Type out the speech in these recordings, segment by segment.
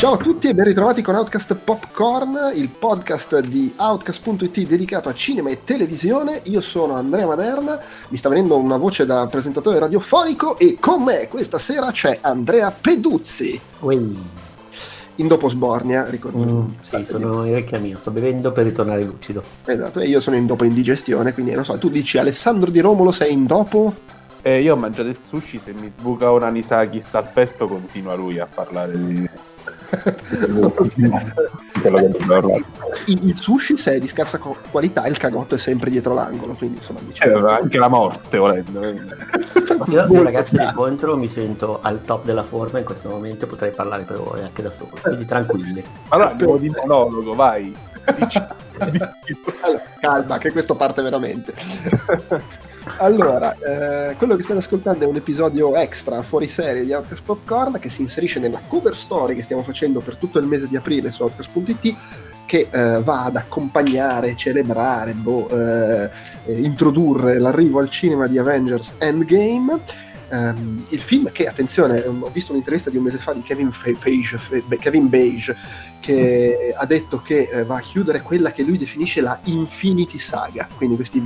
Ciao a tutti e ben ritrovati con Outcast Popcorn, il podcast di Outcast.it dedicato a cinema e televisione. Io sono Andrea Maderna, mi sta venendo una voce da presentatore radiofonico e con me questa sera c'è Andrea Peduzzi. In dopo sbornia, ricordo. Sì, sono in recchiamino, sto bevendo per ritornare lucido. Esatto, e io sono in dopo indigestione, quindi non so, tu dici Alessandro Di Romolo sei in dopo? Io ho mangiato il sushi, se mi sbuca un anisaki sta al petto continua lui a parlare di... Il sushi, se è di scarsa qualità, il cagotto è sempre dietro l'angolo, quindi insomma diciamo... anche la morte volendo. Io ragazzi di contro mi sento al top della forma in questo momento, potrei parlare per ore anche da solo, quindi tranquilli. Allora andiamo di monologo, vai. Allora, calma che questo parte veramente. Allora, quello che state ascoltando è un episodio extra fuori serie di Outcast Popcorn che si inserisce nella cover story che stiamo facendo per tutto il mese di aprile su Outcast.it, che va ad accompagnare, celebrare, introdurre l'arrivo al cinema di Avengers Endgame. Il film che, attenzione, ho visto un'intervista di un mese fa di Kevin Beige che ha detto che va a chiudere quella che lui definisce la Infinity Saga, quindi questi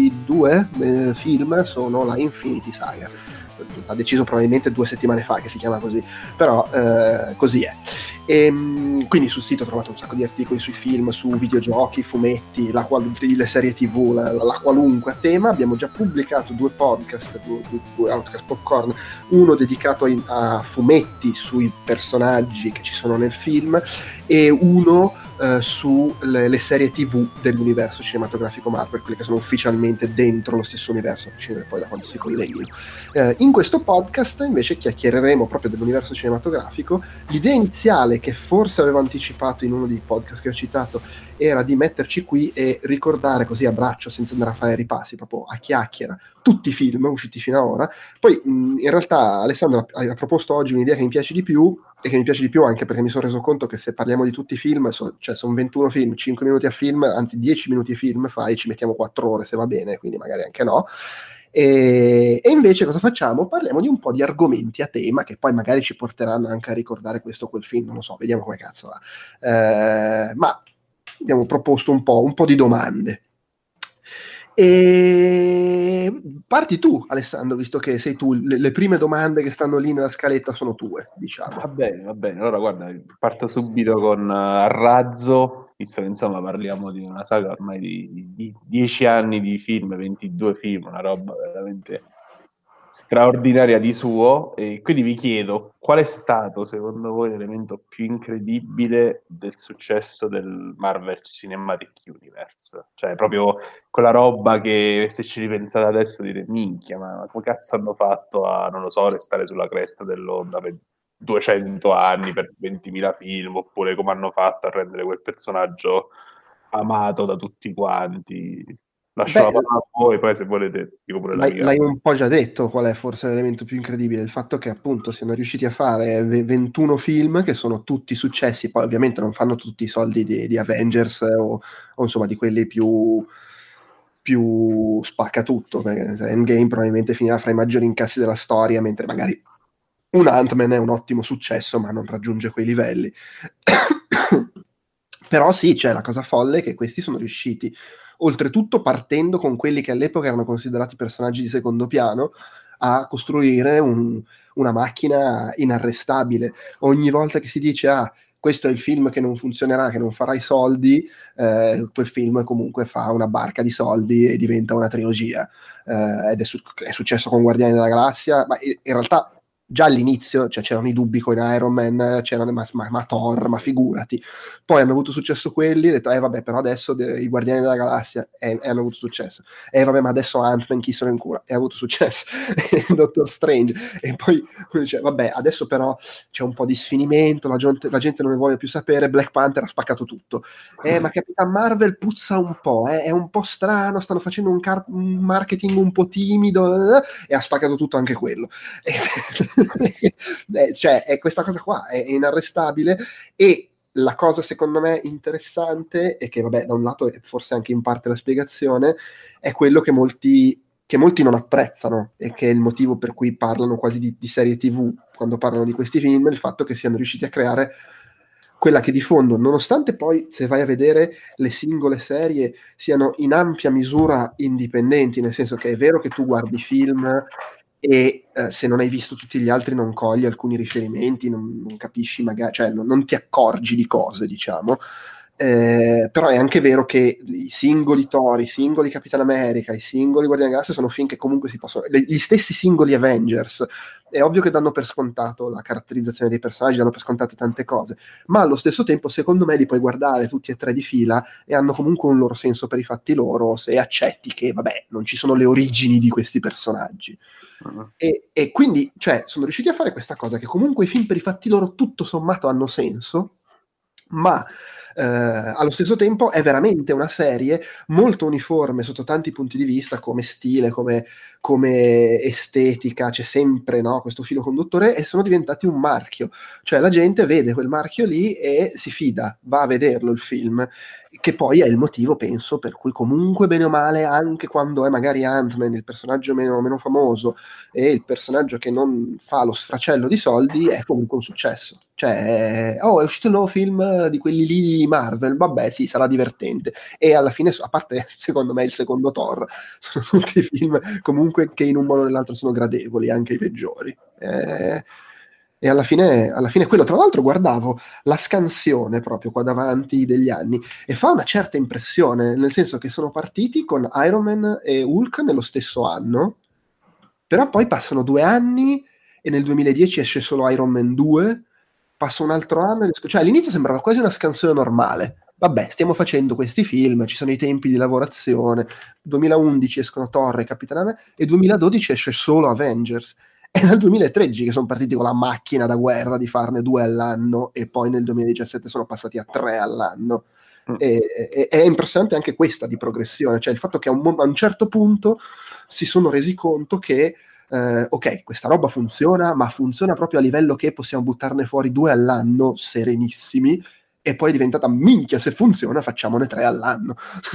22 film sono la Infinity Saga. Ha deciso probabilmente 2 settimane fa che si chiama così, però così è. E, quindi sul sito trovate un sacco di articoli sui film, su videogiochi, fumetti, le serie TV, la qualunque a tema. Abbiamo già pubblicato 2 podcast, due Outcast Popcorn, uno dedicato a fumetti sui personaggi che ci sono nel film e uno sulle serie TV dell'universo cinematografico Marvel, quelle che sono ufficialmente dentro lo stesso universo, a prescindere poi da quanto si colleghino. In questo podcast invece chiacchiereremo proprio dell'universo cinematografico. L'idea iniziale, che forse avevo anticipato in uno dei podcast che ho citato, era di metterci qui e ricordare così a braccio, senza andare a fare ripassi, proprio a chiacchiera, tutti i film usciti fino ad ora. Poi in realtà Alessandro ha proposto oggi un'idea che mi piace di più, e che mi piace di più anche perché mi sono reso conto che se parliamo di tutti i film, cioè sono 21 film, 5 minuti a film, anzi 10 minuti a film fai, ci mettiamo 4 ore se va bene, quindi magari anche no. E invece cosa facciamo? Parliamo di un po' di argomenti a tema che poi magari ci porteranno anche a ricordare questo o quel film, non lo so, vediamo come cazzo va. Ma abbiamo proposto un po' di domande. E parti tu, Alessandro, visto che sei tu, le prime domande che stanno lì nella scaletta sono tue, diciamo. Va bene, allora guarda, parto subito con a razzo, visto che insomma parliamo di una saga ormai di 10 anni di film, 22 film, una roba veramente straordinaria di suo, e quindi vi chiedo qual è stato secondo voi l'elemento più incredibile del successo del Marvel Cinematic Universe, cioè proprio quella roba che se ci ripensate adesso dite minchia, ma come cazzo hanno fatto a, non lo so, restare sulla cresta dell'onda per 200 anni, per 20.000 film, oppure come hanno fatto a rendere quel personaggio amato da tutti quanti. Lascio la parola a voi, poi se volete dico pure la mia. L'hai un po' già detto qual è forse l'elemento più incredibile, il fatto che appunto siano riusciti a fare 21 film che sono tutti successi, poi ovviamente non fanno tutti i soldi di Avengers o insomma di quelli più spacca tutto, perché Endgame probabilmente finirà fra i maggiori incassi della storia, mentre magari un Ant-Man è un ottimo successo ma non raggiunge quei livelli. Però sì, c'è la cosa folle che questi sono riusciti, oltretutto partendo con quelli che all'epoca erano considerati personaggi di secondo piano, a costruire una macchina inarrestabile. Ogni volta che si dice questo è il film che non funzionerà, che non farà i soldi, quel film comunque fa una barca di soldi e diventa una trilogia. Ed è successo con Guardiani della Galassia, ma in realtà già all'inizio, cioè, c'erano i dubbi con Iron Man, c'erano ma Thor, ma figurati. Poi hanno avuto successo quelli, ho detto vabbè, però adesso i Guardiani della Galassia hanno avuto successo. Vabbè, ma adesso Ant-Man chi se ne incura? E ha avuto successo. Doctor Strange. E poi dice, vabbè, adesso però c'è un po' di sfinimento, la gente non ne vuole più sapere, Black Panther ha spaccato tutto. Ma Capitan Marvel puzza un po', è un po' strano, stanno facendo un marketing un po' timido, e ha spaccato tutto anche quello. Cioè, questa cosa qua è inarrestabile. E la cosa secondo me interessante e che vabbè da un lato è forse anche in parte la spiegazione è quello che molti non apprezzano e che è il motivo per cui parlano quasi di serie TV quando parlano di questi film, il fatto che siano riusciti a creare quella che di fondo, nonostante poi se vai a vedere le singole serie siano in ampia misura indipendenti, nel senso che è vero che tu guardi film e se non hai visto tutti gli altri non cogli alcuni riferimenti, non capisci magari, cioè non ti accorgi di cose, diciamo. Però è anche vero che i singoli Thor, i singoli Capitan America, i singoli Guardiani della Galassia sono film che comunque si possono... Gli stessi singoli Avengers, è ovvio che danno per scontato la caratterizzazione dei personaggi, danno per scontate tante cose, ma allo stesso tempo secondo me li puoi guardare tutti e tre di fila e hanno comunque un loro senso per i fatti loro, se accetti che, vabbè, non ci sono le origini di questi personaggi. E quindi, cioè, sono riusciti a fare questa cosa che comunque i film per i fatti loro tutto sommato hanno senso, ma allo stesso tempo è veramente una serie molto uniforme sotto tanti punti di vista, come stile, come estetica, c'è sempre, no, questo filo conduttore, e sono diventati un marchio, cioè la gente vede quel marchio lì e si fida, va a vederlo il film, che poi è il motivo, penso, per cui comunque bene o male, anche quando è magari Ant-Man il personaggio meno famoso e il personaggio che non fa lo sfracello di soldi, è comunque un successo. Cioè, è uscito il nuovo film di quelli lì di Marvel, vabbè sì, sarà divertente. E alla fine, a parte secondo me il secondo Thor, sono tutti film comunque che in un modo o nell'altro sono gradevoli, anche i peggiori. E alla fine quello. Tra l'altro guardavo la scansione proprio qua davanti degli anni e fa una certa impressione, nel senso che sono partiti con Iron Man e Hulk nello stesso anno, però poi passano 2 anni e nel 2010 esce solo Iron Man 2, passa un altro anno, cioè all'inizio sembrava quasi una scansione normale. Vabbè, stiamo facendo questi film, ci sono i tempi di lavorazione, 2011 escono Thor e Capitan America e 2012 esce solo Avengers. È dal 2013 che sono partiti con la macchina da guerra di farne 2 all'anno e poi nel 2017 sono passati a 3 all'anno. È impressionante anche questa di progressione, cioè il fatto che a un certo punto si sono resi conto che ok, questa roba funziona, ma funziona proprio a livello che possiamo buttarne fuori 2 all'anno serenissimi, e poi è diventata minchia, se funziona facciamone 3 all'anno.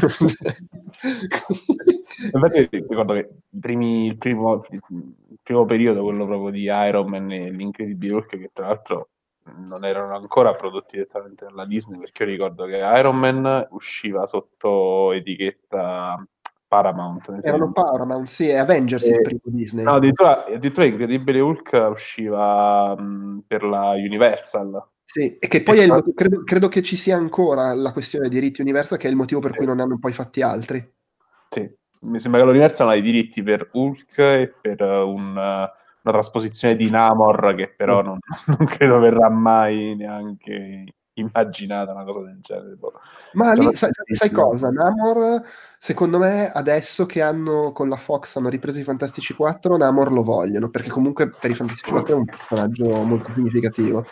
Infatti ricordo che il primo periodo, quello proprio di Iron Man e l'Incredibile Hulk, che tra l'altro non erano ancora prodotti direttamente dalla Disney, perché io ricordo che Iron Man usciva sotto etichetta Paramount. Erano Paramount, sì, e Avengers il primo Disney. No, addirittura Incredibile Hulk usciva per la Universal. Sì, e che poi è credo che ci sia ancora la questione dei diritti Universal, che è il motivo per cui non ne hanno poi fatti altri. Sì, mi sembra che l'Universal ha i diritti per Hulk e per una trasposizione di Namor, che però non credo verrà mai neanche immaginata una cosa del genere. Ma lì sai cosa? Namor, secondo me, adesso che con la Fox hanno ripreso i Fantastici 4, Namor lo vogliono, perché comunque per i Fantastici 4 è un personaggio molto significativo.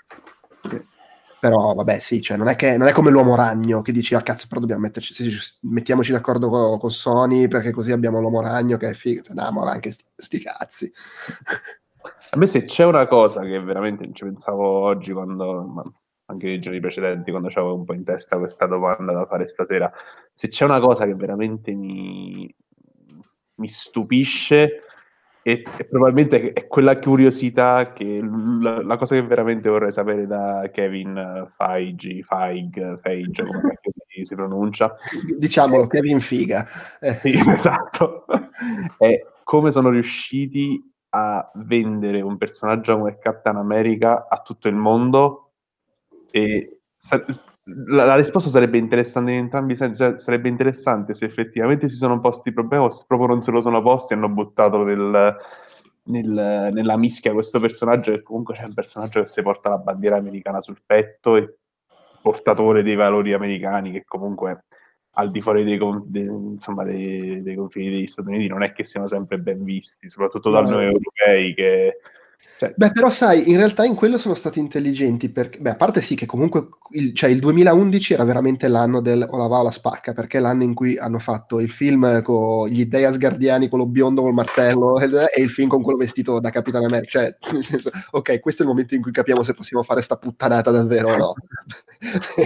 Però vabbè, sì, cioè non è come l'Uomo Ragno che dici, cazzo, però dobbiamo mettiamoci d'accordo con Sony, perché così abbiamo l'Uomo Ragno che è figo. Cioè, Namor anche sti cazzi. A me, se c'è una cosa che veramente ci pensavo oggi, anche nei giorni precedenti, quando avevo un po' in testa questa domanda da fare stasera, se c'è una cosa che veramente mi stupisce, e probabilmente è quella curiosità, che la cosa che veramente vorrei sapere da Kevin Feige, come si pronuncia. Diciamolo, Kevin Figa. Sì, esatto. È come sono riusciti a vendere un personaggio come Captain America a tutto il mondo, e la risposta sarebbe interessante in entrambi i sensi, cioè sarebbe interessante se effettivamente si sono posti il problema o se proprio non se lo sono posti e hanno buttato nella mischia questo personaggio, che comunque c'è un personaggio che si porta la bandiera americana sul petto e portatore dei valori americani, che comunque al di fuori dei confini degli Stati Uniti non è che siano sempre ben visti, soprattutto da noi europei, che Beh, però sai, in realtà in quello sono stati intelligenti, perché, a parte sì che comunque il 2011 era veramente l'anno del o la va o la spacca, perché è l'anno in cui hanno fatto il film con gli dei asgardiani, quello biondo col martello, e il film con quello vestito da Capitan America, cioè, nel senso, ok, questo è il momento in cui capiamo se possiamo fare sta puttanata davvero o no.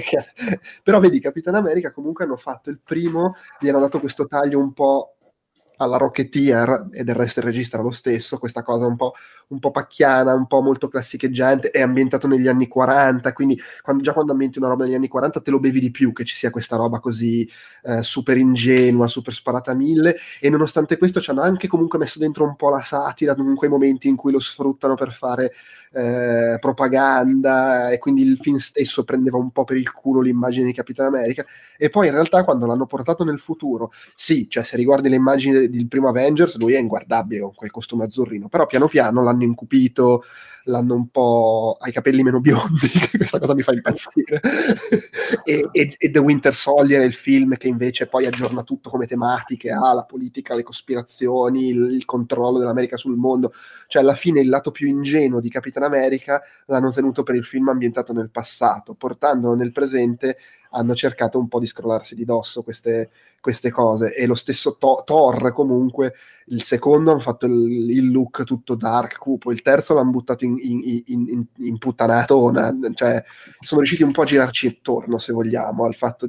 Però vedi, Capitan America comunque hanno fatto il primo, gli hanno dato questo taglio un po' alla Rocketeer, e del resto il regista era lo stesso, questa cosa un po' pacchiana, un po' molto classicheggiante, è ambientato negli anni 40, quindi già quando ambienti una roba negli anni 40 te lo bevi di più, che ci sia questa roba così super ingenua, super sparata a mille, e nonostante questo ci hanno anche comunque messo dentro un po' la satira in quei momenti in cui lo sfruttano per fare propaganda, e quindi il film stesso prendeva un po' per il culo l'immagine di Capitan America, e poi in realtà quando l'hanno portato nel futuro, sì, cioè se riguardi le immagini del primo Avengers, lui è inguardabile con quel costume azzurrino, però piano piano l'hanno incupito, l'hanno un po'... ha i capelli meno biondi, questa cosa mi fa impazzire. e The Winter Soldier è il film che invece poi aggiorna tutto come tematiche, la politica, le cospirazioni, il controllo dell'America sul mondo, cioè alla fine il lato più ingenuo di Capitan America l'hanno tenuto per il film ambientato nel passato, portandolo nel presente hanno cercato un po' di scrollarsi di dosso queste cose, e lo stesso Thor comunque, il secondo hanno fatto il look tutto dark, cupo, il terzo l'hanno buttato in puttanatona, cioè sono riusciti un po' a girarci intorno, se vogliamo, al fatto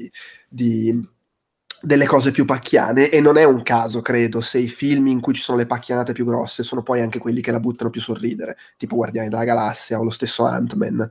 delle cose più pacchiane, e non è un caso, credo, se i film in cui ci sono le pacchianate più grosse sono poi anche quelli che la buttano più sul ridere, tipo Guardiani della Galassia o lo stesso Ant-Man.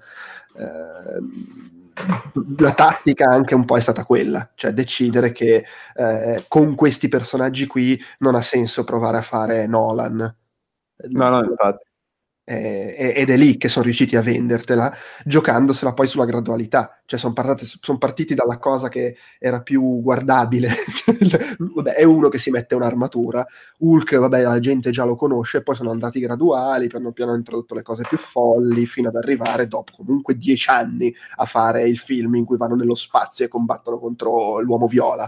La tattica anche un po' è stata quella, cioè decidere che con questi personaggi qui non ha senso provare a fare Nolan. No, infatti. Ed è lì che sono riusciti a vendertela, giocandosela poi sulla gradualità, cioè sono partiti dalla cosa che era più guardabile. Vabbè, è uno che si mette un'armatura, Hulk, vabbè, la gente già lo conosce, poi sono andati graduali, piano piano hanno introdotto le cose più folli, fino ad arrivare dopo comunque 10 anni a fare il film in cui vanno nello spazio e combattono contro l'uomo viola.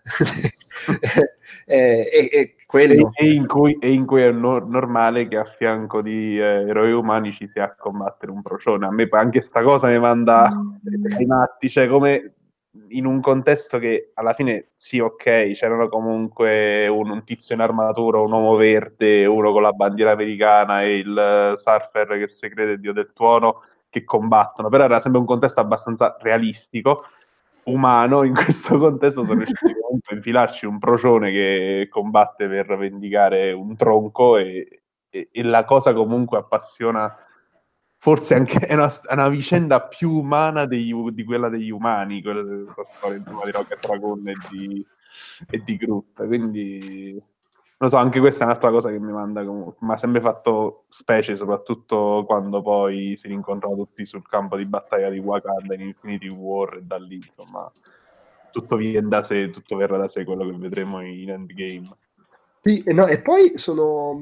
Quello. E in cui è normale che a fianco di eroi umani ci sia a combattere un procione. A me anche sta cosa mi manda ai matti, cioè come in un contesto che alla fine sì, ok, c'erano comunque un tizio in armatura, un uomo verde, uno con la bandiera americana e il surfer che se crede Dio del tuono, che combattono, però era sempre un contesto abbastanza realistico, umano. In questo contesto sono riusciti comunque a infilarci un procione che combatte per vendicare un tronco, e la cosa comunque appassiona, forse anche è una vicenda più umana di quella degli umani, quella della storia insomma, di Rocket Raccoon e di Groot, quindi non so, anche questa è un'altra cosa che mi ha sempre fatto specie, soprattutto quando poi si rincontrano tutti sul campo di battaglia di Wakanda in Infinity War, e da lì insomma tutto viene da sé, tutto verrà da sé, quello che vedremo in Endgame. Sì, e poi sono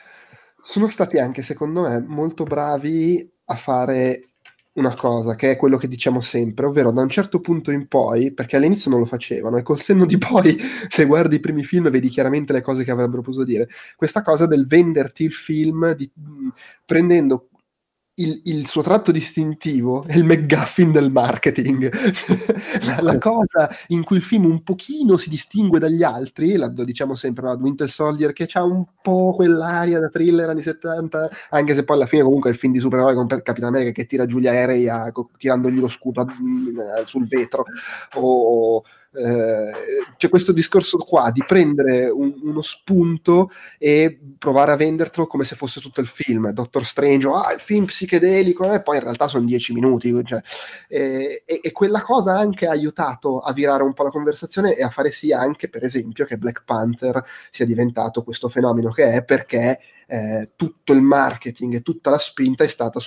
stati anche, secondo me, molto bravi a fare una cosa, che è quello che diciamo sempre, ovvero da un certo punto in poi, perché all'inizio non lo facevano, e col senno di poi, se guardi i primi film, vedi chiaramente le cose che avrebbero potuto dire. Questa cosa del venderti il film, prendendo il suo tratto distintivo è il McGuffin del marketing. La cosa in cui il film un pochino si distingue dagli altri, lo diciamo sempre, no? Winter Soldier, che ha un po' quell'aria da thriller anni 70, anche se poi alla fine comunque è il film di supereroi con Capitan America che tira giù gli aerei tirandogli lo scudo sul vetro, o c'è questo discorso qua di prendere uno spunto e provare a vendertelo come se fosse tutto il film. Doctor Strange, il film psichedelico, e poi in realtà sono 10 minuti, cioè, e quella cosa anche ha aiutato a virare un po' la conversazione e a fare sì anche, per esempio, che Black Panther sia diventato questo fenomeno che è, perché tutto il marketing e tutta la spinta è stata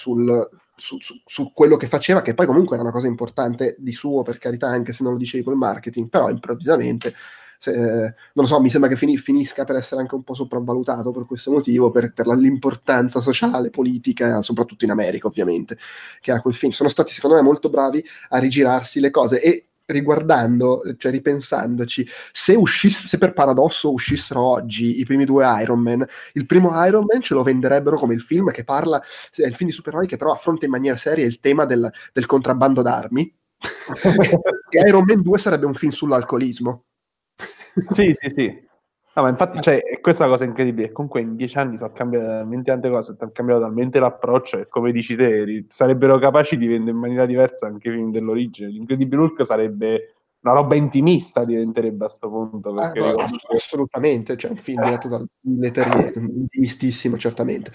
su quello che faceva, che poi comunque era una cosa importante di suo, per carità, anche se non lo dicevi col marketing, però improvvisamente non lo so, mi sembra che finisca per essere anche un po' sopravvalutato per questo motivo, per l'importanza sociale, politica, soprattutto in America ovviamente, che ha quel film. Sono stati secondo me molto bravi a rigirarsi le cose, e riguardando, cioè ripensandoci, se per paradosso uscissero oggi i primi due Iron Man, il primo Iron Man ce lo venderebbero come il film che parla, è il film di supereroi che però affronta in maniera seria il tema del contrabbando d'armi, e Iron Man 2 sarebbe un film sull'alcolismo. Sì. No, ma infatti, cioè, questa è la cosa incredibile. Comunque in 10 anni sono cambiate talmente tante cose, è cambiato talmente l'approccio, e come dici te, sarebbero capaci di vendere in maniera diversa anche i film dell'origine. L'Incredibile Hulk sarebbe una roba intimista diventerebbe a sto punto, perché assolutamente, c'è un film diretto dal Leterrier, intimistissimo certamente.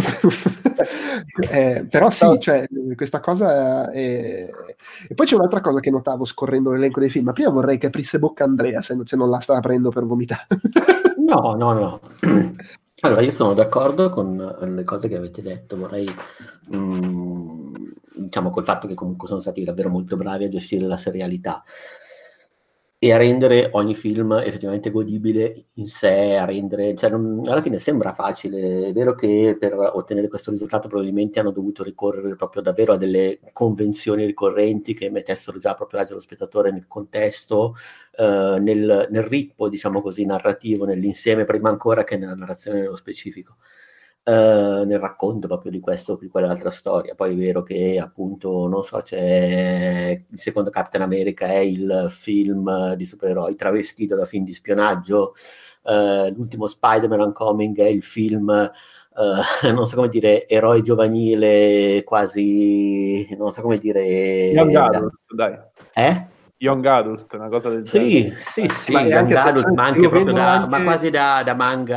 Però sì, cioè, questa cosa è... E poi c'è un'altra cosa che notavo scorrendo l'elenco dei film, ma prima vorrei che aprisse bocca Andrea, se non la sta aprendo per vomitare. No. Allora, io sono d'accordo con le cose che avete detto, vorrei, diciamo, col fatto che comunque sono stati davvero molto bravi a gestire la serialità e a rendere ogni film effettivamente godibile in sé, a rendere, cioè alla fine sembra facile, è vero che per ottenere questo risultato probabilmente hanno dovuto ricorrere proprio davvero a delle convenzioni ricorrenti che mettessero già proprio agio lo spettatore nel contesto, nel ritmo, diciamo così, narrativo, nell'insieme prima ancora che nella narrazione nello specifico. Nel racconto proprio di questo, di quell'altra storia. Poi è vero che appunto, non so, c'è il secondo Captain America, è il film di supereroi travestito da film di spionaggio, l'ultimo Spider-Man Homecoming è il film, non so come dire, eroe giovanile, quasi, non so come dire... Young Adult, dai. Young Adult, una cosa del genere. Sì, Young Adult, ma anche proprio ma quasi da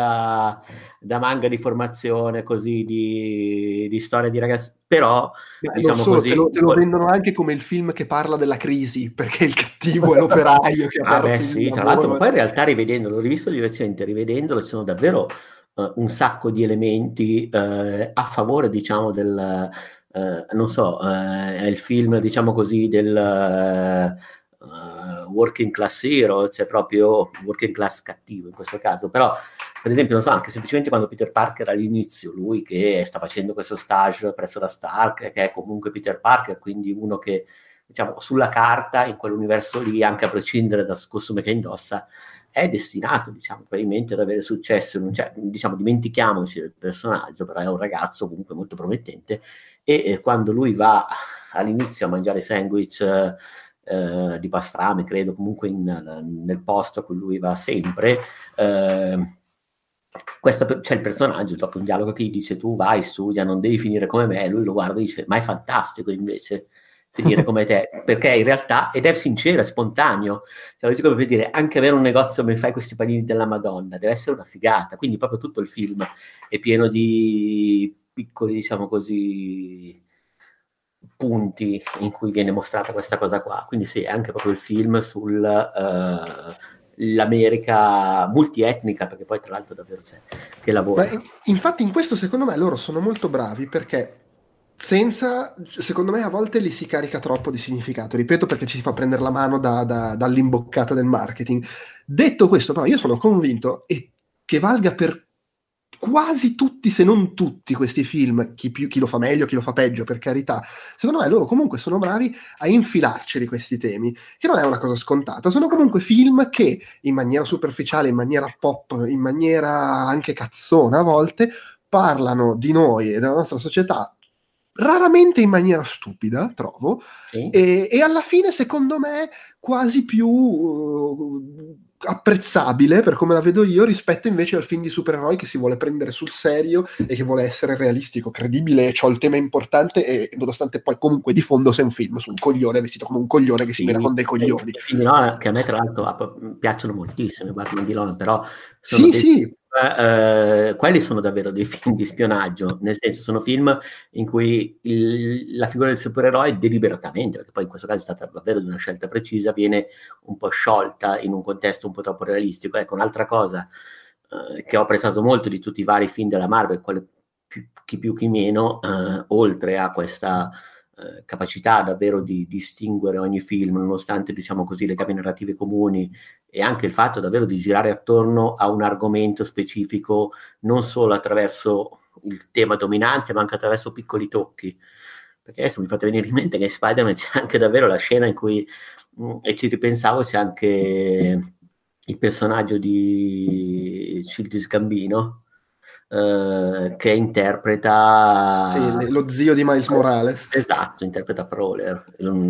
manga di formazione, così di storia di ragazzi, però diciamo così, te lo vendono anche come il film che parla della crisi, perché il cattivo è l'operaio che ha perso il tra l'altro, ma poi in realtà rivedendolo, rivisto diversamente, rivedendolo, ci sono davvero un sacco di elementi a favore, diciamo, del non so, è il film, diciamo così, del working class hero, cioè proprio working class cattivo in questo caso, però per esempio, non so, anche semplicemente quando Peter Parker all'inizio, lui che sta facendo questo stage presso la Stark, che è comunque Peter Parker, quindi uno che, diciamo, sulla carta, in quell'universo lì, anche a prescindere dal costume che indossa, è destinato, diciamo, probabilmente ad avere successo, cioè, diciamo, dimentichiamoci del personaggio, però è un ragazzo comunque molto promettente, e quando lui va all'inizio a mangiare sandwich di pastrame, credo, comunque nel posto a cui lui va sempre, c'è il personaggio, dopo un dialogo che gli dice tu vai, studia, non devi finire come me, e lui lo guarda e dice ma è fantastico invece finire come te, perché in realtà, ed è sincero, è spontaneo, cioè, lo dico per dire, anche avere un negozio dove fai questi panini della Madonna deve essere una figata, quindi proprio tutto il film è pieno di piccoli, diciamo così, punti in cui viene mostrata questa cosa qua, quindi sì, è anche proprio il film l'America multietnica, perché poi tra l'altro davvero c'è che lavora. Infatti in questo secondo me loro sono molto bravi, perché secondo me a volte li si carica troppo di significato, ripeto, perché ci si fa prendere la mano dall'imboccata del marketing. Detto questo, però, io sono convinto che valga per quasi tutti, se non tutti, questi film, chi lo fa meglio, chi lo fa peggio, per carità. Secondo me loro comunque sono bravi a infilarceli questi temi, che non è una cosa scontata. Sono comunque film che, in maniera superficiale, in maniera pop, in maniera anche cazzona a volte, parlano di noi e della nostra società, raramente in maniera stupida, trovo, sì. E alla fine, secondo me, quasi più apprezzabile, per come la vedo io, rispetto invece al film di supereroi che si vuole prendere sul serio e che vuole essere realistico, credibile, c'ho il tema importante, e nonostante poi comunque di fondo sei un film su un coglione vestito come un coglione che si mena con dei coglioni. Quindi, no, che a me tra l'altro piacciono moltissimo i Batman di Nolan, però sì. quelli sono davvero dei film di spionaggio, nel senso sono film in cui la figura del supereroe deliberatamente, perché poi in questo caso è stata davvero di una scelta precisa, viene un po' sciolta in un contesto un po' troppo realistico. Ecco, un'altra cosa che ho apprezzato molto di tutti i vari film della Marvel, chi più chi meno, oltre a questa capacità davvero di distinguere ogni film, nonostante, diciamo così, le gabbie narrative comuni, e anche il fatto davvero di girare attorno a un argomento specifico, non solo attraverso il tema dominante, ma anche attraverso piccoli tocchi. Perché adesso mi fate venire in mente che in Spider-Man c'è anche davvero la scena in cui, e ci ripensavo, c'è anche il personaggio di Childish Gambino, che interpreta lo zio di Miles Morales. Esatto, interpreta Prowler,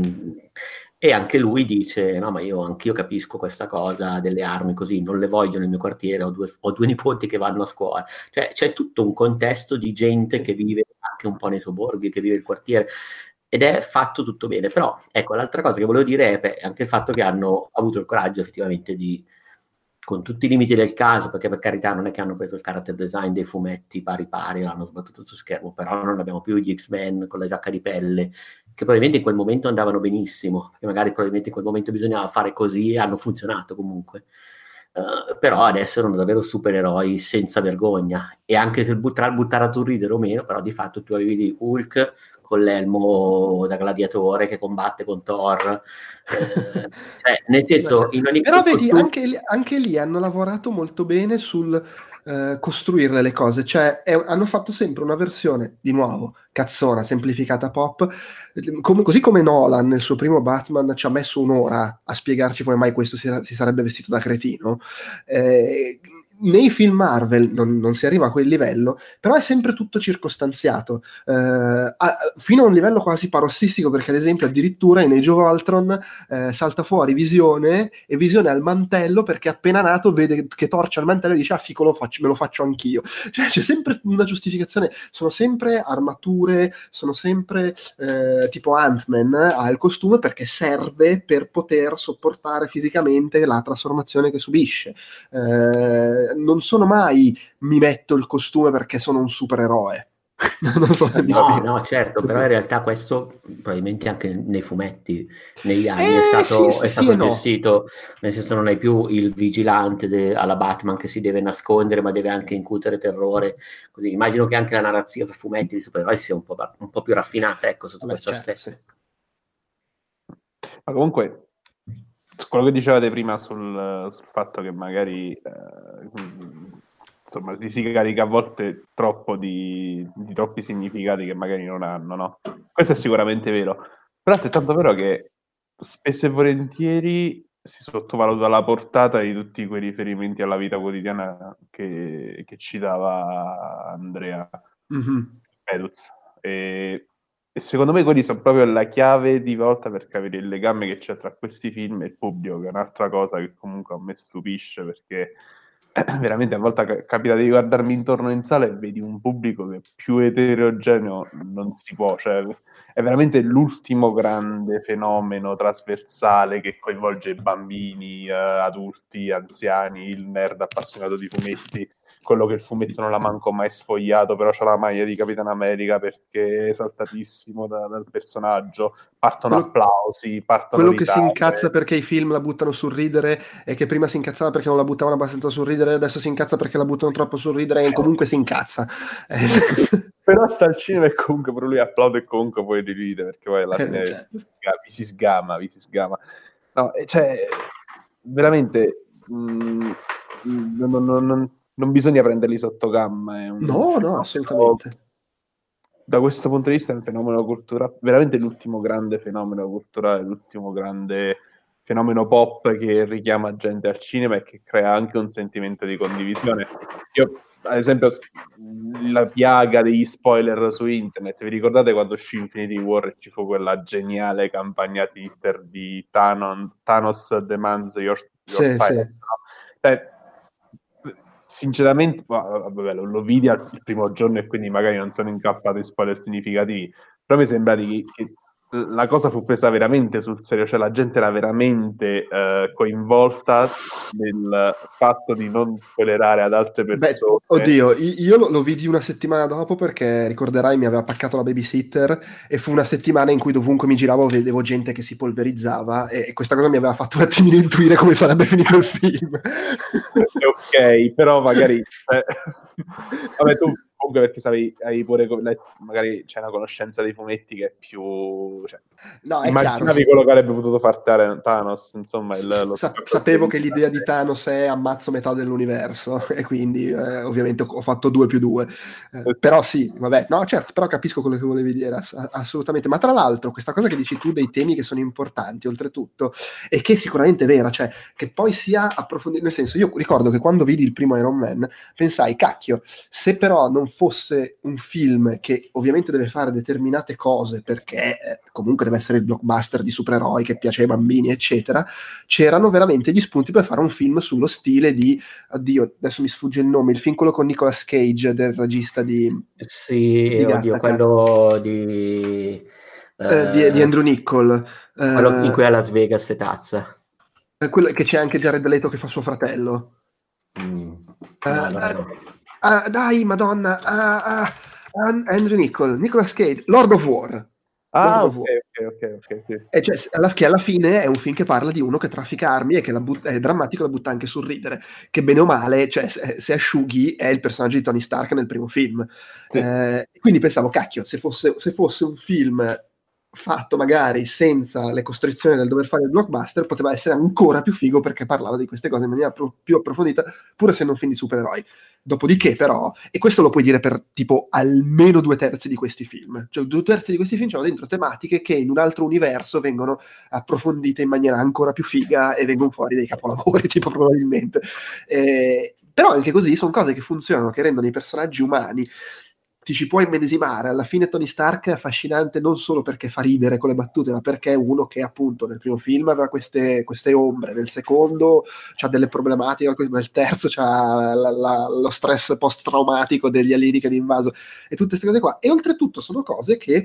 e anche lui dice no, ma anch'io capisco questa cosa delle armi, così non le voglio nel mio quartiere, ho due nipoti che vanno a scuola, cioè c'è tutto un contesto di gente che vive anche un po' nei sobborghi, che vive il quartiere, ed è fatto tutto bene. Però ecco, l'altra cosa che volevo dire è anche il fatto che hanno avuto il coraggio effettivamente di, con tutti i limiti del caso, perché per carità non è che hanno preso il character design dei fumetti pari pari, l'hanno sbattuto su schermo, però non abbiamo più gli X-Men con la giacca di pelle, che probabilmente in quel momento andavano benissimo, perché magari probabilmente in quel momento bisognava fare così e hanno funzionato comunque. Però adesso erano davvero supereroi senza vergogna, e anche se tra il buttare a ridere o meno, però di fatto tu avevi di Hulk con l'elmo da gladiatore che combatte con Thor, nel senso, in ogni però caso vedi, anche lì hanno lavorato molto bene sul costruire le cose, cioè hanno fatto sempre una versione, di nuovo, cazzona, semplificata pop, così come Nolan nel suo primo Batman ci ha messo un'ora a spiegarci come mai questo si sarebbe vestito da cretino. Nei film Marvel non si arriva a quel livello, però è sempre tutto circostanziato, fino a un livello quasi parossistico, perché ad esempio addirittura in Age of Ultron salta fuori Visione, e Visione ha il mantello perché appena nato vede che torce al mantello e dice fico, me lo faccio anch'io. Cioè, c'è sempre una giustificazione, sono sempre armature, sono sempre tipo Ant-Man ha il costume perché serve per poter sopportare fisicamente la trasformazione che subisce. Non sono mai mi metto il costume perché sono un supereroe. Non so se mi spiego. No, certo, però in realtà questo probabilmente anche nei fumetti negli anni è sì stato e no. gestito, nel senso non hai più il vigilante alla Batman che si deve nascondere ma deve anche incutere terrore, così immagino che anche la narrazione per fumetti di supereroi sia un po' più raffinata, ecco, sotto questo aspetto. Sì. Ma comunque, quello che dicevate prima sul fatto che magari insomma si carica a volte troppo di troppi significati che magari non hanno, no? Questo è sicuramente vero, però è tanto vero che spesso e volentieri si sottovaluta la portata di tutti quei riferimenti alla vita quotidiana che citava Andrea Peduz. E secondo me quelli sono proprio la chiave di volta per capire il legame che c'è tra questi film e il pubblico, che è un'altra cosa che comunque a me stupisce, perché veramente a volte capita di guardarmi intorno in sala e vedi un pubblico che più eterogeneo non si può, cioè è veramente l'ultimo grande fenomeno trasversale che coinvolge bambini, adulti, anziani, il nerd appassionato di fumetti, quello che il fumetto non l'ha manco mai sfogliato, però c'ha la maglia di Capitan America perché è esaltatissimo dal personaggio, partono applausi, partono quello che risate. si incazza perché i film la buttano sul ridere, e che prima si incazzava perché non la buttavano abbastanza sul ridere, adesso si incazza perché la buttano troppo sul ridere, e comunque si incazza. Però sta al cinema e comunque per lui applaude e comunque poi ride, perché poi alla fine certo. vi si sgama. No, cioè, veramente non bisogna prenderli sotto gamma. No, assolutamente. Da questo punto di vista è un fenomeno culturale, veramente l'ultimo grande fenomeno culturale, l'ultimo grande fenomeno pop che richiama gente al cinema e che crea anche un sentimento di condivisione. Io, ad esempio, la piaga degli spoiler su internet, vi ricordate quando uscì Infinity War e ci fu quella geniale campagna Twitter di Thanos demands your silence? Sì. Sinceramente, vabbè, lo vidi il primo giorno e quindi magari non sono incappato in spoiler significativi, però mi sembra che la cosa fu presa veramente sul serio, cioè la gente era veramente coinvolta nel fatto di non spoilerare ad altre persone. Oddio, io lo vidi una settimana dopo, perché ricorderai mi aveva paccato la babysitter e fu una settimana in cui dovunque mi giravo vedevo gente che si polverizzava, e questa cosa mi aveva fatto un attimino intuire come sarebbe finito il film. Ok, però magari vabbè, tu comunque perché hai pure magari c'è una conoscenza dei fumetti che è più, cioè, no, è immaginavi chiaro. quello che avrebbe potuto fare Thanos, insomma sapevo che l'idea di Thanos è ammazzo metà dell'universo, e quindi ovviamente ho fatto 2 più 2, però sì, vabbè, no certo, però capisco quello che volevi dire, assolutamente. Ma tra l'altro questa cosa che dici tu dei temi che sono importanti oltretutto, e che sicuramente è vera, cioè che poi sia approfondito, nel senso, io ricordo che quando vidi il primo Iron Man pensai, cacchio, se però non fosse un film che ovviamente deve fare determinate cose perché comunque deve essere il blockbuster di supereroi che piace ai bambini eccetera, c'erano veramente gli spunti per fare un film sullo stile di, oddio, adesso mi sfugge il nome, il film quello con Nicolas Cage del regista di sì, di oddio, Gattaca. quello di di Andrew Niccol, quello in cui è a Las Vegas e tazza. quello che c'è anche Jared Leto che fa suo fratello. Dai, Madonna, Andrew Niccol, Nicolas Cage, Lord of War. Ok, sì. E cioè, che alla fine è un film che parla di uno che traffica armi e che è drammatico, la butta anche sul ridere, che bene o male, cioè, se asciughi è il personaggio di Tony Stark nel primo film. Sì. Quindi pensavo, cacchio, se fosse un film fatto magari senza le costrizioni del dover fare il blockbuster, poteva essere ancora più figo perché parlava di queste cose in maniera più approfondita, pur essendo un film di supereroi. Dopodiché però, e questo lo puoi dire per tipo almeno 2/3 di questi film, cioè 2/3 di questi film hanno dentro tematiche che in un altro universo vengono approfondite in maniera ancora più figa e vengono fuori dei capolavori, tipo probabilmente. Però anche così sono cose che funzionano, che rendono i personaggi umani. Ti ci puoi immedesimare. Alla fine Tony Stark è affascinante non solo perché fa ridere con le battute, ma perché è uno che appunto nel primo film aveva queste ombre, nel secondo c'ha delle problematiche, nel terzo c'ha lo stress post-traumatico degli alieni che hanno invaso e tutte queste cose qua. E oltretutto sono cose che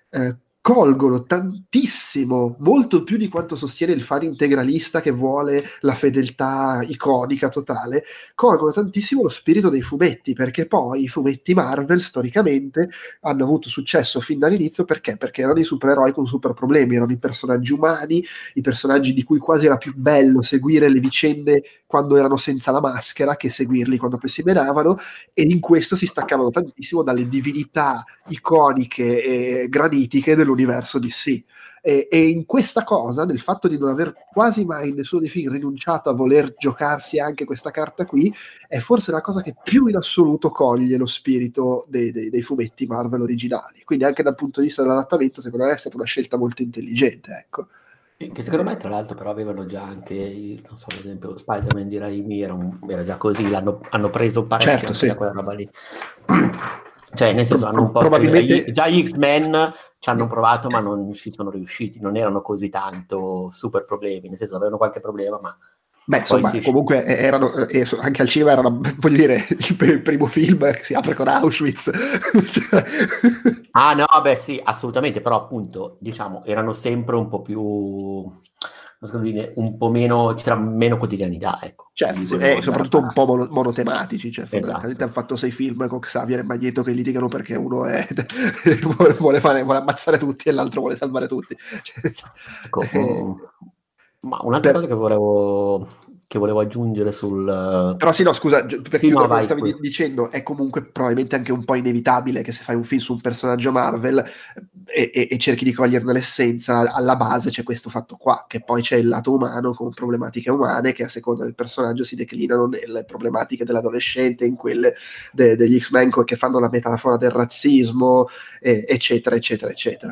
colgono tantissimo, molto più di quanto sostiene il fan integralista che vuole la fedeltà iconica totale, colgono tantissimo lo spirito dei fumetti, perché poi i fumetti Marvel storicamente hanno avuto successo fin dall'inizio perché erano i supereroi con super problemi, erano i personaggi umani, i personaggi di cui quasi era più bello seguire le vicende quando erano senza la maschera che seguirli quando poi si menavano, e in questo si staccavano tantissimo dalle divinità iconiche e granitiche dell'universo DC. E in questa cosa, del fatto di non aver quasi mai in nessuno dei film rinunciato a voler giocarsi anche questa carta qui, è forse la cosa che più in assoluto coglie lo spirito dei fumetti Marvel originali. Quindi anche dal punto di vista dell'adattamento, secondo me è stata una scelta molto intelligente, ecco. Che secondo me tra l'altro però avevano già anche, non so, ad esempio Spider-Man di Raimi era già così, hanno preso parecchio certo, anche sì. da quella roba lì. Cioè nel senso hanno un po' probabilmente già gli X-Men ci hanno provato ma non ci sono riusciti, non erano così tanto super problemi, nel senso avevano qualche problema ma beh, insomma, comunque erano anche al cinema erano, voglio dire, il primo film che si apre con Auschwitz. Ah no, beh sì, assolutamente, però appunto, diciamo, erano sempre un po' più, non so come dire, un po' meno, c'era meno quotidianità, ecco. Certo, sì, e soprattutto un po' monotematici, cioè fondamentalmente hanno fatto 6 film con Xavier e Magneto che litigano perché uno vuole ammazzare tutti e l'altro vuole salvare tutti. Ecco, ma un'altra cosa che volevo aggiungere sul... Però sì, no, scusa, per chiudere quello che stavi dicendo, è comunque probabilmente anche un po' inevitabile che se fai un film su un personaggio Marvel e cerchi di coglierne l'essenza, alla base c'è questo fatto qua, che poi c'è il lato umano con problematiche umane che a seconda del personaggio si declinano nelle problematiche dell'adolescente, in quelle degli X-Men che fanno la metafora del razzismo, eccetera, eccetera, eccetera.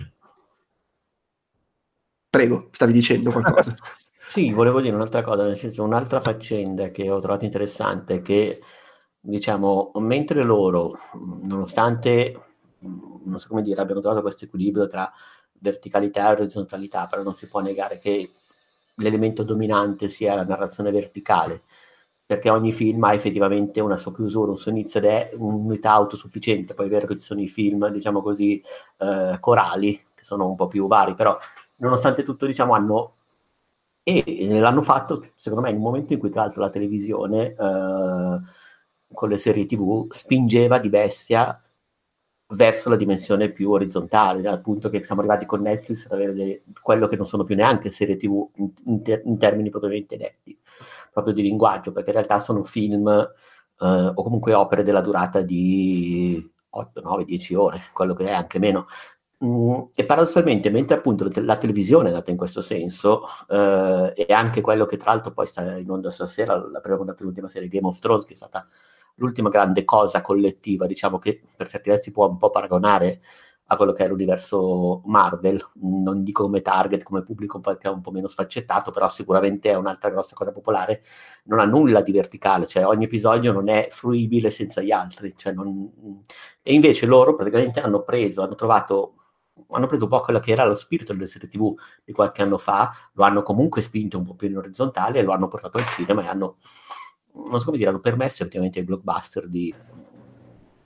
Prego, stavi dicendo qualcosa. Sì, volevo dire un'altra cosa, nel senso un'altra faccenda che ho trovato interessante, che diciamo, mentre loro, nonostante, non so come dire, abbiano trovato questo equilibrio tra verticalità e orizzontalità, però non si può negare che l'elemento dominante sia la narrazione verticale, perché ogni film ha effettivamente una sua chiusura, un suo inizio ed è un'unità autosufficiente. Poi è vero che ci sono i film, diciamo così, corali, che sono un po' più vari, però nonostante tutto, diciamo, l'hanno fatto, secondo me, in un momento in cui tra l'altro la televisione con le serie TV spingeva di bestia verso la dimensione più orizzontale, dal punto che siamo arrivati con Netflix ad avere quello che non sono più neanche serie TV in termini propriamente detti, proprio di linguaggio, perché in realtà sono film o comunque opere della durata di 8, 9, 10 ore, quello che è, anche meno. E paradossalmente, mentre appunto la televisione è nata in questo senso, e anche quello che tra l'altro poi sta in onda stasera, la prima puntata dell'ultima serie Game of Thrones, che è stata l'ultima grande cosa collettiva, diciamo, che per certi versi può un po' paragonare a quello che è l'universo Marvel, non dico come target, come pubblico, perché è un po' meno sfaccettato, però sicuramente è un'altra grossa cosa popolare, non ha nulla di verticale, cioè ogni episodio non è fruibile senza gli altri, cioè e invece loro praticamente hanno preso un po' quello che era lo spirito delle serie TV di qualche anno fa, lo hanno comunque spinto un po' più in orizzontale e lo hanno portato al cinema e hanno, non so come dire, hanno permesso effettivamente ai blockbuster di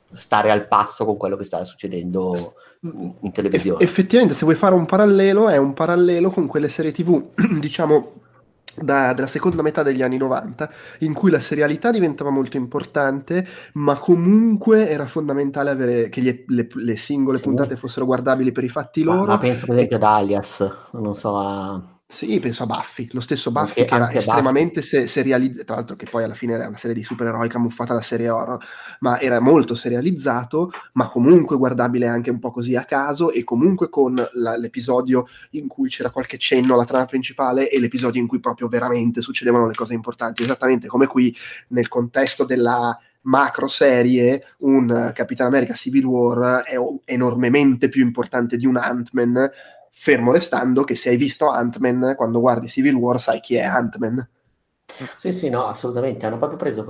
stare al passo con quello che sta succedendo in televisione. Effettivamente, se vuoi fare un parallelo, è un parallelo con quelle serie TV, diciamo, della seconda metà degli anni 90, in cui la serialità diventava molto importante, ma comunque era fondamentale avere che le singole puntate fossero guardabili per i fatti loro. Ma penso per esempio ad Alias, non so Sì, penso a Buffy, lo stesso Buffy che era anche estremamente serializzato, tra l'altro che poi alla fine era una serie di supereroi camuffata da serie horror, ma era molto serializzato, ma comunque guardabile anche un po' così a caso, e comunque con l'episodio in cui c'era qualche cenno alla trama principale e l'episodio in cui proprio veramente succedevano le cose importanti, esattamente come qui nel contesto della macro serie un Capitan America Civil War è enormemente più importante di un Ant-Man, fermo restando che se hai visto Ant-Man, quando guardi Civil War sai chi è Ant-Man. Sì, no, assolutamente, hanno proprio preso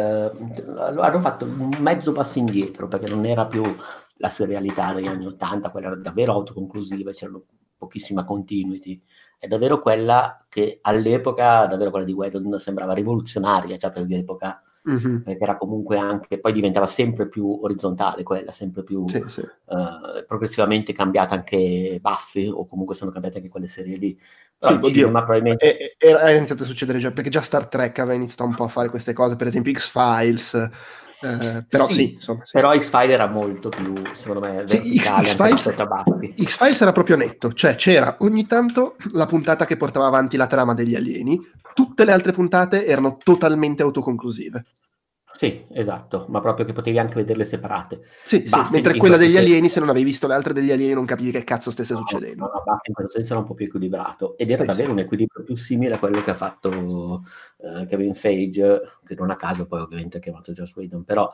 hanno fatto un mezzo passo indietro, perché non era più la serialità degli anni '80, quella era davvero autoconclusiva, c'erano pochissima continuity, è davvero quella che all'epoca, davvero quella di Whedon sembrava rivoluzionaria, già per l'epoca, perché era comunque anche, poi diventava sempre più orizzontale quella, sempre più Sì. progressivamente cambiata anche Buffy, o comunque sono cambiate anche quelle serie lì. Però sì, il cinema probabilmente era iniziato a succedere già, perché già Star Trek aveva iniziato un po' a fare queste cose, per esempio X-Files, però sì, insomma. Sì. Però X-Files era molto più, secondo me, verticale rispetto a Buffy. X-Files era proprio netto, cioè c'era ogni tanto la puntata che portava avanti la trama degli alieni, tutte le altre puntate erano totalmente autoconclusive. Sì, esatto, ma proprio che potevi anche vederle separate. Sì, mentre quella degli alieni, se non avevi visto le altre degli alieni non capivi che cazzo stesse succedendo. No, Buffy in questo senso era un po' più equilibrato, ed era davvero un equilibrio più simile a quello che ha fatto Kevin Feige, che non a caso poi ovviamente ha chiamato Joss Whedon, però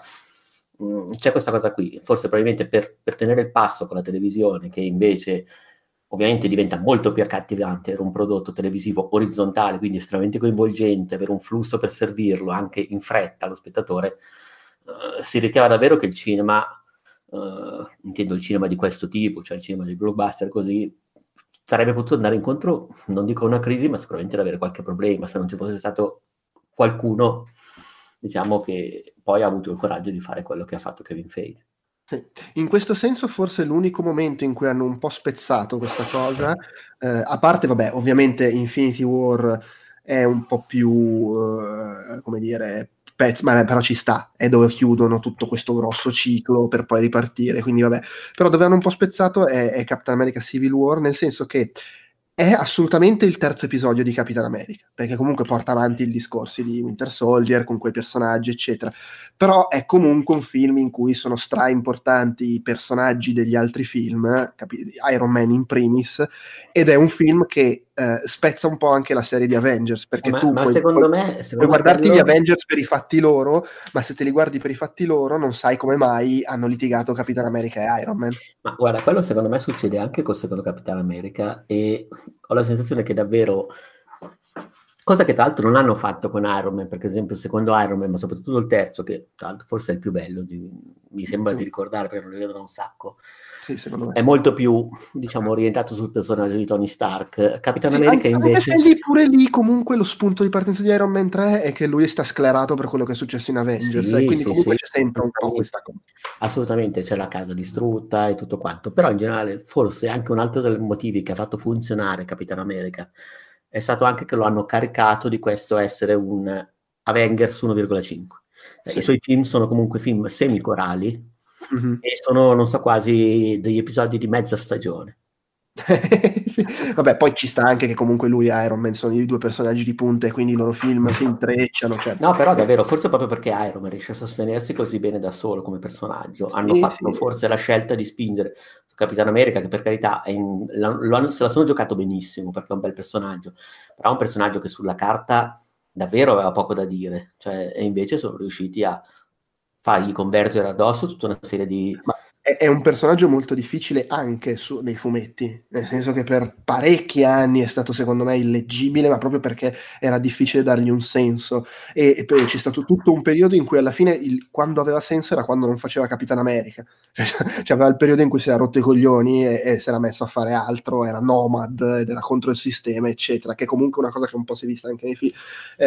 c'è questa cosa qui, forse probabilmente per tenere il passo con la televisione, che invece ovviamente diventa molto più accattivante per un prodotto televisivo orizzontale, quindi estremamente coinvolgente, avere un flusso per servirlo anche in fretta allo spettatore, si riteneva davvero che il cinema, intendo il cinema di questo tipo, cioè il cinema del blockbuster così, sarebbe potuto andare incontro, non dico a una crisi, ma sicuramente ad avere qualche problema, se non ci fosse stato qualcuno, diciamo, che poi ha avuto il coraggio di fare quello che ha fatto Kevin Feige. Sì. In questo senso forse l'unico momento in cui hanno un po' spezzato questa cosa, a parte, vabbè, ovviamente Infinity War è un po' più, come dire, ma però ci sta, è dove chiudono tutto questo grosso ciclo per poi ripartire, quindi vabbè. Però dove hanno un po' spezzato è Captain America Civil War, nel senso che è assolutamente il terzo episodio di Capitan America, perché comunque porta avanti il discorso di Winter Soldier con quei personaggi, eccetera. Però è comunque un film in cui sono stra importanti i personaggi degli altri film, Iron Man in primis, ed è un film che spezza un po' anche la serie di Avengers, perché tu puoi guardarti gli Avengers per i fatti loro, ma se te li guardi per i fatti loro non sai come mai hanno litigato Capitan America e Iron Man. Ma guarda, quello secondo me succede anche col secondo Capitan America, e ho la sensazione che davvero, cosa che tra l'altro non hanno fatto con Iron Man, perché ad esempio il secondo Iron Man, ma soprattutto il terzo, che tra l'altro forse è il più bello, mi sembra di ricordare perché non li vedo da un sacco, sì, secondo me è molto più, diciamo, orientato sul personaggio di Tony Stark. Capitan America invece... Anche se pure lì comunque lo spunto di partenza di Iron Man 3 è che lui sta sclerato per quello che è successo in Avengers, e quindi comunque c'è sempre un po' questa cosa. Assolutamente, c'è la casa distrutta e tutto quanto, però in generale forse anche un altro dei motivi che ha fatto funzionare Capitan America è stato anche che lo hanno caricato di questo essere un Avengers 1,5. I suoi film sono comunque film semicorali, e sono, non so, quasi degli episodi di mezza stagione. Sì. Vabbè, poi ci sta anche che comunque lui e Iron Man sono i due personaggi di punta e quindi i loro film si intrecciano. Cioè... No, però davvero, forse proprio perché Iron Man riesce a sostenersi così bene da solo come personaggio, hanno fatto forse la scelta di spingere su Capitan America, che per carità se la sono giocato benissimo perché è un bel personaggio, però è un personaggio che sulla carta davvero aveva poco da dire, cioè, e invece sono riusciti a fargli convergere addosso tutta una serie di è un personaggio molto difficile anche nei fumetti, nel senso che per parecchi anni è stato secondo me illeggibile, ma proprio perché era difficile dargli un senso, e poi c'è stato tutto un periodo in cui alla fine quando aveva senso era quando non faceva Capitan America, cioè aveva il periodo in cui si era rotto i coglioni e si era messo a fare altro, era nomad ed era contro il sistema eccetera, che è comunque una cosa che un po' si è vista anche nei film,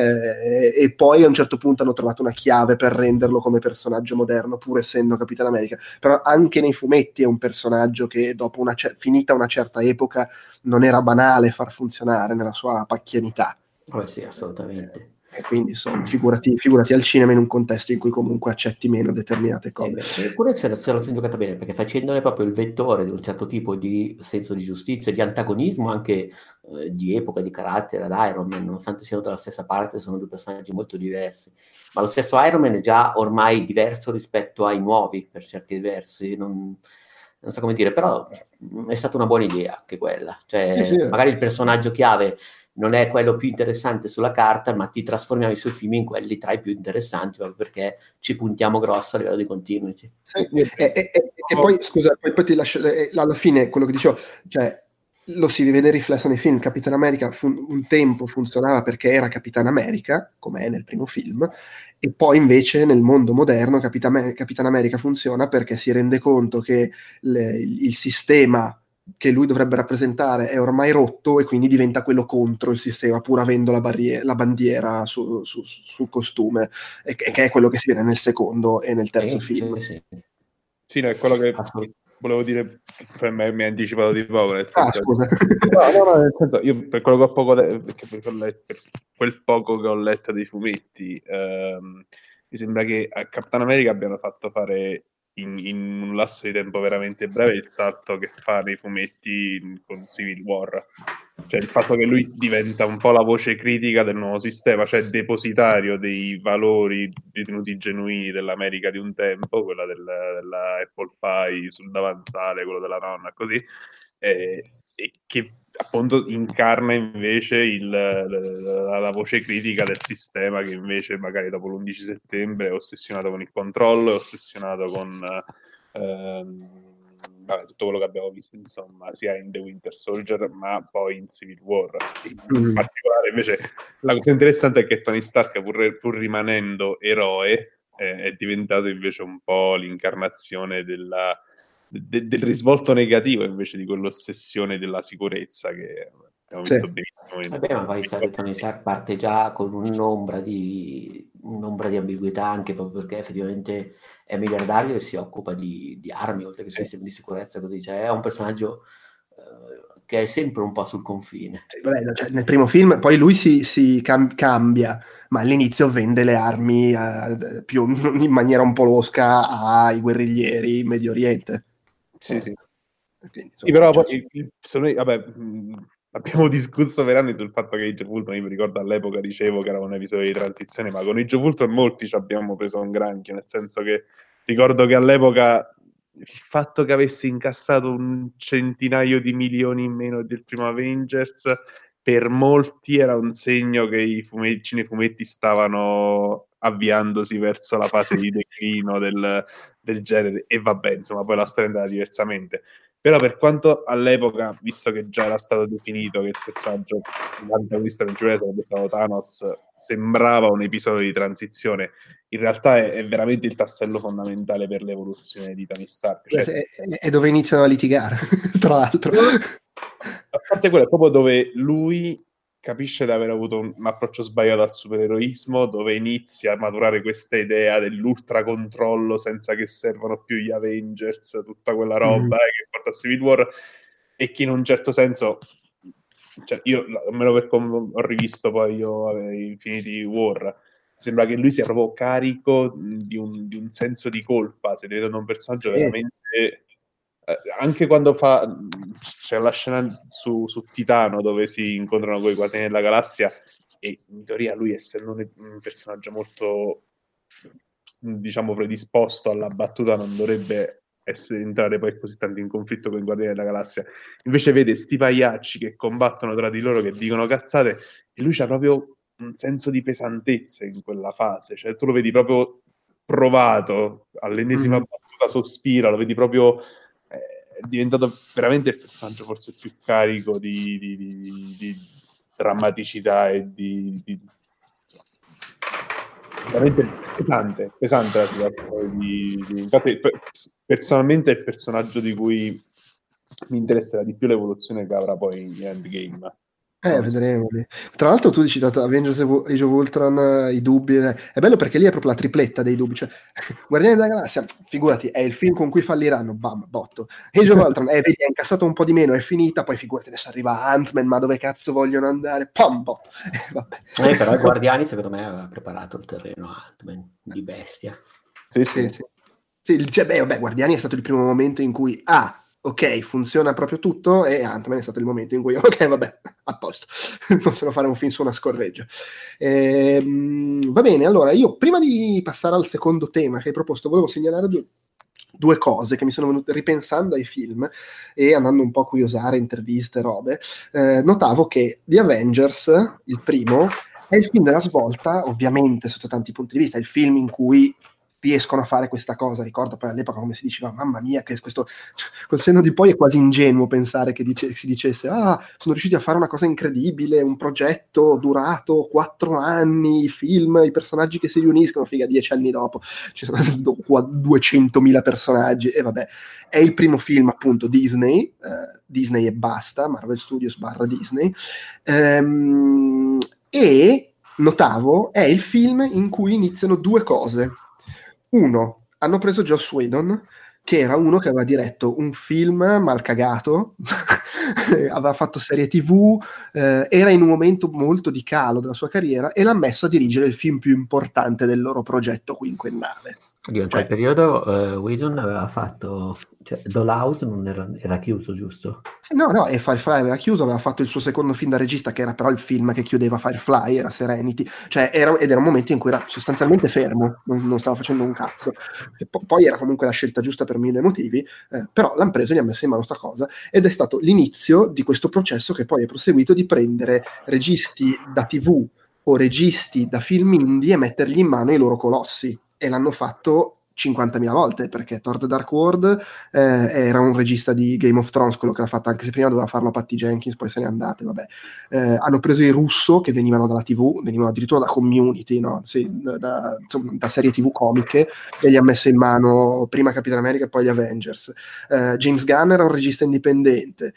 e poi a un certo punto hanno trovato una chiave per renderlo come personaggio moderno pur essendo Capitan America, però anche nei fumetti è un personaggio che dopo finita una certa epoca non era banale far funzionare nella sua pacchianità. Sì, assolutamente. E quindi insomma, figurati al cinema in un contesto in cui comunque accetti meno determinate cose. Eppure se l'ha giocata bene, perché facendone proprio il vettore di un certo tipo di senso di giustizia, di antagonismo anche di epoca, di carattere ad Iron Man, nonostante siano dalla stessa parte, sono due personaggi molto diversi, ma lo stesso Iron Man è già ormai diverso rispetto ai nuovi, per certi versi, non so come dire, però è stata una buona idea anche quella, cioè Sì. magari il personaggio chiave non è quello più interessante sulla carta, ma ti trasformiamo i suoi film in quelli tra i più interessanti, proprio perché ci puntiamo grosso a livello di continuity. E poi, scusa, poi ti lascio, alla fine quello che dicevo, cioè, lo si vede riflesso nei film. Capitan America un tempo funzionava perché era Capitan America, come è nel primo film, e poi invece nel mondo moderno Capitan America funziona perché si rende conto che il sistema che lui dovrebbe rappresentare è ormai rotto e quindi diventa quello contro il sistema, pur avendo la bandiera sul costume, che è quello che si vede nel secondo e nel terzo film. Sì, no, è quello che volevo dire, per me mi ha anticipato di poco, nel senso, scusa. No, nel senso, io per quello che ho per quel poco che ho letto dei fumetti, mi sembra che a Capitan America abbiano fatto fare in un lasso di tempo veramente breve il salto che fa nei fumetti con Civil War, cioè il fatto che lui diventa un po' la voce critica del nuovo sistema, cioè depositario dei valori ritenuti genuini dell'America di un tempo, quella della Apple Pie sul davanzale, quello della nonna, così, e che appunto incarna invece la voce critica del sistema, che invece magari dopo l'11 settembre è ossessionato con il controllo, è ossessionato con tutto quello che abbiamo visto, insomma, sia in The Winter Soldier ma poi in Civil War. In particolare invece la cosa interessante è che Tony Stark, pur rimanendo eroe, è diventato invece un po' l'incarnazione del risvolto negativo invece di quell'ossessione della sicurezza che abbiamo visto benissimo. Vabbè, ma poi Tony Stark parte già con un'ombra di ambiguità, anche proprio perché effettivamente è miliardario e si occupa di armi oltre che sistemi di sicurezza, così, cioè è un personaggio che è sempre un po' sul confine. Vabbè, cioè, nel primo film poi lui si cambia, ma all'inizio vende le armi più in maniera un po' losca ai guerriglieri in Medio Oriente. Sì. Quindi, insomma, sì, però poi vabbè, abbiamo discusso per anni sul fatto che Age of Ultron, io mi ricordo all'epoca dicevo che era un episodio di transizione, ma con Age of Ultron molti ci abbiamo preso un granchio, nel senso che ricordo che all'epoca il fatto che avesse incassato un centinaio di milioni in meno del primo Avengers per molti era un segno che i cinefumetti stavano avviandosi verso la fase di declino del genere, e vabbè, insomma, poi la storia è andata diversamente. Però per quanto all'epoca, visto che già era stato definito che il personaggio l'antagonista principale sarebbe stato Thanos, sembrava un episodio di transizione, in realtà è veramente il tassello fondamentale per l'evoluzione di Tony Stark. Cioè, è dove iniziano a litigare, tra l'altro. A parte quello, è proprio dove lui capisce di aver avuto un approccio sbagliato al supereroismo, dove inizia a maturare questa idea dell'ultra controllo senza che servano più gli Avengers, tutta quella roba che porta a Civil War, e che in un certo senso, cioè io almeno per come ho rivisto poi io Infinity War, sembra che lui sia proprio carico di un senso di colpa, si vede un personaggio veramente anche quando c'è la scena su Titano dove si incontrano con i Guardiani della Galassia, e in teoria lui, essendo un personaggio molto, diciamo, predisposto alla battuta, non dovrebbe entrare poi così tanto in conflitto con i Guardiani della Galassia, invece vede sti pagliacci che combattono tra di loro, che dicono cazzate, e lui c'ha proprio un senso di pesantezza in quella fase, cioè tu lo vedi proprio provato all'ennesima battuta cosa sospira, lo vedi proprio, è diventato veramente il personaggio forse più carico di drammaticità e veramente pesante la situazione infatti personalmente è il personaggio di cui mi interesserà di più l'evoluzione che avrà poi in Endgame. Vedremo lì. Tra l'altro tu hai citato Avengers Age of Ultron, i dubbi, è bello perché lì è proprio la tripletta dei dubbi, cioè Guardiani della Galassia, figurati, è il film con cui falliranno, bam, botto. Age of Ultron, vedi, è incassato un po' di meno, è finita, poi figurati, adesso arriva Ant-Man, ma dove cazzo vogliono andare? Pam, botto. Vabbè. Però i Guardiani secondo me aveva preparato il terreno a Ant-Man di bestia. Sì, vabbè, Guardiani è stato il primo momento in cui ok, funziona proprio tutto, e Ant-Man è stato il momento in cui ok, vabbè, a posto, possono fare un film su una scorreggia. Va bene, allora io prima di passare al secondo tema che hai proposto volevo segnalare due cose che mi sono venute ripensando ai film e andando un po' a curiosare interviste, robe. Notavo che The Avengers, il primo, è il film della svolta, ovviamente sotto tanti punti di vista, è il film in cui riescono a fare questa cosa. Ricordo poi all'epoca come si diceva, mamma mia, che questo, col senno di poi è quasi ingenuo pensare che si dicesse sono riusciti a fare una cosa incredibile, un progetto durato 4 anni, i film, i personaggi che si riuniscono, figa, 10 anni dopo ci sono 200.000 personaggi, e vabbè, è il primo film appunto Disney e basta, Marvel Studios / Disney, e notavo è il film in cui iniziano due cose. Uno, hanno preso Joss Whedon, che era uno che aveva diretto un film mal cagato, aveva fatto serie TV, era in un momento molto di calo della sua carriera, e l'ha messo a dirigere il film più importante del loro progetto quinquennale. In quel periodo Whedon aveva fatto, Dollhouse non era chiuso, giusto? No, e Firefly aveva chiuso, aveva fatto il suo secondo film da regista, che era però il film che chiudeva Firefly, era Serenity, ed era un momento in cui era sostanzialmente fermo, non stava facendo un cazzo, e poi era comunque la scelta giusta per mille motivi, però l'hanno preso e gli ha messo in mano sta cosa, ed è stato l'inizio di questo processo che poi è proseguito di prendere registi da TV o registi da film indie e mettergli in mano i loro colossi, e l'hanno fatto 50.000 volte, perché Thor The Dark World era un regista di Game of Thrones, quello che l'ha fatta, anche se prima doveva farlo Patty Jenkins, poi se n'è andate, vabbè. Hanno preso i Russo, che venivano dalla TV, venivano addirittura da Community, no? Sì, da serie TV comiche, e gli ha messo in mano prima Capitan America e poi gli Avengers. James Gunn era un regista indipendente,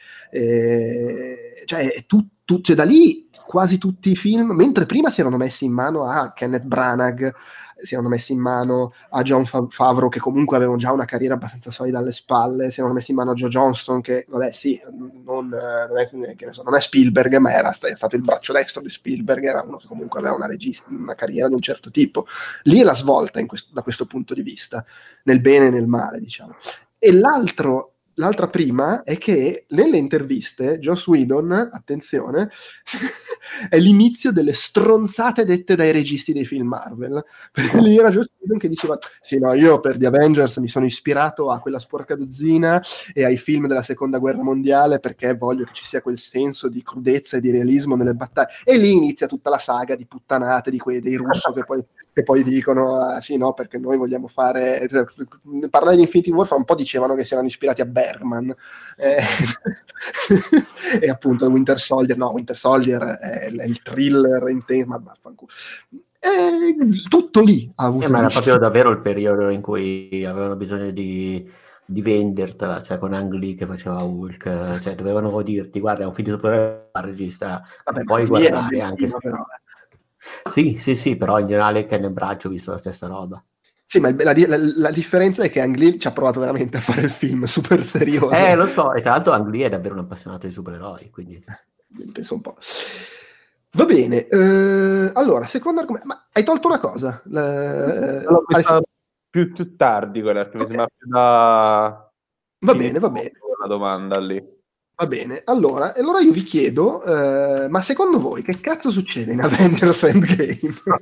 da lì quasi tutti i film, mentre prima si erano messi in mano a Kenneth Branagh, si erano messi in mano a Jon Favreau, che comunque avevano già una carriera abbastanza solida alle spalle, si erano messi in mano a Joe Johnston, che vabbè sì, non è Spielberg, ma è stato il braccio destro di Spielberg, era uno che comunque aveva una carriera di un certo tipo. Lì è la svolta da questo punto di vista, nel bene e nel male, diciamo. E l'altra prima è che nelle interviste Joss Whedon, attenzione, è l'inizio delle stronzate dette dai registi dei film Marvel, perché lì era Joss Whedon che diceva sì, no, io per The Avengers mi sono ispirato a quella sporca dozzina e ai film della seconda guerra mondiale, perché voglio che ci sia quel senso di crudezza e di realismo nelle battaglie, e lì inizia tutta la saga di puttanate dei Russo che poi dicono sì, no, perché noi vogliamo fare, parlare di Infinity War, un po' dicevano che si erano ispirati a Bergman, e appunto Winter Soldier è il thriller intenso, ma vaffanculo. Tutto lì ha avuto ma era proprio davvero il periodo in cui avevano bisogno di vendertela, cioè con Ang Lee che faceva Hulk, cioè dovevano dirti guarda è un film super regista, puoi guardare anche però. Sì, però in generale Ken e Braccio ho visto la stessa roba. Sì, ma la differenza è che Ang Lee ci ha provato veramente a fare il film super serioso. Lo so, e tra l'altro Ang Lee è davvero un appassionato di supereroi, quindi penso un po'. Va bene, allora, secondo argomento, ma hai tolto una cosa? Più tardi quella, perché mi sembra più da... Va bene. Una domanda lì. Va bene, allora io vi chiedo, ma secondo voi che cazzo succede in Avengers Endgame?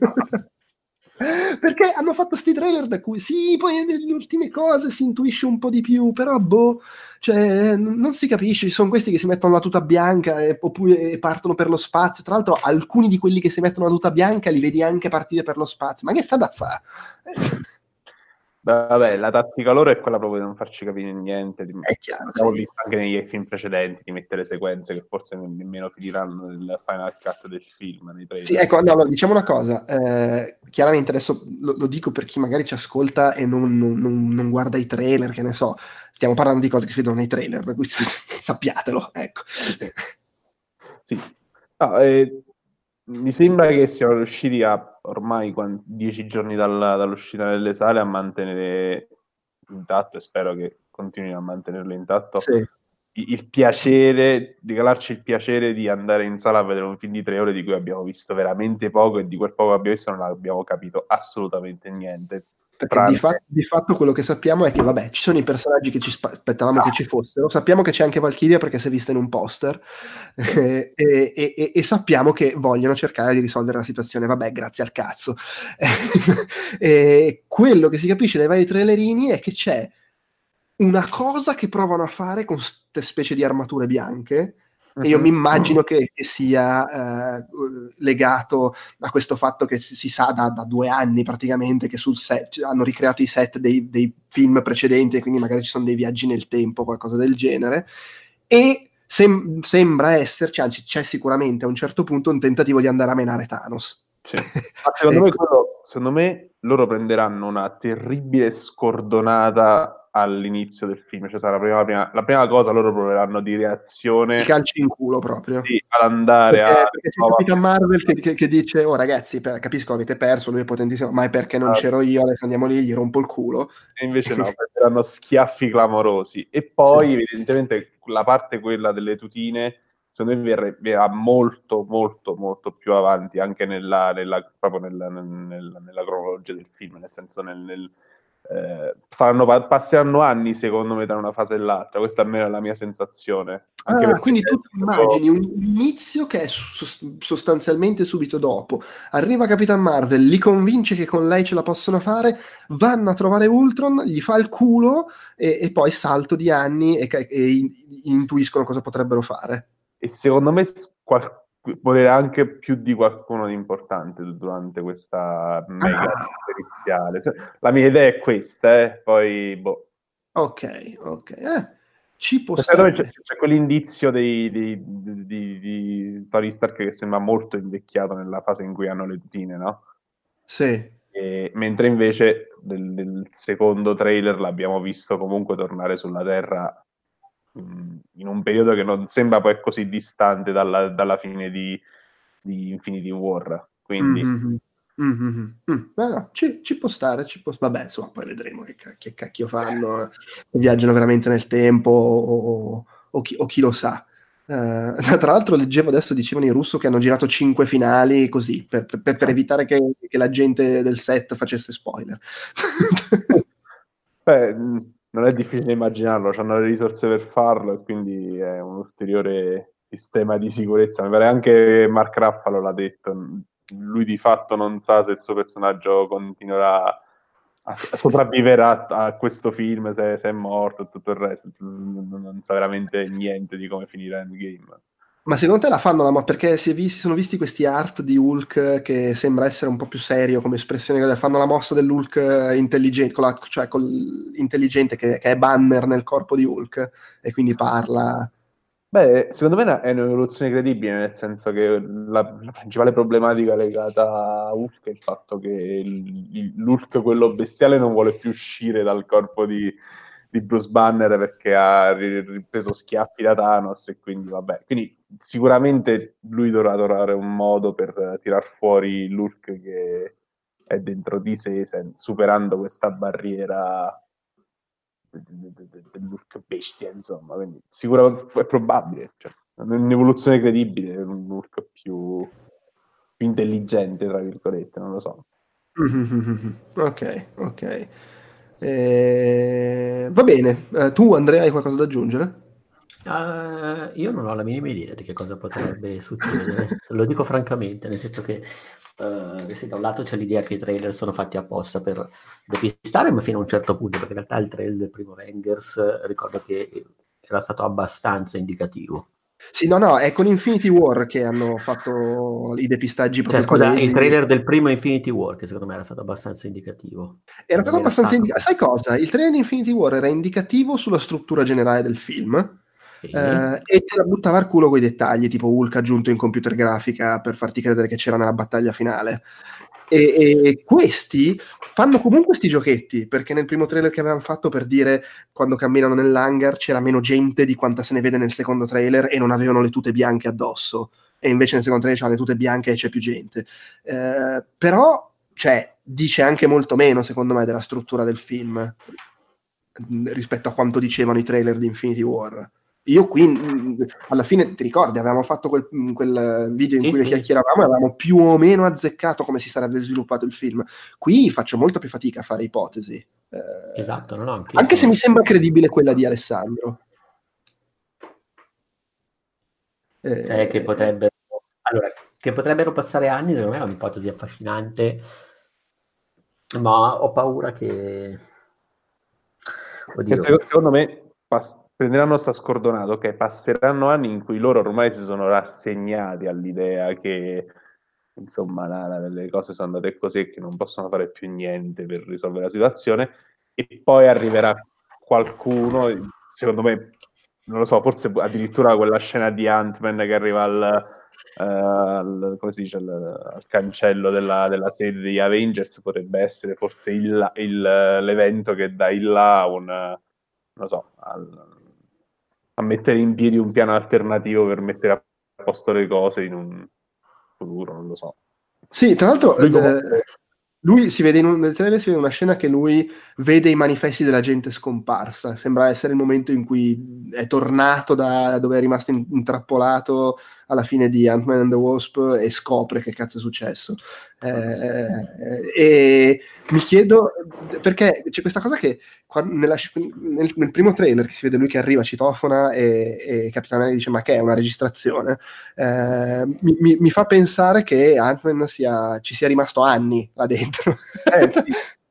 Perché hanno fatto sti trailer da cui sì, poi nelle ultime cose si intuisce un po' di più, però cioè non si capisce, ci sono questi che si mettono la tuta bianca oppure partono per lo spazio, tra l'altro alcuni di quelli che si mettono la tuta bianca li vedi anche partire per lo spazio, ma che sta da fare? Vabbè, la tattica loro è quella proprio di non farci capire niente. È chiaro, Abbiamo sì. visto anche negli film precedenti di mettere sequenze che forse nemmeno finiranno nel final cut del film, nei trailer. Sì, ecco, no, allora, diciamo una cosa, chiaramente adesso lo dico per chi magari ci ascolta e non guarda i trailer, che ne so, stiamo parlando di cose che si vedono nei trailer, per cui sappiatelo, ecco. Sì. No, mi sembra che siamo riusciti a, ormai 10 giorni dall'uscita nelle sale, a mantenere intatto, e spero che continuino a mantenerlo intatto, Sì. il piacere, regalarci il piacere di andare in sala a vedere un film di 3 ore di cui abbiamo visto veramente poco, e di quel poco che abbiamo visto non abbiamo capito assolutamente niente. Perché di fatto quello che sappiamo è che, vabbè, ci sono i personaggi che ci aspettavamo che ci fossero, sappiamo che c'è anche Valkyria perché si è vista in un poster, e sappiamo che vogliono cercare di risolvere la situazione, vabbè, grazie al cazzo. E quello che si capisce dai vari trailerini è che c'è una cosa che provano a fare con queste specie di armature bianche, e io mi immagino che sia legato a questo fatto che si sa da 2 anni praticamente che sul set hanno ricreato i set dei film precedenti, e quindi magari ci sono dei viaggi nel tempo, qualcosa del genere, e sembra esserci, anzi c'è sicuramente a un certo punto un tentativo di andare a menare Thanos. Sì. Ma secondo me loro prenderanno una terribile scordonata all'inizio del film, cioè sarà la prima cosa, loro proveranno di reazione, i calci in culo proprio, sì, ad andare perché c'è Capitan Marvel che dice: oh ragazzi, capisco avete perso, lui è potentissimo, ma è perché non c'ero io, adesso andiamo lì, gli rompo il culo. E invece no, prenderanno schiaffi clamorosi. E poi evidentemente la parte quella delle tutine secondo me verrà molto molto molto più avanti anche proprio nella cronologia del film, nel senso passeranno anni secondo me da una fase all'altra, questa almeno è la mia sensazione. Anche quindi tu ti immagini un inizio che è sostanzialmente subito dopo, arriva Capitan Marvel, li convince che con lei ce la possono fare, vanno a trovare Ultron, gli fa il culo e poi salto di anni e intuiscono cosa potrebbero fare. E secondo me morire anche più di qualcuno di importante durante questa mega iniziale. La mia idea è questa, poi boh. Ok, ci può stare. C'è quell'indizio di Tony Stark che sembra molto invecchiato nella fase in cui hanno le tutine, no? Sì. Mentre invece nel secondo trailer l'abbiamo visto comunque tornare sulla Terra in un periodo che non sembra poi così distante dalla fine di Infinity War, quindi No, ci può stare, vabbè, insomma, poi vedremo che cacchio fanno, viaggiano veramente nel tempo o chi lo sa. Tra l'altro leggevo adesso, dicevano in russo che hanno girato 5 finali così per evitare che la gente del set facesse spoiler. Beh, non è difficile immaginarlo, hanno le risorse per farlo e quindi è un ulteriore sistema di sicurezza. Mi pare anche Mark Ruffalo l'ha detto, lui di fatto non sa se il suo personaggio continuerà a sopravvivere a questo film, se è morto e tutto il resto, non sa veramente niente di come finirà Endgame. Ma secondo te la fanno perché si sono visti questi art di Hulk che sembra essere un po' più serio come espressione, fanno la mossa dell'Hulk intelligente, cioè intelligente che è Banner nel corpo di Hulk e quindi parla. Beh, secondo me è un'evoluzione credibile, nel senso che la principale problematica legata a Hulk è il fatto che l'Hulk, quello bestiale, non vuole più uscire dal corpo di Bruce Banner perché ha ripreso schiaffi da Thanos e quindi vabbè. Quindi sicuramente lui dovrà trovare un modo per tirar fuori l'Hulk che è dentro di sé, superando questa barriera dell'Hulk bestia, insomma, quindi sicuramente è probabile, cioè, un'evoluzione credibile, un Hulk più intelligente, tra virgolette, non lo so. Ok. Va bene, tu Andrea hai qualcosa da aggiungere? Io non ho la minima idea di che cosa potrebbe succedere, lo dico francamente, nel senso che da un lato c'è l'idea che i trailer sono fatti apposta per depistare, ma fino a un certo punto, perché in realtà il trailer del primo Avengers ricordo che era stato abbastanza indicativo. Sì, no, è con Infinity War che hanno fatto i depistaggi Cioè, proprio scusa, palesi. il trailer del primo Infinity War, che secondo me era stato abbastanza indicativo. Era Non stato era abbastanza stato... Sai cosa? Il trailer di Infinity War era indicativo sulla struttura generale del film, Sì. e te la buttava al culo coi dettagli, tipo Hulk aggiunto in computer grafica per farti credere che c'era nella battaglia finale. E questi fanno comunque sti giochetti, perché nel primo trailer che avevano fatto, per dire, quando camminano nell'hangar c'era meno gente di quanta se ne vede nel secondo trailer e non avevano le tute bianche addosso, e invece nel secondo trailer c'hanno le tute bianche e c'è più gente. Però, cioè, dice anche molto meno, secondo me, della struttura del film rispetto a quanto dicevano i trailer di Infinity War. Io qui, alla fine, ti ricordi, avevamo fatto quel video in Sì, cui le sì. chiacchieravamo e avevamo più o meno azzeccato come si sarebbe sviluppato il film. Qui faccio molto più fatica a fare ipotesi. Esatto, no, anche Anche se sono... mi sembra credibile quella di Alessandro. Cioè, che potrebbero... Allora, che potrebbero passare anni, secondo me è un'ipotesi affascinante, ma ho paura che... Che Oddio. secondo me prenderanno sta scordonato, ok? Passeranno anni in cui loro ormai si sono rassegnati all'idea che insomma le cose sono andate così e che non possono fare più niente per risolvere la situazione, e poi arriverà qualcuno, secondo me, non lo so, forse addirittura quella scena di Ant-Man che arriva come si dice, al cancello della sede degli Avengers potrebbe essere forse l'evento che dà il là non lo so, a mettere in piedi un piano alternativo per mettere a posto le cose in un futuro, non lo so. Sì, tra l'altro Lui comunque... lui si vede nel trailer si vede una scena che lui vede i manifesti della gente scomparsa. Sembra essere il momento in cui è tornato da dove è rimasto intrappolato alla fine di Ant-Man and the Wasp e scopre che cazzo è successo. E mi chiedo, perché c'è questa cosa che nel primo trailer che si vede lui che arriva, citofona e Capitan America dice ma che è una registrazione, mi fa pensare che Ant-Man ci sia rimasto anni là dentro. Sì.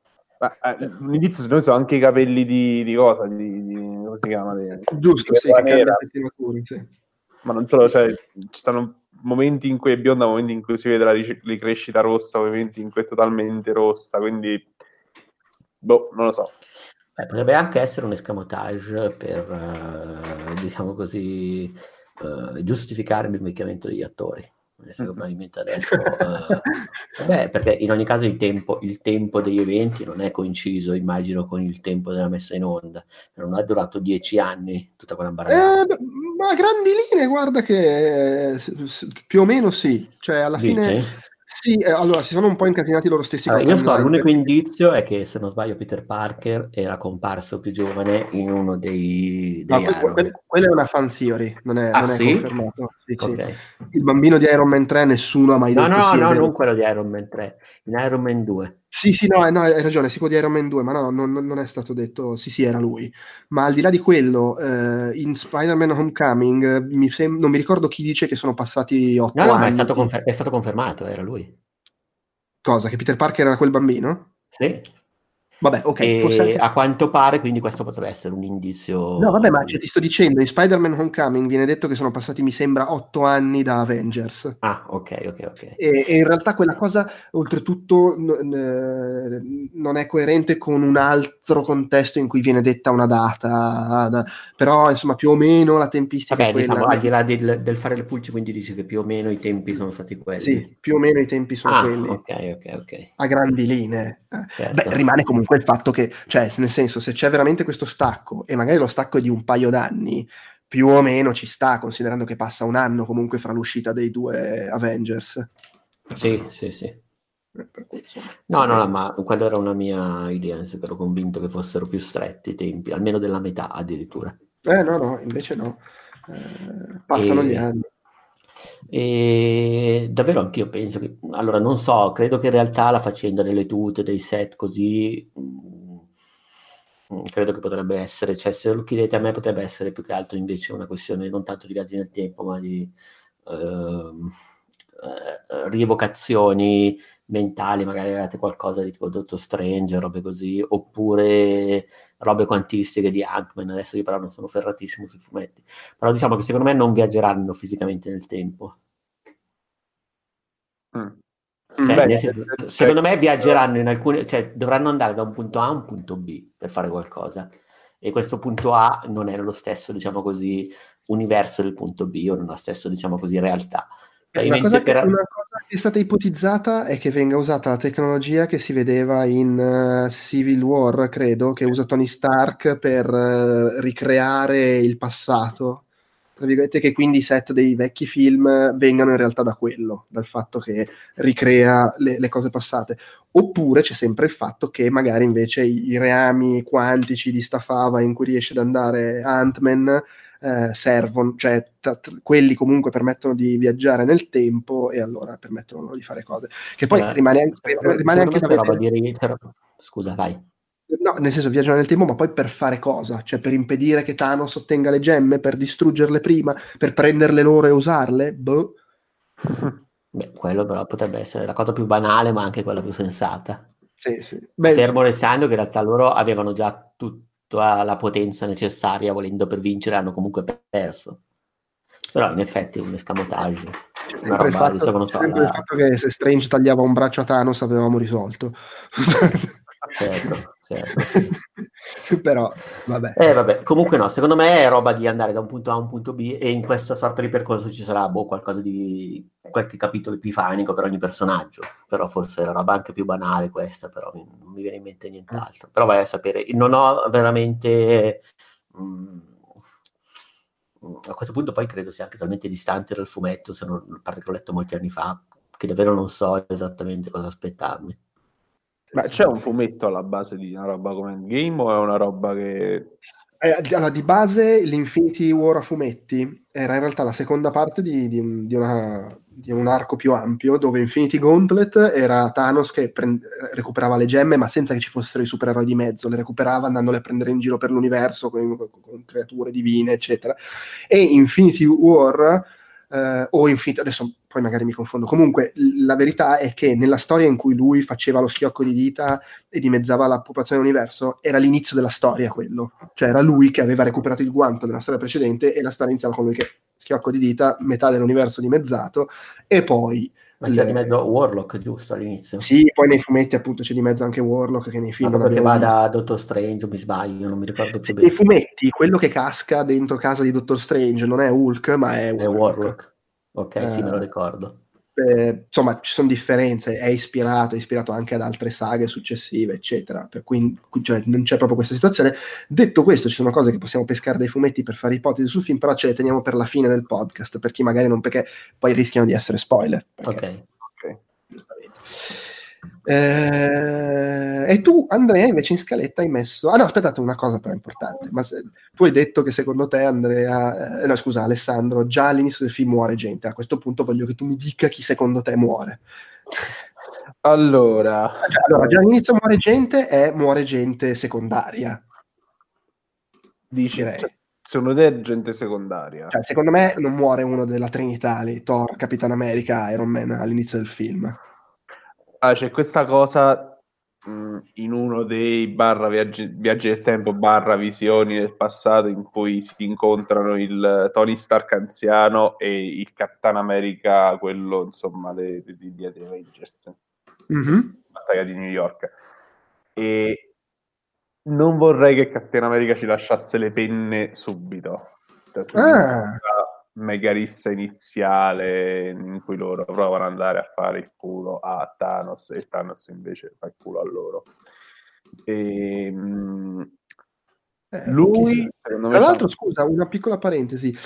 Un indizio secondo me sono anche i capelli di cosa, come si chiama? Giusto, sì, che cambia il pettinatura, sì. Ma non solo, cioè ci stanno momenti in cui è bionda, momenti in cui si vede la ricrescita rossa, momenti in cui è totalmente rossa, quindi boh, non lo so. Potrebbe anche essere un escamotage per, diciamo così, giustificare l'invecchiamento degli attori. Probabilmente adesso, perché in ogni caso il tempo degli eventi non è coinciso, immagino, con il tempo della messa in onda. Non è durato 10 anni tutta quella baraballa. Ma a grandi linee, guarda che più o meno sì. Cioè, alla fine, Dici? sì, allora si sono un po' incasinati loro stessi Allora, col io so, timeline. l'unico indizio è che, se non sbaglio, Peter Parker era comparso più giovane in uno dei No, Iron Man. quella è una fan theory, non Ah, è sì? confermato. Sì, sì. Ok. Il bambino di Iron Man 3 nessuno ha mai detto sì, è vero. Non quello di Iron Man 3, in Iron Man 2. Sì, no, hai ragione, si può di Iron Man 2, ma no, non è stato detto, sì, era lui. Ma al di là di quello, in Spider-Man Homecoming, non mi ricordo chi dice che sono passati 8 Ma è anni. stato confermato, era lui. Cosa? Che Peter Parker era quel bambino? Sì. Vabbè, ok, forse E anche... a quanto pare, quindi questo potrebbe essere un indizio. No, vabbè, ma ti sto dicendo, in Spider-Man Homecoming viene detto che sono passati, mi sembra, 8 anni da Avengers. Ah, ok. E in realtà quella cosa, oltretutto, non è coerente con un altro contesto in cui viene detta una data, però insomma più o meno la tempistica è Vabbè, quella. diciamo, al di là del fare le pulci, quindi dici che più o meno i tempi sono stati quelli. Sì, più o meno i tempi sono quelli. Ok. A grandi linee. Certo. Beh, rimane comunque il fatto che, cioè, nel senso, se c'è veramente questo stacco, e magari lo stacco è di un paio d'anni, più o meno ci sta, considerando che passa un anno comunque fra l'uscita dei due Avengers. Sì. Per cui, insomma, No, ma quella era una mia idea, nel senso che ero convinto che fossero più stretti i tempi, almeno della metà addirittura. No, invece no. Passano gli anni. E davvero anch'io penso che, allora non so, credo che in realtà la faccenda delle tute, dei set così, credo che potrebbe essere, cioè se lo chiedete a me potrebbe essere più che altro invece una questione non tanto di viaggi nel tempo, ma di rievocazioni mentali, magari avevate qualcosa di tipo Doctor Strange, robe così, oppure robe quantistiche di Ant-Man. Adesso io però non sono ferratissimo sui fumetti, però diciamo che secondo me non viaggeranno fisicamente nel tempo. Cioè, Beh, nel senso, secondo me viaggeranno in alcune, cioè dovranno andare da un punto A a un punto B per fare qualcosa, e questo punto A non è lo stesso, diciamo così, universo del punto B, o non la stessa, diciamo così, realtà. Una cosa che è stata ipotizzata è che venga usata la tecnologia che si vedeva in Civil War, credo, che usa Tony Stark per ricreare il passato. Tra virgolette, che quindi i set dei vecchi film vengano in realtà da quello, dal fatto che ricrea le cose passate. Oppure c'è sempre il fatto che magari invece i reami quantici di sta fava in cui riesce ad andare Ant-Man servono, cioè quelli comunque permettono di viaggiare nel tempo e allora permettono loro di fare cose. Che poi rimane anche da vedere. Scusa, vai. No, nel senso viaggiano nel tempo, ma poi per fare cosa? Cioè per impedire che Thanos ottenga le gemme, per distruggerle prima, per prenderle loro e usarle? Boh. Beh, quello però potrebbe essere la cosa più banale, ma anche quella più sensata. Sì, sì. Fermo restando che in realtà loro avevano già tutta la potenza necessaria, volendo, per vincere, hanno comunque perso. Però in effetti è un escamotage. Sempre il fatto che se Strange tagliava un braccio a Thanos avevamo risolto. Certo. Però vabbè, comunque no, secondo me è roba di andare da un punto A a un punto B, e in questa sorta di percorso ci sarà qualcosa di qualche capitolo epifanico per ogni personaggio, però forse è la roba anche più banale questa, però non mi viene in mente nient'altro. Però vai a sapere, non ho veramente a questo punto poi credo sia anche talmente distante dal fumetto, a parte che l'ho letto molti anni fa, che davvero non so esattamente cosa aspettarmi. Ma c'è un fumetto alla base di una roba come Endgame o è una roba che... Allora, di base l'Infinity War a fumetti era in realtà la seconda parte di un arco più ampio, dove Infinity Gauntlet era Thanos che recuperava le gemme, ma senza che ci fossero i supereroi di mezzo, le recuperava andandole a prendere in giro per l'universo con creature divine, eccetera. E Infinity War o Infinity, adesso poi magari mi confondo, comunque la verità è che nella storia in cui lui faceva lo schiocco di dita e dimezzava la popolazione dell'universo era l'inizio della storia quello, cioè era lui che aveva recuperato il guanto nella storia precedente e la storia iniziava con lui che schiocco di dita, metà dell'universo dimezzato, e poi ma c'è di mezzo Warlock, giusto, all'inizio? Sì, poi nei fumetti appunto c'è di mezzo anche Warlock, che nei film non perché abbiamo va visto. da Doctor Strange, mi sbaglio, non mi ricordo più Nei bene. fumetti quello che casca dentro casa di Doctor Strange non è Hulk, ma è Warlock. Ok, sì, me lo ricordo. Insomma, ci sono differenze, è ispirato anche ad altre saghe successive, eccetera, per cui cioè, non c'è proprio questa situazione. Detto questo, ci sono cose che possiamo pescare dai fumetti per fare ipotesi sul film, però ce le teniamo per la fine del podcast, per chi magari non, perché poi rischiano di essere spoiler. Ok. E tu, Andrea, invece in scaletta hai messo... Ah no, aspettate, una cosa però importante. Ma tu hai detto che secondo te, Andrea... no, scusa, Alessandro, già all'inizio del film muore gente. A questo punto voglio che tu mi dica chi secondo te muore. Allora, già all'inizio muore gente secondaria. Dici, direi. Secondo te è gente secondaria? Cioè, secondo me non muore uno della Trinità lì, Thor, Capitan America, Iron Man all'inizio del film. C'è questa cosa in uno dei viaggi del tempo visioni del passato, in cui si incontrano il Tony Stark anziano e il Captain America, quello insomma di Avengers, battaglia di New York, e non vorrei che Captain America ci lasciasse le penne subito. Mega rissa iniziale in cui loro provano ad andare a fare il culo a Thanos e Thanos invece fa il culo a loro. Lui, secondo me, tra l'altro, scusa, una piccola parentesi,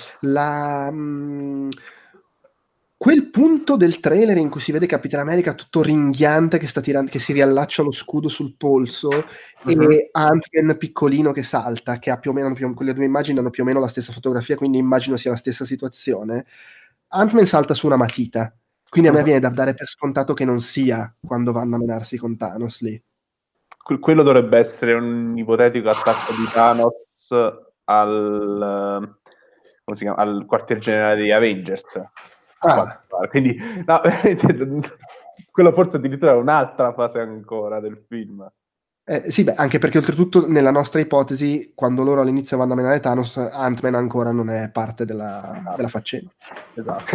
quel punto del trailer in cui si vede Capitan America tutto ringhiante che sta tirando, che si riallaccia lo scudo sul polso, e Ant-Man piccolino che salta, che ha più o meno quelle due immagini hanno più o meno la stessa fotografia, quindi immagino sia la stessa situazione. Ant-Man salta su una matita, quindi a me viene da dare per scontato che non sia quando vanno a menarsi con Thanos lì. Quello dovrebbe essere un ipotetico attacco di Thanos al quartier generale degli Avengers. Quindi no, quello forse addirittura è un'altra fase ancora del film. Sì, beh, anche perché oltretutto nella nostra ipotesi, quando loro all'inizio vanno a menare Thanos, Ant-Man ancora non è parte della faccenda. Esatto.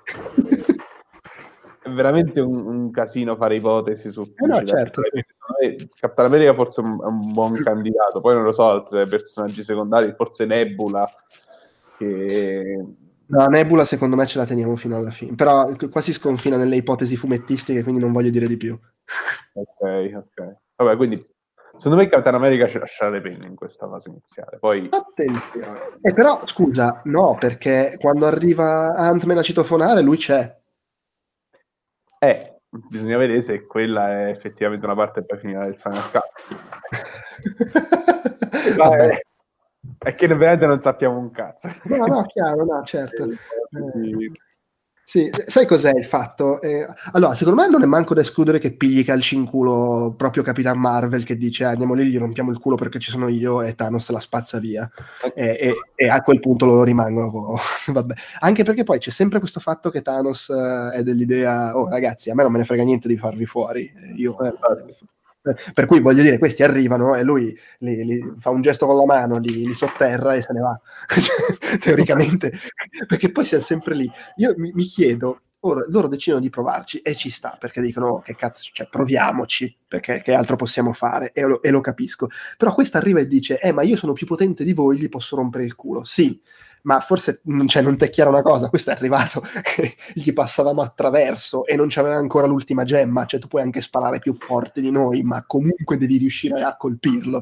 È veramente un casino fare ipotesi su No, certo, sì. Captain America forse è un buon candidato, poi non lo so, altri personaggi secondari, forse Nebula, che... No, Nebula secondo me ce la teniamo fino alla fine, però qua si sconfina nelle ipotesi fumettistiche, quindi non voglio dire di più. Ok. Vabbè, quindi secondo me Captain America ci lascerà le penne in questa fase iniziale. Poi... Attenzione. Però, scusa, no, perché quando arriva Ant-Man a citofonare, lui c'è. Bisogna vedere se quella è effettivamente una parte poi finale del Final Cut. Vabbè. È che veramente non sappiamo un cazzo. No, chiaro, no, certo. Sì. Sì, sai cos'è il fatto? Allora, secondo me non è manco da escludere che pigli calci in culo proprio Capitan Marvel, che dice andiamo lì, gli rompiamo il culo perché ci sono io, e Thanos la spazza via. E a quel punto loro rimangono. Vabbè. Anche perché poi c'è sempre questo fatto che Thanos è dell'idea, oh ragazzi, a me non me ne frega niente di farvi fuori. Per cui voglio dire, questi arrivano e lui li fa un gesto con la mano, li sotterra e se ne va. Teoricamente, perché poi siamo sempre lì. Io mi chiedo, loro decidono di provarci e ci sta, perché dicono oh, che cazzo, cioè proviamoci, perché che altro possiamo fare, e lo capisco. Però questa arriva e dice ma io sono più potente di voi, gli posso rompere il culo. Sì, ma forse non ti è chiara una cosa, questo è arrivato che gli passavamo attraverso e non c'aveva ancora l'ultima gemma, cioè tu puoi anche sparare più forte di noi, ma comunque devi riuscire a colpirlo.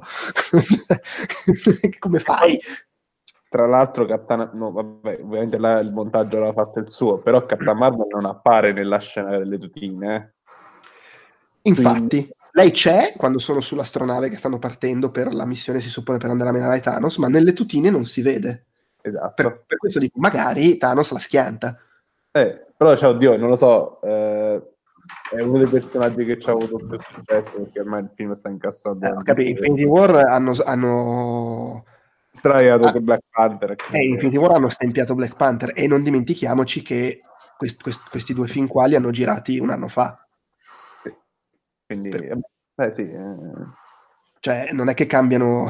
Come fai? Tra l'altro vabbè, ovviamente là il montaggio l'ha fatto il suo, però Captain Marvel non appare nella scena delle tutine. Infatti, quindi... lei c'è quando sono sull'astronave che stanno partendo per la missione, si suppone, per andare a menare Thanos, ma nelle tutine non si vede. Esatto. Per questo dico, magari Thanos la schianta. Però, cioè, oddio, non lo so, è uno dei personaggi che ci ha avuto più successo, perché ormai il film sta incassando. Infinity War hanno straiato Black Panther. Infinity War hanno stempiato Black Panther, e non dimentichiamoci che questi due film qua li hanno girati un anno fa. Sì. Quindi, sì. Cioè, non è che cambiano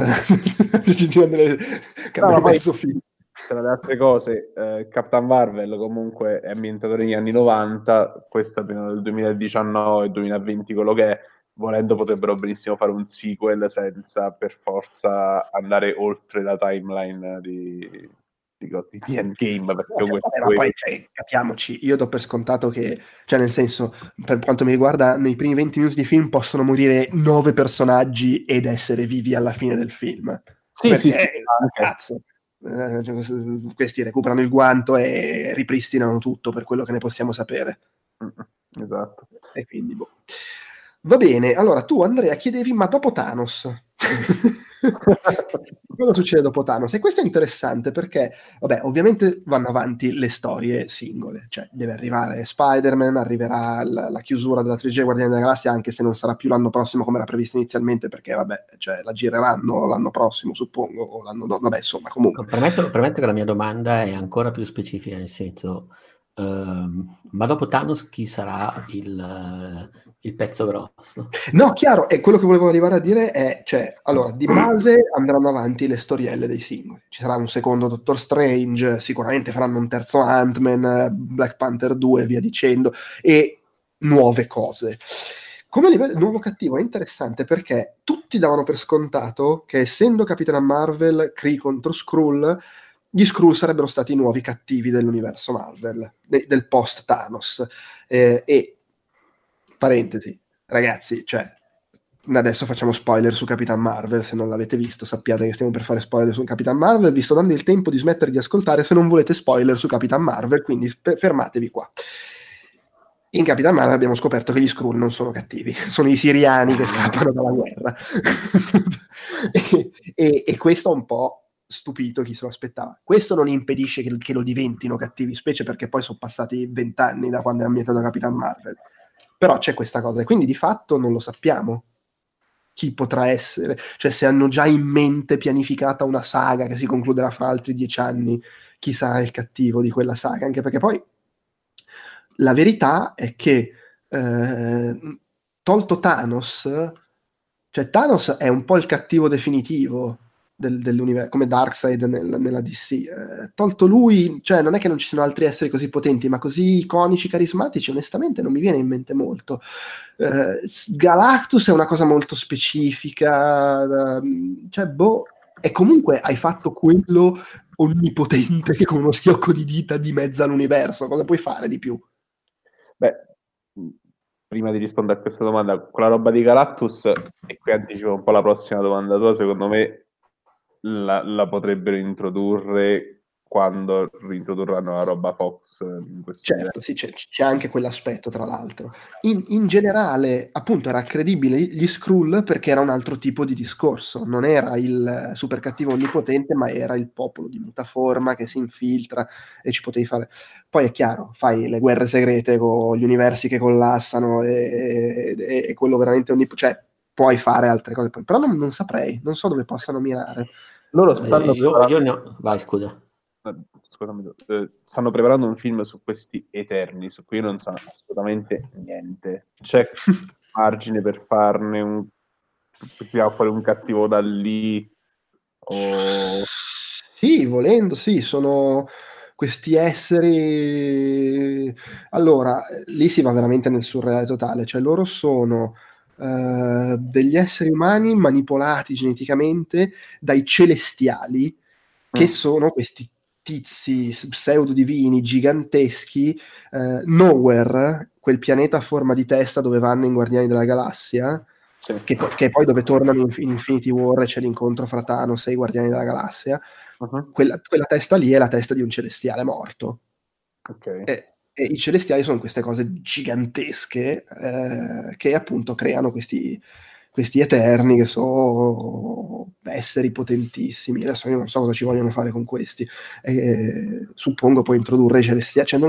mezzo film. Tra le altre cose, Captain Marvel comunque è ambientato negli anni 90, questo è nel 2019-2020 quello che è, volendo potrebbero benissimo fare un sequel senza per forza andare oltre la timeline di Endgame, perché poi capiamoci, io do per scontato che, cioè nel senso, per quanto mi riguarda, nei primi 20 minuti di film possono morire 9 personaggi ed essere vivi alla fine del film. Sì, cazzo. Questi recuperano il guanto e ripristinano tutto, per quello che ne possiamo sapere. Esatto. E quindi va bene, allora tu Andrea chiedevi ma dopo Thanos cosa succede dopo Thanos? E questo è interessante perché vabbè, ovviamente vanno avanti le storie singole, cioè deve arrivare Spider-Man, arriverà la chiusura della trilogia Guardiani della Galassia, anche se non sarà più l'anno prossimo come era previsto inizialmente, perché vabbè, cioè la gireranno l'anno prossimo suppongo, o l'anno dopo, vabbè insomma comunque. Premetto che la mia domanda è ancora più specifica, nel senso ma dopo Thanos chi sarà il pezzo grosso? No, chiaro, e quello che volevo arrivare a dire è, cioè, allora, di base andranno avanti le storielle dei singoli. Ci sarà un secondo Doctor Strange, sicuramente faranno un terzo Ant-Man, Black Panther 2 e via dicendo, e nuove cose. Come livello nuovo cattivo è interessante perché tutti davano per scontato che essendo Capitan Marvel, Kree contro Skrull, gli Skrull sarebbero stati i nuovi cattivi dell'universo Marvel, del post-Thanos. E, parentesi, ragazzi, cioè, adesso facciamo spoiler su Capitan Marvel, se non l'avete visto sappiate che stiamo per fare spoiler su Capitan Marvel, vi sto dando il tempo di smettere di ascoltare se non volete spoiler su Capitan Marvel, quindi fermatevi qua. In Capitan Marvel abbiamo scoperto che gli Skrull non sono cattivi, sono i siriani che scappano dalla guerra. e questo ha un po' stupito chi se lo aspettava. Questo non impedisce che lo diventino cattivi, specie perché poi sono passati 20 anni da quando è ambientato Capitan Marvel. Però c'è questa cosa, e quindi di fatto non lo sappiamo chi potrà essere, cioè se hanno già in mente pianificata una saga che si concluderà fra altri 10 anni, chi sarà il cattivo di quella saga, anche perché poi la verità è che tolto Thanos, cioè Thanos è un po' il cattivo definitivo dell'universo, come Darkseid nella DC. Tolto lui, cioè non è che non ci siano altri esseri così potenti, ma così iconici, carismatici, onestamente non mi viene in mente molto. Galactus è una cosa molto specifica, cioè e comunque hai fatto quello onnipotente che con uno schiocco di dita dimezza l'universo, cosa puoi fare di più? Beh, prima di rispondere a questa domanda, con la roba di Galactus, e qui anticipo un po' la prossima domanda tua, secondo me la potrebbero introdurre quando reintrodurranno la roba Fox in questo Certo, sì, c'è anche quell'aspetto, tra l'altro. In generale, appunto, era credibile gli Skrull perché era un altro tipo di discorso. Non era il super cattivo onnipotente, ma era il popolo di mutaforma che si infiltra e ci potevi fare. Poi è chiaro, fai le guerre segrete con gli universi che collassano e quello veramente onnipotente. Cioè, puoi fare altre cose. Però non saprei, non so dove possano mirare. Loro stanno Vai, scusa. Scusami, stanno preparando un film su questi Eterni, su cui io non so assolutamente niente. C'è margine per farne un cattivo da lì? Sì, volendo, sì, sono questi esseri. Allora, lì si va veramente nel surreale totale, cioè loro sono degli esseri umani manipolati geneticamente dai celestiali, che sono questi tizi pseudo-divini giganteschi. Nowhere, quel pianeta a forma di testa dove vanno in Guardiani della Galassia, Sì. che è poi dove tornano in Infinity War e c'è l'incontro fra Thanos e i Guardiani della Galassia. Quella testa lì è la testa di un celestiale morto. Okay. E i celestiali sono queste cose gigantesche che appunto creano questi eterni che sono esseri potentissimi. Adesso io non so cosa ci vogliono fare con questi. Suppongo poi introdurre i celestiali. Cioè,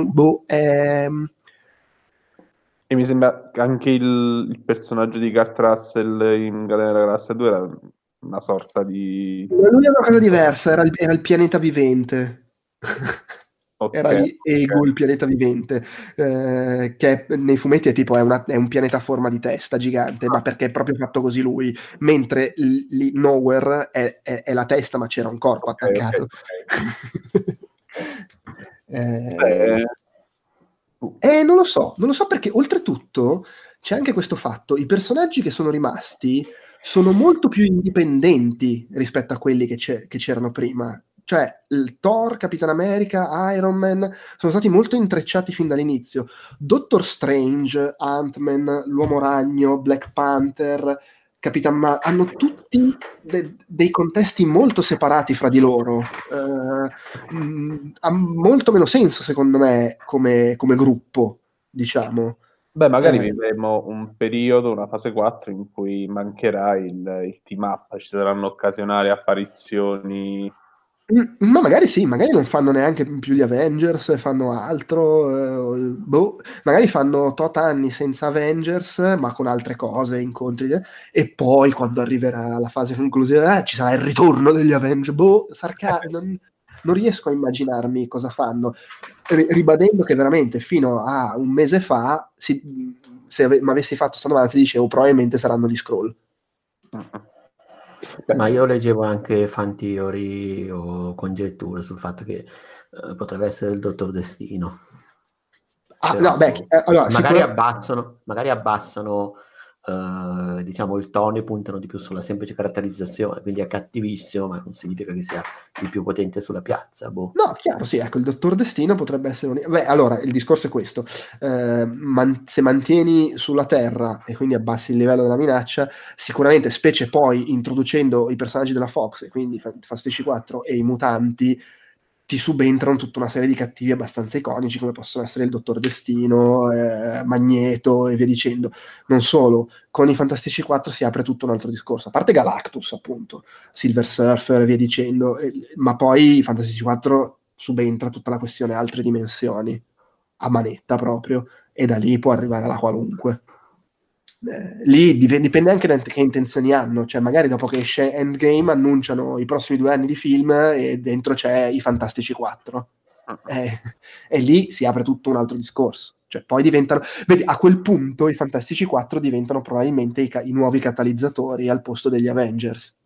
E mi sembra che anche il personaggio di Kurt Russell in Guardiani della Galassia 2 era una sorta di... Lui è una cosa diversa, era il pianeta vivente. Era lì Ego, il pianeta vivente, che nei fumetti è tipo è un pianeta a forma di testa gigante, ma perché è proprio fatto così lui, mentre lì Nowhere è la testa, ma c'era un corpo attaccato. Non lo so perché oltretutto c'è anche questo fatto, i personaggi che sono rimasti sono molto più indipendenti rispetto a quelli che c'erano prima. Cioè, il Thor, Capitan America, Iron Man sono stati molto intrecciati fin dall'inizio. Doctor Strange, Ant-Man, l'Uomo Ragno, Black Panther, Capitan Marvel hanno tutti dei contesti molto separati fra di loro. Ha molto meno senso, secondo me, come gruppo, diciamo. Beh, magari vivremo un periodo, una fase 4 in cui mancherà il team up, ci saranno occasionali apparizioni. Ma magari sì, magari non fanno neanche più gli Avengers, fanno altro, magari fanno tot anni senza Avengers, ma con altre cose, incontri, e poi quando arriverà la fase conclusiva ci sarà il ritorno degli Avengers. Non riesco a immaginarmi cosa fanno, ribadendo che veramente fino a un mese fa, se mi avessi fatto questa domanda ti dicevo probabilmente saranno gli Skrull. Ma io leggevo anche fan theory o congetture sul fatto che potrebbe essere il Dottor Destino. Allora, magari abbassano diciamo il tono e puntano di più sulla semplice caratterizzazione, quindi è cattivissimo, ma non significa che sia il più potente sulla piazza. No, chiaro, sì, ecco, il Dottor Destino potrebbe essere allora, il discorso è questo. Se mantieni sulla Terra e quindi abbassi il livello della minaccia, sicuramente, specie poi introducendo i personaggi della Fox, e quindi Fantastici 4 e i mutanti, ti subentrano tutta una serie di cattivi abbastanza iconici come possono essere il Dottor Destino, Magneto e via dicendo. Non solo, con i Fantastici 4 si apre tutto un altro discorso, a parte Galactus appunto, Silver Surfer e via dicendo, ma poi i Fantastici 4 subentra tutta la questione altre dimensioni a manetta proprio, e da lì può arrivare alla qualunque. Lì dipende anche da che intenzioni hanno, cioè magari dopo che esce Endgame annunciano i prossimi 2 anni di film e dentro c'è i Fantastici 4 e lì si apre tutto un altro discorso, Cioè, poi diventano... Vedi, a quel punto i Fantastici 4 diventano probabilmente i nuovi catalizzatori al posto degli Avengers.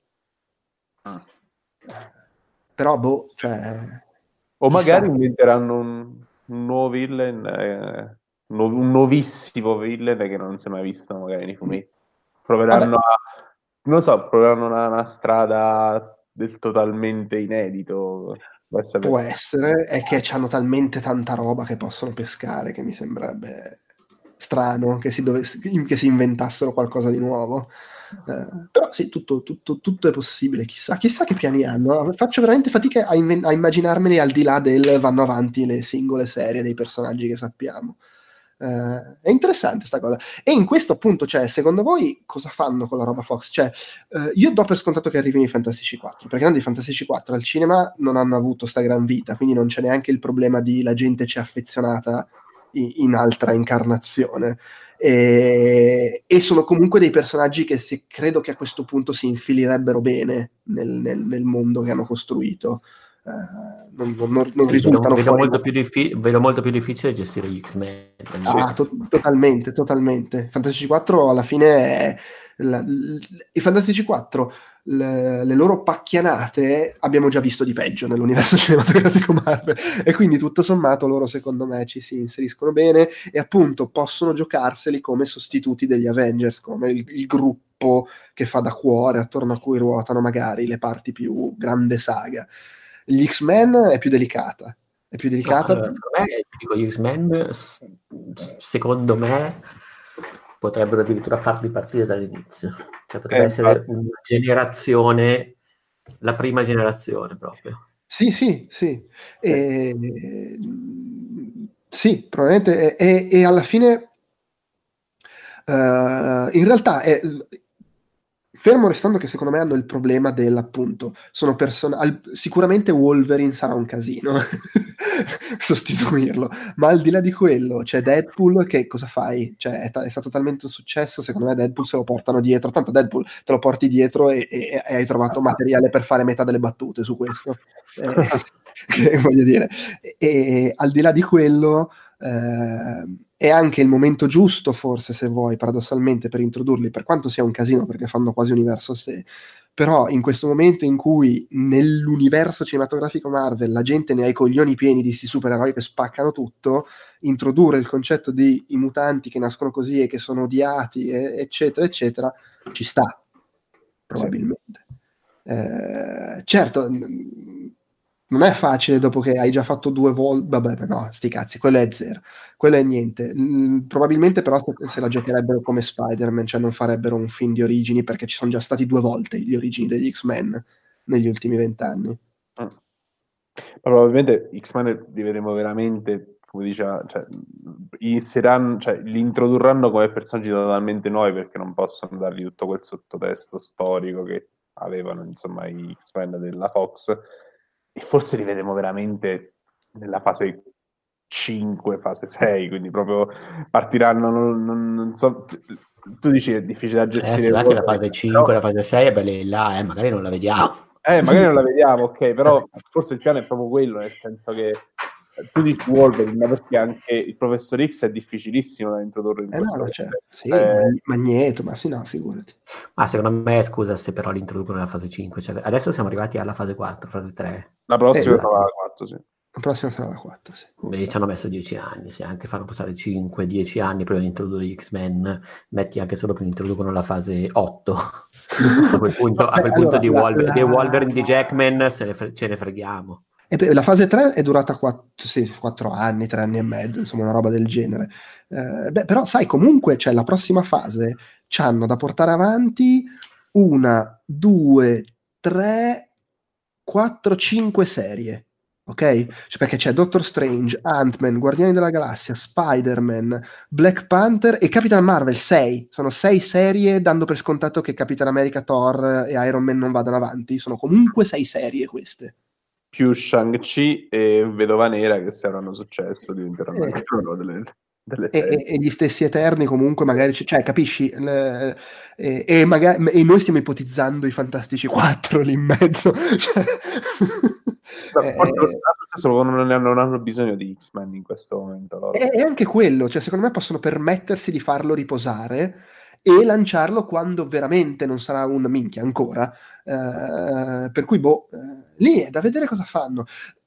Però, boh, cioè... O chissà. magari inventeranno un nuovo villain, un nuovissimo villain che non si è mai visto magari nei fumetti. Proveranno non lo so, proveranno una strada del totalmente inedito. Può essere, è che hanno talmente tanta roba che possono pescare che mi sembrerebbe strano che si inventassero qualcosa di nuovo. Però sì, tutto è possibile, chissà che piani hanno. Faccio veramente fatica a immaginarmeli al di là del vanno avanti le singole serie dei personaggi che sappiamo. È interessante sta cosa. E in questo appunto, cioè, secondo voi cosa fanno con la roba Fox? Cioè, io do per scontato che arrivino i Fantastici 4, perché tanto i Fantastici 4 al cinema non hanno avuto sta gran vita, quindi non c'è neanche il problema di la gente ci è affezionata in altra incarnazione. E sono comunque dei personaggi che credo che a questo punto si infilirebbero bene nel mondo che hanno costruito. Non risultano vedo fuori. vedo molto più difficile gestire gli X-Men. Totalmente. Fantastici 4 alla fine è i Fantastici 4, le loro pacchianate abbiamo già visto di peggio nell'universo cinematografico Marvel, e quindi tutto sommato loro secondo me ci si inseriscono bene e appunto possono giocarseli come sostituti degli Avengers, come il gruppo che fa da cuore attorno a cui ruotano magari le parti più grande saga. Gli X-Men è più delicata. No, allora, dico, gli X-Men secondo me potrebbero addirittura farli partire dall'inizio, cioè potrebbe essere una generazione, la prima generazione proprio. Sì, sì, probabilmente e alla fine in realtà è fermo restando che secondo me hanno il problema dell'appunto sono sicuramente Wolverine sarà un casino sostituirlo, ma al di là di quello c'è Deadpool che cosa fai? Cioè è stato talmente un successo, secondo me Deadpool se lo portano dietro, tanto Deadpool te lo porti dietro e hai trovato materiale per fare metà delle battute su questo, che voglio dire, e al di là di quello è anche il momento giusto forse, se vuoi, paradossalmente, per introdurli, per quanto sia un casino perché fanno quasi universo a sé, però in questo momento in cui nell'universo cinematografico Marvel la gente ne ha i coglioni pieni di sti supereroi che spaccano tutto, introdurre il concetto di i mutanti che nascono così e che sono odiati eccetera eccetera ci sta probabilmente. Certo, non è facile dopo che hai già fatto 2 volte, vabbè, no, sti cazzi, quello è zero, quello è niente. Probabilmente però se la giocherebbero come Spider-Man, cioè non farebbero un film di origini, perché ci sono già stati 2 volte gli origini degli X-Men negli ultimi 20 anni. Probabilmente X-Men li vedremo veramente, come diceva, cioè, li introdurranno come personaggi totalmente nuovi, perché non possono dargli tutto quel sottotesto storico che avevano insomma i X-Men della Fox, e forse li vedremo veramente nella fase 5, fase 6, quindi proprio partiranno, non so, tu dici è difficile da gestire. Che la fase 5, però... la fase 6 è bella là, magari non la vediamo. Magari non la vediamo, ok, però forse il piano è proprio quello, nel senso che tu dici Wolverine, ma perché anche il Professor X è difficilissimo da introdurre in questo sì, Magneto, ma sì, no, figurati. Ma secondo me, scusa se però l'introducono nella fase 5, cioè, adesso siamo arrivati alla fase 4, fase 3. La prossima sarà la 4, sì. La prossima sarà la 4, sì. Beh, ci hanno messo 10 anni, se anche fanno passare 5-10 anni prima di introdurre gli X-Men, metti anche solo che introducono la fase 8. A quel punto, allora, di Wolverine di Jackman ce ne freghiamo. E la fase 3 è durata 4 anni, 3 anni e mezzo, insomma una roba del genere. Però sai, comunque cioè, la prossima fase c'hanno da portare avanti 1, 2, 3, 4, 5 serie. Ok? Cioè, perché c'è Doctor Strange, Ant-Man, Guardiani della Galassia, Spider-Man, Black Panther e Capitan Marvel. 6. Sono 6 serie, dando per scontato che Capitan America, Thor e Iron Man non vadano avanti. Sono comunque 6 serie queste. Più Shang-Chi e Vedova Nera, che se avranno successo diventeranno anche loro delle serie. E gli stessi Eterni comunque magari, cioè capisci? E noi stiamo ipotizzando i Fantastici 4 lì in mezzo. Cioè, solo non hanno bisogno di X-Men in questo momento loro. È anche quello, cioè secondo me possono permettersi di farlo riposare e lanciarlo quando veramente non sarà un minchia ancora. Per cui, lì è da vedere cosa fanno.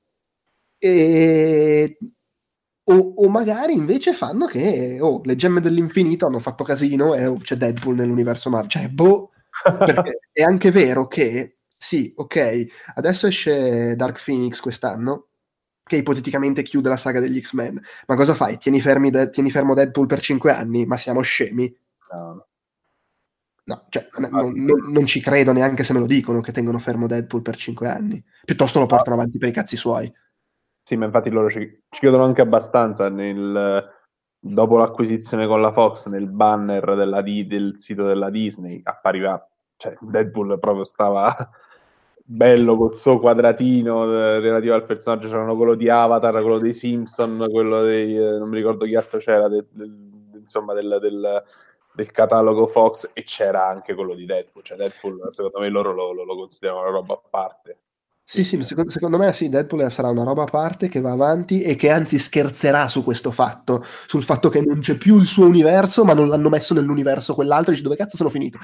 O magari invece fanno che le gemme dell'infinito hanno fatto casino e c'è Deadpool nell'universo Marvel. Cioè, perché è anche vero che, sì, ok, adesso esce Dark Phoenix quest'anno, che ipoteticamente chiude la saga degli X-Men. Ma cosa fai? Tieni fermo Deadpool per 5 anni? Ma siamo scemi? No. No, cioè, non ci credo neanche se me lo dicono che tengono fermo Deadpool per 5 anni. Piuttosto lo portano avanti per i cazzi suoi. Sì, ma infatti loro ci chiedono anche abbastanza dopo l'acquisizione con la Fox, nel banner del sito della Disney, appariva, cioè Deadpool proprio stava bello col suo quadratino relativo al personaggio, c'erano quello di Avatar, quello dei Simpson, quello dei non mi ricordo chi altro c'era, insomma del catalogo Fox, e c'era anche quello di Deadpool, cioè Deadpool secondo me loro lo considerano una roba a parte. Sì, secondo me sì, Deadpool sarà una roba a parte che va avanti e che anzi scherzerà su questo fatto, sul fatto che non c'è più il suo universo, ma non l'hanno messo nell'universo quell'altro, e dice dove cazzo sono finito?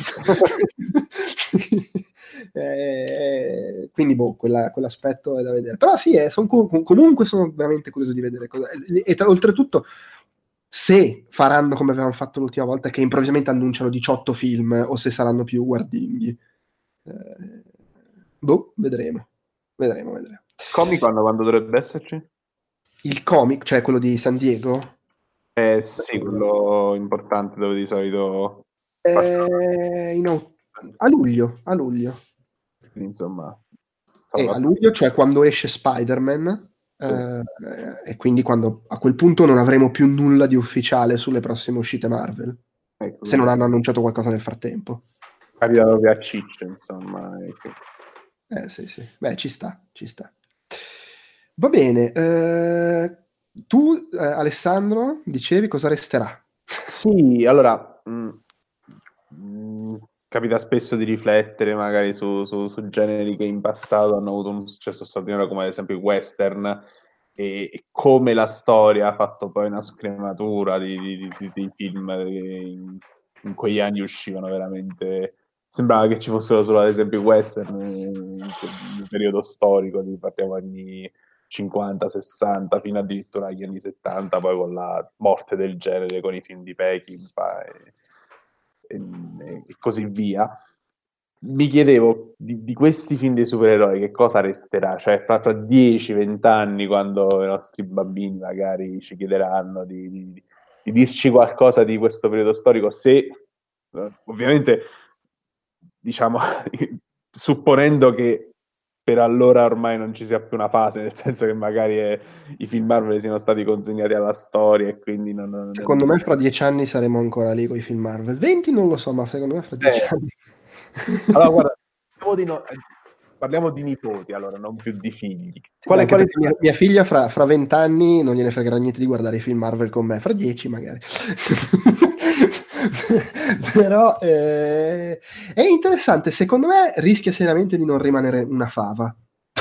Quindi quell'aspetto è da vedere. Però sì, comunque sono veramente curioso di vedere cosa. Oltretutto, se faranno come avevano fatto l'ultima volta, che improvvisamente annunciano 18 film, o se saranno più guardinghi. Vedremo. Comic quando dovrebbe esserci? Il comic, cioè quello di San Diego? Sì, quello importante dove di solito A luglio. insomma A luglio, cioè quando esce Spider-Man, sì. e quindi quando a quel punto non avremo più nulla di ufficiale sulle prossime uscite Marvel, Ecco, se non hanno annunciato qualcosa nel frattempo. capita proprio a ciccio, insomma. Sì. Beh, ci sta. Va bene. Tu, Alessandro, dicevi cosa resterà? Sì, allora capita spesso di riflettere magari su generi che in passato hanno avuto un successo straordinario, come ad esempio i western, e come la storia ha fatto poi una scrematura dei film che in quegli anni uscivano veramente. Sembrava che ci fossero solo ad esempio i western nel periodo storico, parliamo anni 50, 60, fino addirittura agli anni 70, poi con la morte del genere, con i film di Peckinpah e così via. Mi chiedevo di questi film dei supereroi che cosa resterà, cioè fra 10-20 anni, quando i nostri bambini magari ci chiederanno di dirci qualcosa di questo periodo storico, se ovviamente diciamo supponendo che per allora ormai non ci sia più una fase, nel senso che magari i film Marvel siano stati consegnati alla storia e quindi Secondo me fra 10 anni saremo ancora lì con i film Marvel. 20 non lo so, ma secondo me fra 10 anni. Allora, guarda, parliamo di nipoti, allora, non più di figli. Anche perché mia figlia fra 20 anni non gliene fregherà niente di guardare i film Marvel con me, fra 10 magari. Però è interessante, secondo me rischia seriamente di non rimanere una fava.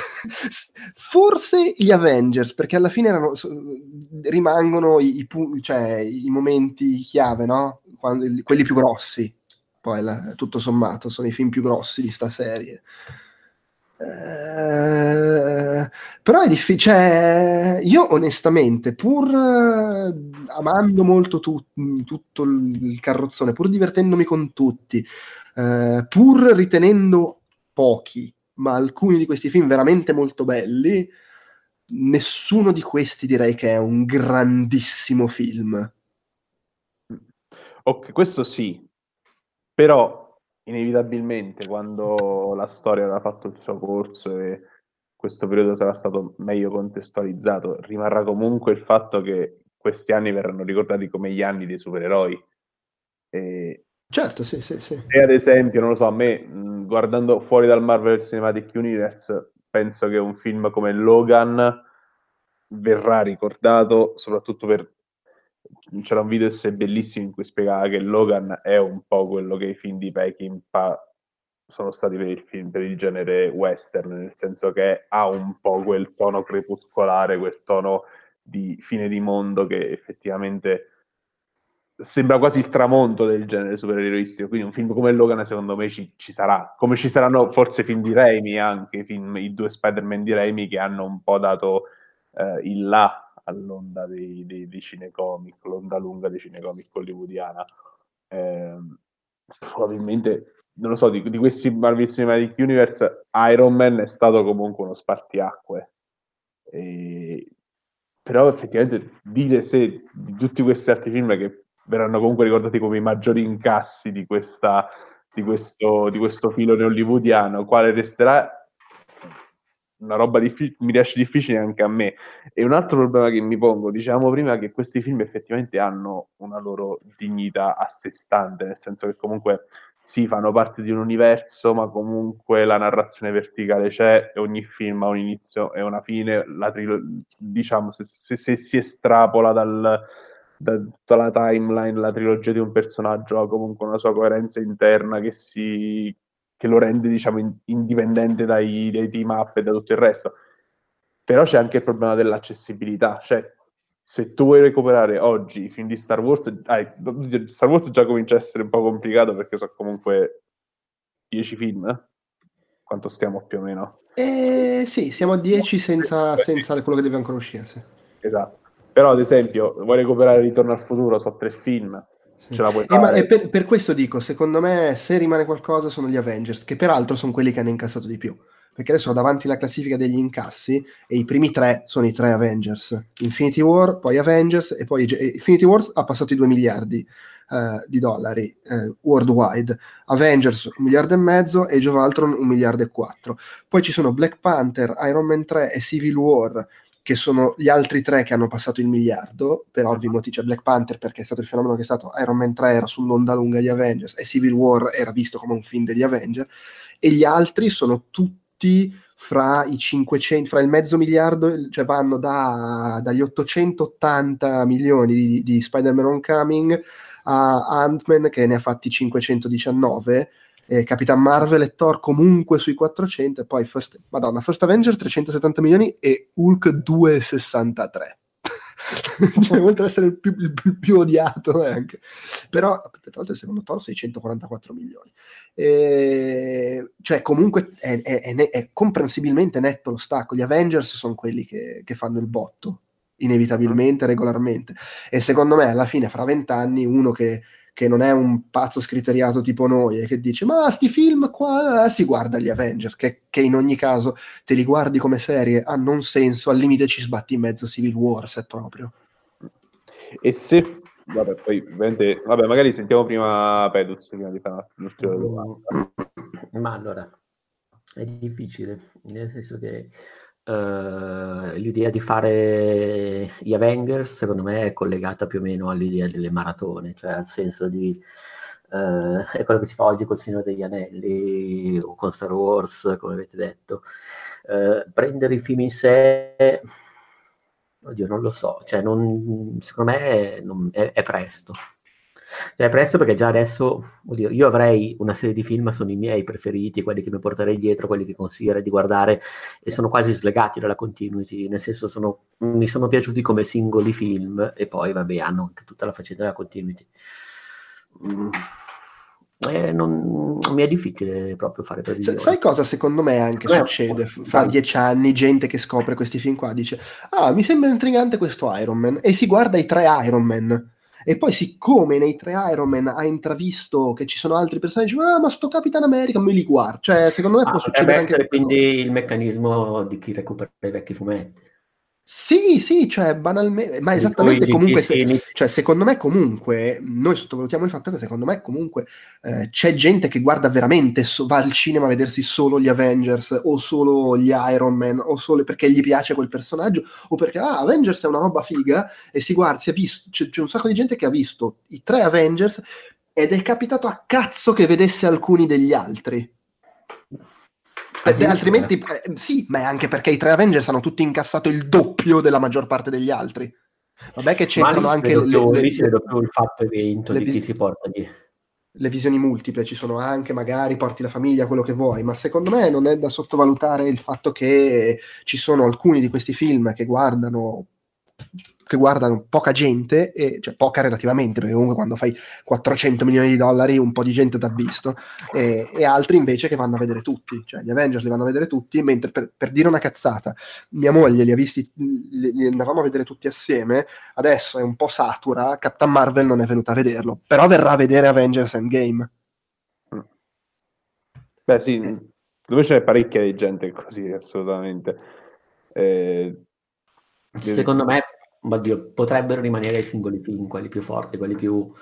Forse gli Avengers, perché alla fine rimangono cioè, i momenti chiave, no? Quelli più grossi. Poi tutto sommato sono i film più grossi di sta serie. Però è difficile, cioè, io onestamente, pur amando molto tutto il carrozzone, pur divertendomi con tutti, pur ritenendo pochi, ma alcuni di questi film veramente molto belli, nessuno di questi direi che è un grandissimo film. Ok, questo sì, però inevitabilmente quando la storia avrà fatto il suo corso e questo periodo sarà stato meglio contestualizzato, rimarrà comunque il fatto che questi anni verranno ricordati come gli anni dei supereroi. Certo, sì. Se ad esempio, non lo so, a me, guardando fuori dal Marvel Cinematic Universe, penso che un film come Logan verrà ricordato soprattutto per... C'era un video bellissimo in cui spiegava che Logan è un po' quello che i film di Peckinpah sono stati per il genere western, nel senso che ha un po' quel tono crepuscolare, quel tono di fine di mondo che effettivamente sembra quasi il tramonto del genere supereroistico. Quindi un film come Logan secondo me ci sarà, come ci saranno forse film di Raimi, anche i 2 Spider-Man di Raimi che hanno un po' dato il là all'onda dei cinecomic, l'onda lunga dei cinecomic hollywoodiana. Probabilmente, non lo so, di questi Marvel Cinematic Universe Iron Man è stato comunque uno spartiacque, però effettivamente dire se di tutti questi altri film che verranno comunque ricordati come i maggiori incassi di questo filone hollywoodiano, quale resterà una roba mi riesce difficile anche a me. E un altro problema che mi pongo, diciamo prima, che questi film effettivamente hanno una loro dignità a sé stante, nel senso che comunque sì, fanno parte di un universo, ma comunque la narrazione verticale c'è, e ogni film ha un inizio e una fine. Diciamo, se si estrapola da tutta la timeline, la trilogia di un personaggio ha comunque una sua coerenza interna che lo rende, diciamo, indipendente dai team up e da tutto il resto. Però c'è anche il problema dell'accessibilità, cioè se tu vuoi recuperare oggi i film di Star Wars, Star Wars già comincia a essere un po' complicato perché sono comunque 10 film, quanto stiamo più o meno? Sì, siamo a 10 senza quello che deve ancora uscire. Sì. Esatto. Però ad esempio vuoi recuperare Ritorno al futuro, sono 3 film, sì. Ce la puoi fare. Per questo dico, secondo me se rimane qualcosa sono gli Avengers, che peraltro sono quelli che hanno incassato di più, perché adesso ho davanti la classifica degli incassi e i primi 3 sono i 3 Avengers, Infinity War, poi Avengers, e poi Infinity War ha passato i 2 miliardi di dollari worldwide, Avengers 1,5 miliardi e Age of Ultron 1,4 miliardi. Poi ci sono Black Panther, Iron Man 3 e Civil War, che sono gli altri 3 che hanno passato il miliardo, per ovvi motivi. C'è Black Panther perché è stato il fenomeno che è stato, Iron Man 3 era sull'onda lunga di Avengers e Civil War era visto come un film degli Avengers, e gli altri sono tutti fra i 500, fra il mezzo miliardo, cioè vanno dagli 880 milioni di Spider-Man Homecoming a Ant-Man che ne ha fatti 519, Capitan Marvel e Thor comunque sui 400, e poi First Avenger 370 milioni e Hulk 263. Cioè, oltre ad essere il più odiato anche. Però tra l'altro il secondo Thor 644 milioni, cioè comunque è comprensibilmente netto lo stacco. Gli Avengers sono quelli che fanno il botto inevitabilmente, regolarmente, e secondo me alla fine fra 20 anni uno che non è un pazzo scriteriato tipo noi e che dice ma sti film qua, si guarda gli Avengers, che in ogni caso te li guardi come serie, hanno un senso, al limite ci sbatti in mezzo Civil War se proprio. E se vabbè, magari sentiamo prima Peduz prima di fare l'ultima domanda. Ma allora è difficile, nel senso che l'idea di fare gli Avengers secondo me è collegata più o meno all'idea delle maratone, cioè al senso di è quello che si fa oggi col Signore degli Anelli o con Star Wars, come avete detto. Prendere i film in sé, oddio, non lo so, cioè secondo me è presto. Cioè, è presto perché già adesso, oddio, io avrei una serie di film, sono i miei preferiti, quelli che mi porterei dietro, quelli che consiglierei di guardare, e sono quasi slegati dalla continuity, nel senso mi sono piaciuti come singoli film, e poi vabbè hanno anche tutta la faccenda della continuity. Non mi è difficile proprio fare previsioni. Sai cosa secondo me anche succede fra 10 anni? Gente che scopre questi film qua dice mi sembra intrigante questo Iron Man, e si guarda i 3 Iron Man, e poi siccome nei 3 Iron Man ha intravisto che ci sono altri personaggi, ma sto Capitan America me li guardo, cioè secondo me può succedere anche quindi il meccanismo di chi recupera i vecchi fumetti. Sì, cioè banalmente, ma esattamente, comunque cioè secondo me comunque noi sottovalutiamo il fatto che secondo me comunque c'è gente che guarda veramente, va al cinema a vedersi solo gli Avengers o solo gli Iron Man, o solo perché gli piace quel personaggio, o perché Avengers è una roba figa, e si guarda, c'è un sacco di gente che ha visto i 3 Avengers ed è capitato a cazzo che vedesse alcuni degli altri. Altrimenti sì, ma è anche perché i 3 Avengers hanno tutti incassato il doppio della maggior parte degli altri. Vabbè che c'entrano anche lì si vedo più il fatto evento di chi si porta lì. le visioni multiple ci sono anche, magari porti la famiglia, quello che vuoi, ma secondo me non è da sottovalutare il fatto che ci sono alcuni di questi film che guardano poca gente, cioè poca relativamente, perché comunque quando fai 400 milioni di dollari un po' di gente t'ha visto, e altri invece che vanno a vedere tutti, cioè gli Avengers li vanno a vedere tutti, mentre per dire una cazzata, mia moglie li ha visti, li andavamo a vedere tutti assieme, adesso è un po' satura, Captain Marvel non è venuta a vederlo, però verrà a vedere Avengers Endgame. Beh sì, dove c'è parecchia di gente così, assolutamente. Secondo me, oddio, potrebbero rimanere i singoli film, quelli più forti, quelli più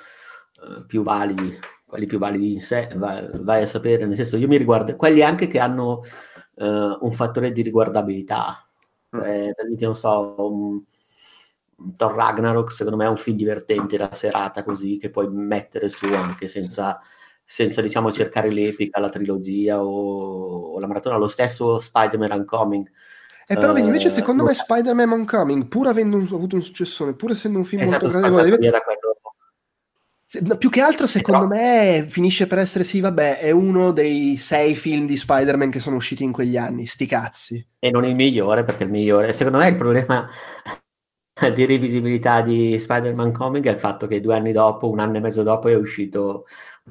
validi in sé, vai a sapere, nel senso, io mi riguardo quelli anche che hanno un fattore di riguardabilità. Per dire, non so, un Thor Ragnarok secondo me è un film divertente la serata così, che puoi mettere su anche senza diciamo cercare l'epica, la trilogia o la maratona. Lo stesso Spider-Man Homecoming. Però vedi, invece secondo me no, Spider-Man Homecoming, pur avendo avuto un successone, pur essendo un film molto esatto, gradevole, via da quello. no, più che altro secondo Però- me finisce per essere, sì, vabbè, è uno dei 6 film di Spider-Man che sono usciti in quegli anni, sti cazzi. E non il migliore, perché il migliore, secondo me il problema di rivisibilità di Spider-Man Comic è il fatto che 2 anni dopo, un anno e mezzo dopo, è uscito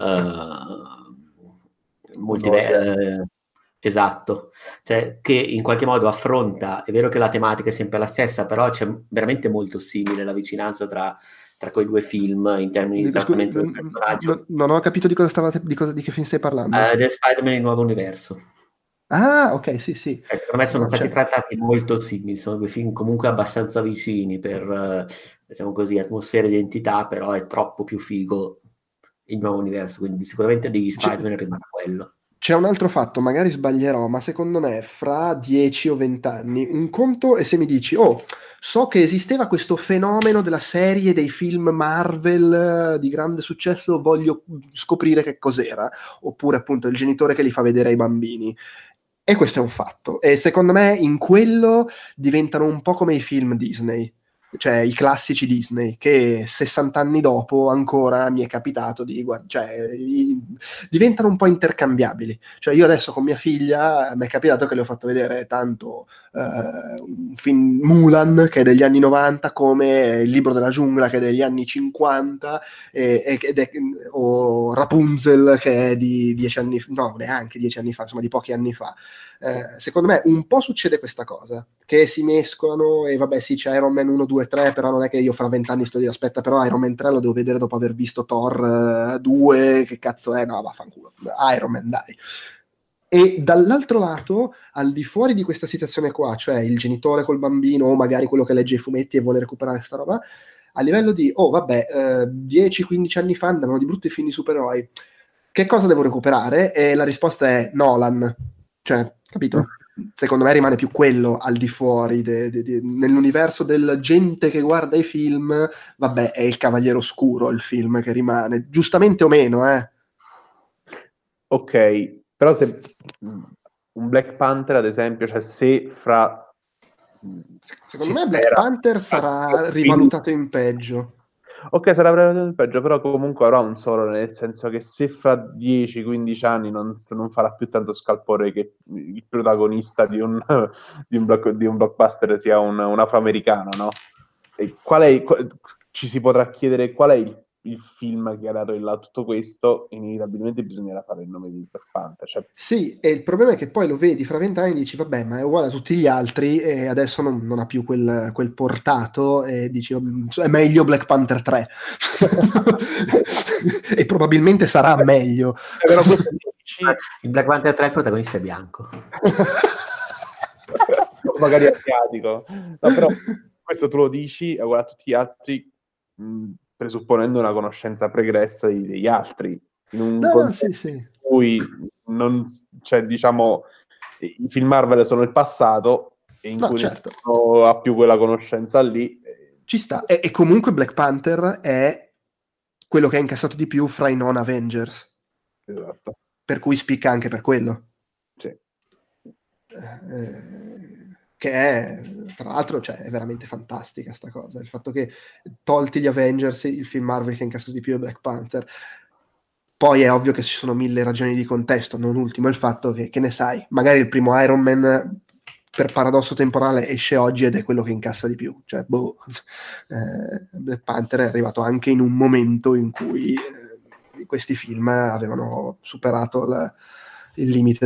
esatto, cioè che in qualche modo affronta, è vero che la tematica è sempre la stessa, però c'è veramente molto simile la vicinanza tra quei due film in termini di trattamento del personaggio. Non ho capito di cosa di che film stai parlando. Del Spider-Man il nuovo universo. Ah, ok, sì, sì. Secondo me sono No, stati certo. trattati molto simili, sono due film comunque abbastanza vicini per, diciamo così, atmosfera e identità, però è troppo più figo il nuovo universo, quindi sicuramente degli Spider-Man rimane quello. C'è un altro fatto, magari sbaglierò, ma secondo me fra 10 o 20 anni, un conto è se mi dici, oh, so che esisteva questo fenomeno della serie dei film Marvel di grande successo, voglio scoprire che cos'era, oppure appunto il genitore che li fa vedere ai bambini. E questo è un fatto. E secondo me in quello diventano un po' come i film Disney, cioè i classici Disney, che 60 anni dopo ancora mi è capitato di diventano un po' intercambiabili. Cioè io adesso con mia figlia mi è capitato che le ho fatto vedere tanto un film Mulan, che è degli anni 90, come Il libro della giungla, che è degli anni 50, o Rapunzel, che è di 10 anni fa, no, neanche 10 anni fa, insomma di pochi anni fa. Secondo me un po' succede questa cosa, che si mescolano e vabbè sì, c'è Iron Man 1, 2, 3, però non è che io fra 20 anni sto lì, aspetta, però Iron Man 3 lo devo vedere dopo aver visto Thor 2, che cazzo è? No, vaffanculo, Iron Man, dai. E dall'altro lato, al di fuori di questa situazione qua, cioè il genitore col bambino o magari quello che legge i fumetti e vuole recuperare sta roba, a livello di, oh vabbè, 10-15 anni fa andavano di brutti film di supereroi, che cosa devo recuperare? E la risposta è Nolan, cioè, capito? Secondo me rimane più quello al di fuori nell'universo del gente che guarda i film, vabbè, è il Cavaliere Oscuro il film che rimane, giustamente o meno, Ok, però se un Black Panther, ad esempio, cioè se fra Secondo si me Black spera Panther sarà rivalutato in peggio. ok, sarà veramente peggio, però comunque avrà un solo, nel senso che se fra 10-15 anni non farà più tanto scalpore che il protagonista di un, di un blockbuster sia un afroamericano, no? E ci si potrà chiedere qual è il film che ha dato a tutto questo, inevitabilmente bisognerà fare il nome di Black Panther. Cioè, Sì, e il problema è che poi lo vedi fra 20 anni e dici, vabbè, ma è uguale a tutti gli altri e adesso non ha più quel portato e dici, è meglio Black Panther 3. E probabilmente sarà meglio. però questo dici, Il Black Panther 3 il protagonista è bianco. magari asiatico. No, però questo tu lo dici e guarda tutti gli altri presupponendo una conoscenza pregressa degli altri in un No, contesto sì, sì. in cui non, cioè, diciamo, i film Marvel sono il passato e in No, cui certo, nessuno ha più quella conoscenza lì. ci sta. E comunque Black Panther è quello che ha incassato di più fra i non Avengers, Esatto. per cui spicca anche per quello. Sì. Che è, tra l'altro, cioè, è veramente fantastica sta cosa, il fatto che tolti gli Avengers il film Marvel che ha incassato di più è Black Panther. Poi è ovvio che ci sono 1000 ragioni di contesto, non ultimo il fatto che ne sai, magari il primo Iron Man per paradosso temporale esce oggi ed è quello che incassa di più, cioè Black Panther è arrivato anche in un momento in cui questi film avevano superato il limite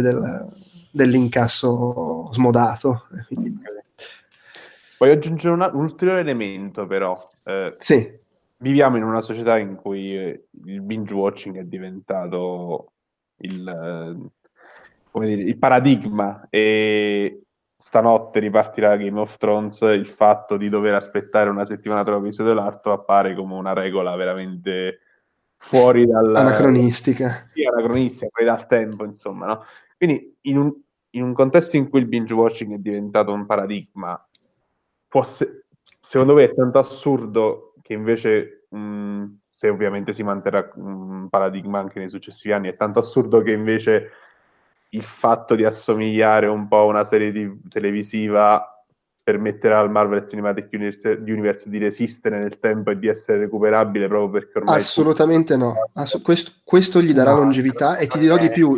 dell'incasso smodato, quindi... Voglio aggiungere un ulteriore elemento però. Sì. Viviamo in una società in cui il binge watching è diventato il paradigma, e stanotte ripartirà Game of Thrones. Il fatto di dover aspettare una settimana tra un episodio e l'altro appare come una regola veramente fuori anacronistica. Sì, anacronistica, fuori dal tempo, insomma, no? Quindi in un contesto in cui il binge watching è diventato un paradigma, secondo me è tanto assurdo che invece, se ovviamente si manterrà un paradigma anche nei successivi anni, è tanto assurdo che invece il fatto di assomigliare un po' a una serie televisiva permetterà al Marvel Cinematic Universe di resistere nel tempo e di essere recuperabile, proprio perché ormai... Assolutamente no. Questo gli darà longevità, e ti dirò di più.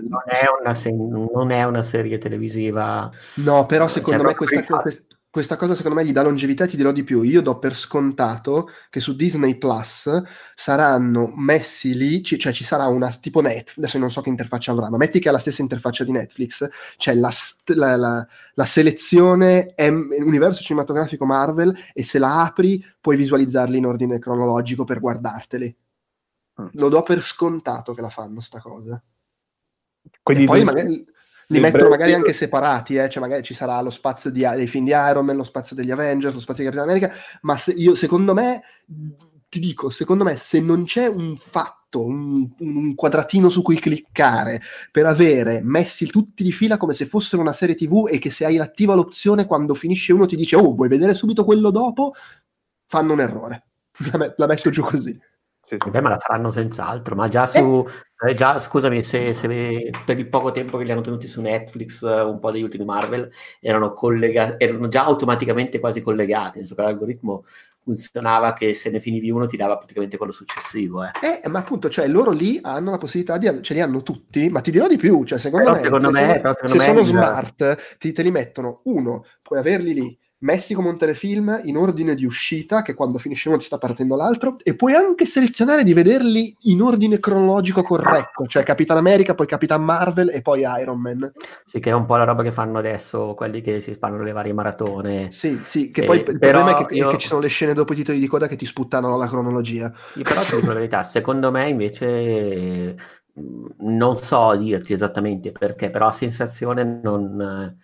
Non è una serie televisiva. No, però secondo me proprio questa cosa secondo me gli dà longevità, e ti dirò di più. Io do per scontato che su Disney Plus saranno messi lì, cioè ci sarà una tipo Netflix, adesso non so che interfaccia avrà, ma metti che ha la stessa interfaccia di Netflix, c'è la selezione universo cinematografico Marvel, e se la apri puoi visualizzarli in ordine cronologico per guardarteli. Lo do per scontato che la fanno sta cosa. Quindi e poi magari li mettono magari anche separati, cioè magari ci sarà lo spazio dei film di Iron Man, lo spazio degli Avengers, lo spazio di Capitano America, ma secondo me, ti dico, secondo me se non c'è un fatto, un quadratino su cui cliccare per avere messi tutti di fila come se fossero una serie TV, e che se hai attiva l'opzione quando finisce uno ti dice oh vuoi vedere subito quello dopo, fanno un errore. La metto giù così. Sì. Beh, ma la faranno senz'altro, ma già scusami, se per il poco tempo che li hanno tenuti su Netflix, un po' degli ultimi Marvel erano già automaticamente quasi collegati, nel senso che l'algoritmo funzionava che se ne finivi uno ti dava praticamente quello successivo. Ma appunto, cioè loro lì hanno la possibilità ce li hanno tutti, ma ti dirò di più, cioè secondo me se sono smart te li mettono, uno, puoi averli lì messi come un telefilm in ordine di uscita, che quando finisce uno ti sta partendo l'altro, e puoi anche selezionare di vederli in ordine cronologico corretto, cioè Capitan America, poi Capitan Marvel e poi Iron Man. Sì, che è un po' la roba che fanno adesso quelli che si spannano le varie maratone. Sì, che poi il problema è che ci sono le scene dopo i titoli di coda che ti sputtano la cronologia. Io però ti dico la verità, secondo me invece non so dirti esattamente perché, però a sensazione non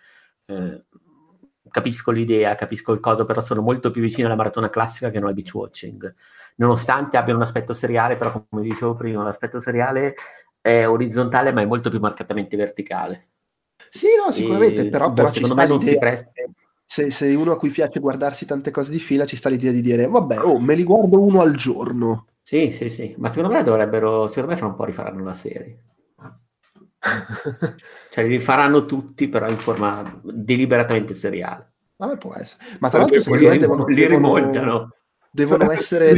capisco l'idea, capisco il coso, però sono molto più vicino alla maratona classica che non al beach watching, nonostante abbiano un aspetto seriale, però come dicevo prima l'aspetto seriale è orizzontale ma è molto più marcatamente verticale. Sì, no, sicuramente, però ci sta l'idea. Se sei uno a cui piace guardarsi tante cose di fila, ci sta l'idea di dire vabbè, me li guardo uno al giorno. Sì, ma secondo me fra un po' rifaranno la serie. Cioè li faranno tutti, però in forma deliberatamente seriale. Può essere. Ma tra l'altro secondo me devono essere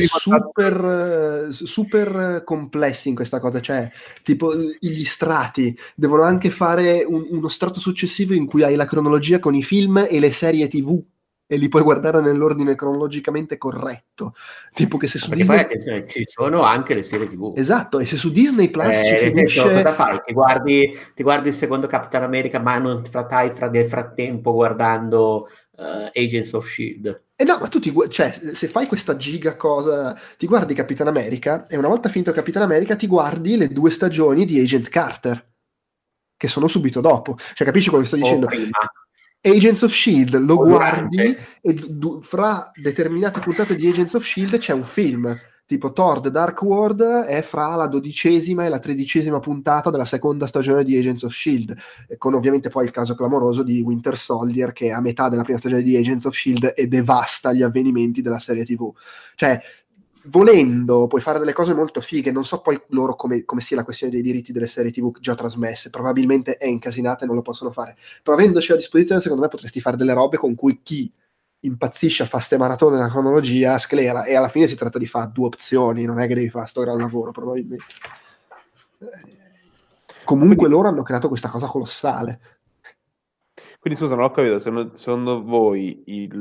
super complessi in questa cosa, cioè tipo gli strati devono anche fare uno strato successivo in cui hai la cronologia con i film e le serie TV, e li puoi guardare nell'ordine cronologicamente corretto, tipo che se su Disney... poi attenzione, ci sono anche le serie TV. Esatto, e se su Disney Plus ci finisce... cosa fai? Ti guardi il secondo Capitan America, ma non nel frattempo guardando Agents of S.H.I.E.L.D. No, ma tu se fai questa giga cosa, ti guardi Capitan America, e una volta finito Capitan America ti guardi le 2 stagioni di Agent Carter, che sono subito dopo. Cioè, capisci quello che sto dicendo? Prima. Agents of S.H.I.E.L.D. lo guardi e fra determinate puntate di Agents of S.H.I.E.L.D. c'è un film, tipo Thor The Dark World è fra la 12ª e la 13ª puntata della seconda stagione di Agents of S.H.I.E.L.D., con ovviamente poi il caso clamoroso di Winter Soldier, che è a metà della prima stagione di Agents of S.H.I.E.L.D. e devasta gli avvenimenti della serie TV. Cioè, volendo puoi fare delle cose molto fighe. Non so poi loro come sia la questione dei diritti delle serie TV già trasmesse, probabilmente è incasinata e non lo possono fare, però avendoci a disposizione secondo me potresti fare delle robe con cui chi impazzisce a fare ste maratone nella cronologia sclera, e alla fine si tratta di fare 2 opzioni, non è che devi fare sto gran lavoro probabilmente. Comunque Quindi- loro hanno creato questa cosa colossale. Quindi scusa, non ho capito, secondo voi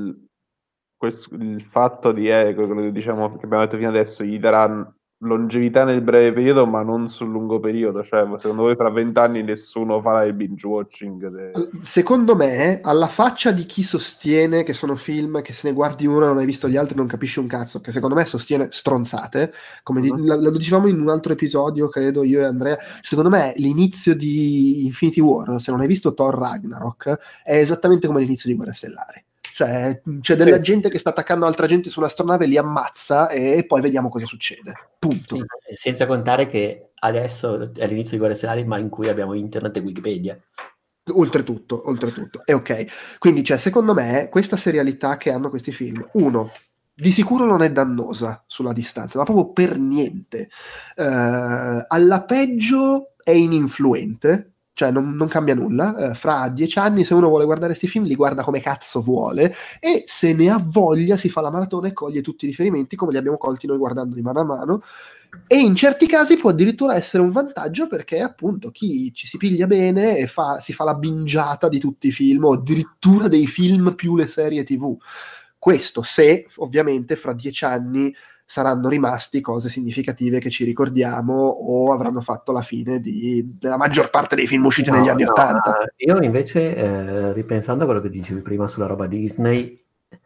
il fatto di quello che diciamo che abbiamo detto fino adesso gli darà longevità nel breve periodo, ma non sul lungo periodo? Cioè, secondo voi fra 20 anni nessuno farà il binge watching? Secondo me, alla faccia di chi sostiene che sono film che se ne guardi uno e non hai visto gli altri non capisci un cazzo, che secondo me sostiene stronzate, come Mhm. lo dicevamo in un altro episodio, credo io e Andrea, secondo me l'inizio di Infinity War, se non hai visto Thor Ragnarok, è esattamente come l'inizio di Guerre Stellari. Cioè, c'è della Sì. gente che sta attaccando altra gente sull'astronave, li ammazza e poi vediamo cosa succede. Punto. Sì, senza contare che adesso è l'inizio di Guerre Stellari, ma in cui abbiamo internet e Wikipedia. Oltretutto, è ok. Quindi, cioè, secondo me, questa serialità che hanno questi film, uno, di sicuro non è dannosa sulla distanza, ma proprio per niente. Alla peggio è ininfluente, cioè non cambia nulla. Fra 10 anni, se uno vuole guardare questi film, li guarda come cazzo vuole, e se ne ha voglia si fa la maratona e coglie tutti i riferimenti, come li abbiamo colti noi guardando di mano a mano. E in certi casi può addirittura essere un vantaggio, perché appunto chi ci si piglia bene e si fa la bingiata di tutti i film, o addirittura dei film più le serie TV. Questo se ovviamente fra 10 anni saranno rimasti cose significative che ci ricordiamo, o avranno fatto la fine della maggior parte dei film usciti negli anni '80. Io invece, ripensando a quello che dicevi prima sulla roba Disney,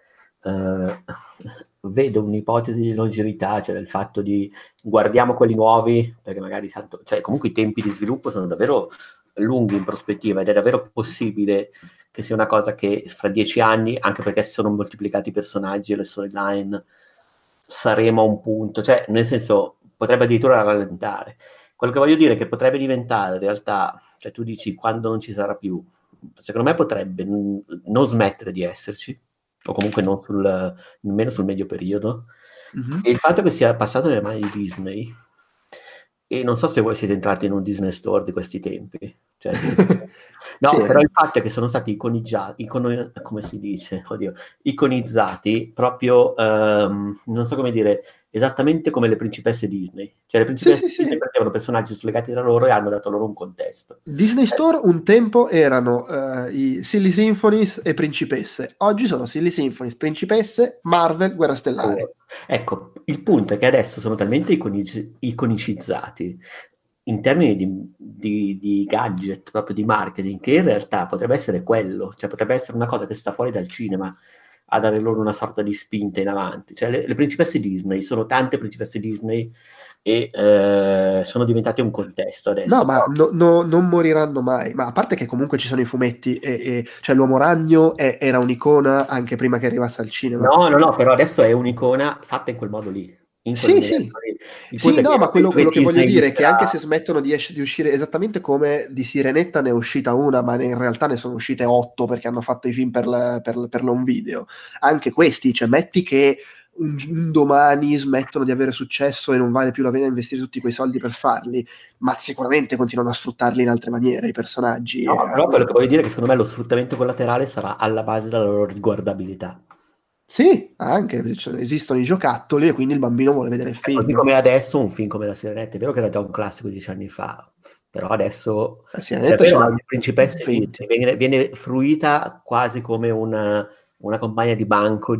vedo un'ipotesi di longevità, cioè del fatto di guardiamo quelli nuovi, perché magari cioè, comunque i tempi di sviluppo sono davvero lunghi in prospettiva, ed è davvero possibile che sia una cosa che fra 10 anni, anche perché si sono moltiplicati i personaggi e le storyline, saremo a un punto, cioè nel senso potrebbe addirittura rallentare. Quello che voglio dire è che potrebbe diventare in realtà, cioè tu dici quando non ci sarà più, secondo me potrebbe non smettere di esserci, o comunque non nemmeno sul medio periodo, Mhm. e il fatto che sia passato nelle mani di Disney, e non so se voi siete entrati in un Disney Store di questi tempi, cioè, no, Sì, però il fatto è che sono stati come si dice, oddio, iconizzati proprio, non so come dire, esattamente come le principesse Disney. Cioè le sì, principesse sì, Disney sì. prendevano personaggi slegati tra loro e hanno dato loro un contesto. Disney Store un tempo erano i Silly Symphonies e Principesse, oggi sono Silly Symphonies, Principesse, Marvel, Guerre Stellari. Ecco, il punto è che adesso sono talmente iconicizzati in termini di gadget, proprio di marketing, che in realtà potrebbe essere quello, cioè potrebbe essere una cosa che sta fuori dal cinema a dare loro una sorta di spinta in avanti. Cioè le principesse Disney, sono tante principesse Disney e sono diventate un contesto No, adesso. ma non moriranno mai. Ma a parte che comunque ci sono i fumetti, cioè l'Uomo Ragno era un'icona anche prima che arrivasse al cinema. No, però adesso è un'icona fatta in quel modo lì, in Sì, quell'universo sì. lì. Il punto Sì, è che no, io ma penso quello che voglio Disney dire è che userà. anche se smettono di uscire, esattamente come di Sirenetta ne è uscita una, ma in realtà ne sono uscite 8 perché hanno fatto i film per l'home video. Anche questi, cioè metti che un domani smettono di avere successo e non vale più la pena investire tutti quei soldi per farli, ma sicuramente continuano a sfruttarli in altre maniere, i personaggi. No, però quello che voglio dire è che secondo me lo sfruttamento collaterale sarà alla base della loro riguardabilità. Sì, anche, cioè, esistono i giocattoli e quindi il bambino vuole vedere il È così film. come adesso un film come La Sirenetta, è vero che era già un classico 10 anni fa, però adesso La Sirenetta ce davvero n'ha ogni principessa 20. viene fruita quasi come una compagna di banco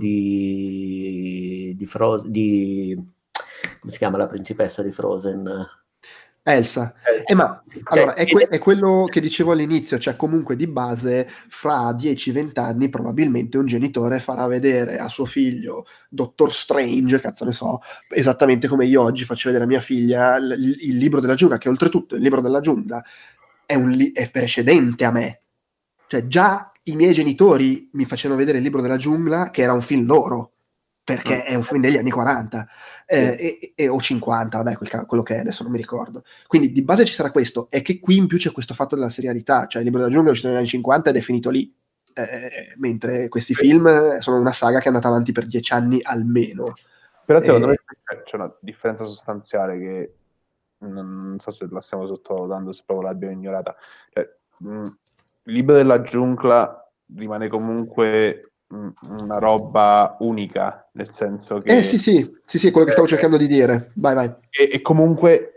come si chiama la principessa di Frozen? Elsa. Ma Cioè, allora è quello che dicevo all'inizio, cioè comunque di base fra 10-20 anni probabilmente un genitore farà vedere a suo figlio Doctor Strange, cazzo ne so, esattamente come io oggi faccio vedere a mia figlia il libro della giungla, che oltretutto il libro della giungla è precedente a me. Cioè già i miei genitori mi facevano vedere il libro della giungla, che era un film loro, perché è un film degli anni 40 o 50, vabbè, quello che è, adesso non mi ricordo. Quindi di base ci sarà questo, e che qui in più c'è questo fatto della serialità, cioè il libro della giungla è uscito negli anni 50 ed è finito lì, mentre questi film sono una saga che è andata avanti per 10 anni almeno. Però secondo me c'è una differenza sostanziale che non so se la stiamo sottovalutando, se proprio l'abbiamo ignorata. Cioè, il libro della giungla rimane comunque una roba unica, nel senso che sì, è quello che stavo cercando di dire. Vai. e comunque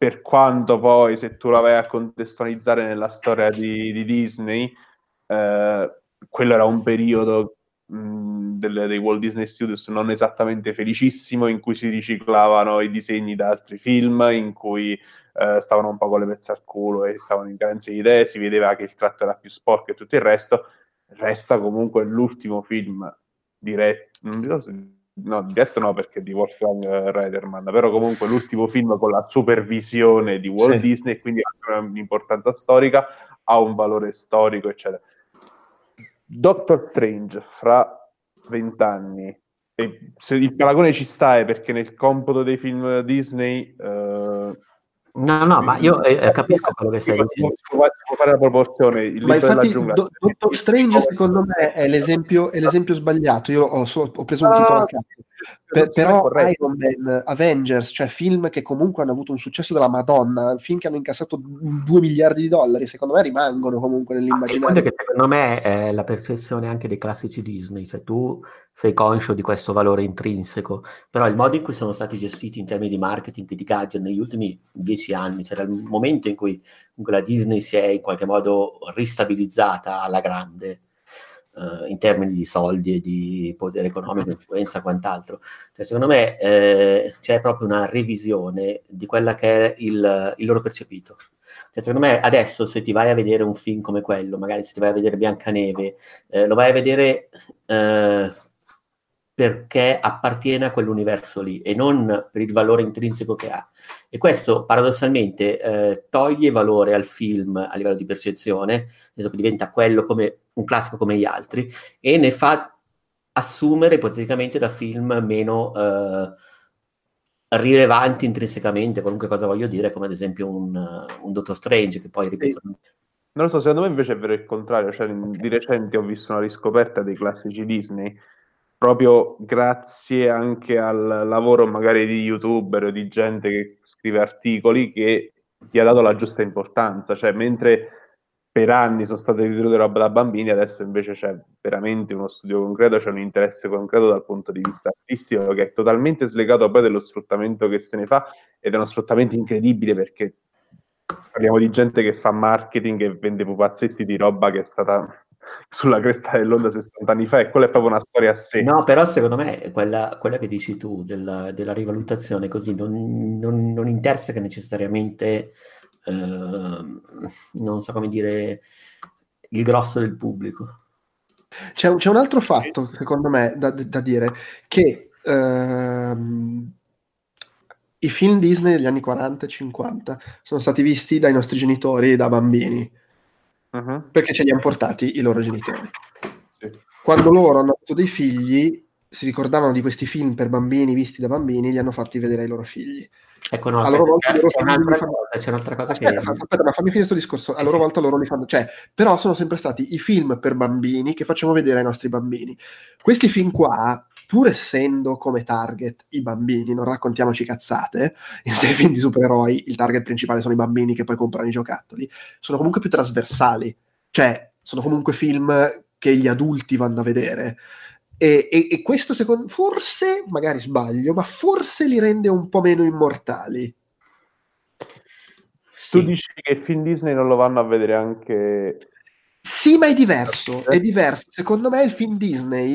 per quanto poi, se tu la vai a contestualizzare nella storia di Disney, quello era un periodo dei Walt Disney Studios non esattamente felicissimo, in cui si riciclavano i disegni da altri film, in cui stavano un po' con le pezze al culo e stavano in carenza di idee, si vedeva che il tratto era più sporco e tutto il resto. Resta comunque l'ultimo film diretto, non so se, no, diretto no, perché di Wolfgang Reiterman, però comunque l'ultimo film con la supervisione di Walt Disney, quindi ha un'importanza storica, ha un valore storico, eccetera. Doctor Strange fra 20 anni, e se il paragone ci sta, è perché nel computo dei film Disney No, ma io capisco quello che stai dicendo. Può fare la proporzione, il Ma libro della infatti giungla. Doctor Strange secondo me è l'esempio sbagliato. Io ho preso un titolo a caso. Però Iron Man, Avengers, cioè film che comunque hanno avuto un successo della Madonna, film che hanno incassato 2 miliardi di dollari, secondo me rimangono comunque nell'immaginario. Che secondo me è la percezione anche dei classici Disney, cioè tu sei conscio di questo valore intrinseco, però il modo in cui sono stati gestiti in termini di marketing e di gadget negli ultimi 10 anni, c'era il momento in cui la Disney si è in qualche modo ristabilizzata alla grande, in termini di soldi e di potere economico, influenza e quant'altro. Cioè, secondo me c'è proprio una revisione di quella che è il loro percepito. Cioè, secondo me adesso, se ti vai a vedere un film come quello, magari se ti vai a vedere Biancaneve, lo vai a vedere perché appartiene a quell'universo lì e non per il valore intrinseco che ha. E questo paradossalmente toglie valore al film a livello di percezione, che diventa quello come un classico come gli altri, e ne fa assumere ipoteticamente da film meno rilevanti intrinsecamente, qualunque cosa voglio dire, come ad esempio un Doctor Strange, che poi, ripeto... Non lo so, secondo me invece è vero il contrario, cioè di recente ho visto una riscoperta dei classici Disney, proprio grazie anche al lavoro magari di YouTuber o di gente che scrive articoli, che gli ha dato la giusta importanza, cioè mentre per anni sono state ritenute roba da bambini, adesso invece c'è veramente uno studio concreto, c'è un interesse concreto dal punto di vista artistico, che è totalmente slegato poi dello sfruttamento che se ne fa, ed è uno sfruttamento incredibile, perché parliamo di gente che fa marketing e vende pupazzetti di roba che è stata sulla cresta dell'onda 60 anni fa, e quella è proprio una storia a sé. No, però secondo me quella che dici tu della rivalutazione così non interseca necessariamente, non so come dire, il grosso del pubblico. C'è un altro fatto, secondo me, da dire, che i film Disney degli anni 40 e 50 sono stati visti dai nostri genitori da bambini, perché ce li hanno portati i loro genitori. Sì. Quando loro hanno avuto dei figli, si ricordavano di questi film per bambini visti da bambini, li hanno fatti vedere ai loro figli. Ecco, no, A loro volta c'è un'altra cosa che... Aspetta, ma fammi finire questo discorso. A loro volta loro li fanno... Cioè, però sono sempre stati i film per bambini che facciamo vedere ai nostri bambini. Questi film qua, pur essendo come target i bambini, non raccontiamoci cazzate, in sei film di supereroi il target principale sono i bambini che poi comprano i giocattoli, sono comunque più trasversali. Cioè, sono comunque film che gli adulti vanno a vedere. E questo, secondo, forse, magari sbaglio, ma forse li rende un po' meno immortali. Sì. Tu dici che il film Disney non lo vanno a vedere anche... Sì, ma è diverso, è diverso. Secondo me il film Disney...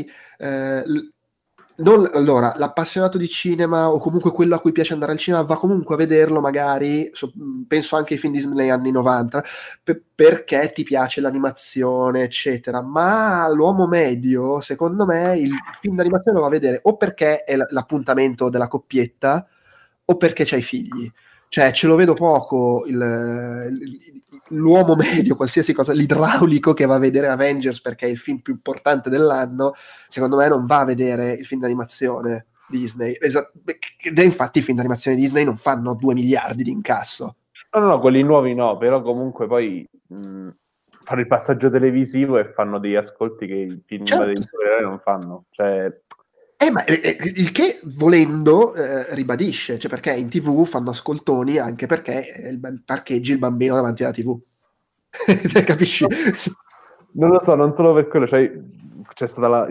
allora, l'appassionato di cinema o comunque quello a cui piace andare al cinema va comunque a vederlo magari, penso anche ai film Disney anni 90, perché ti piace l'animazione, eccetera. Ma l'uomo medio, secondo me, il film d'animazione lo va a vedere o perché è l'appuntamento della coppietta o perché c'hai figli. Cioè, ce lo vedo poco l'uomo medio, qualsiasi cosa, l'idraulico che va a vedere Avengers perché è il film più importante dell'anno, secondo me non va a vedere il film d'animazione Disney. Ed infatti i film d'animazione Disney non fanno 2 miliardi di incasso. No, quelli nuovi no, però comunque poi fanno il passaggio televisivo e fanno degli ascolti che i film dei supereroi non fanno. Cioè... ma il che volendo ribadisce, cioè perché in TV fanno ascoltoni anche perché parcheggi il bambino davanti alla TV. Cioè, capisci? Non lo so, non solo per quello, cioè, c'è stata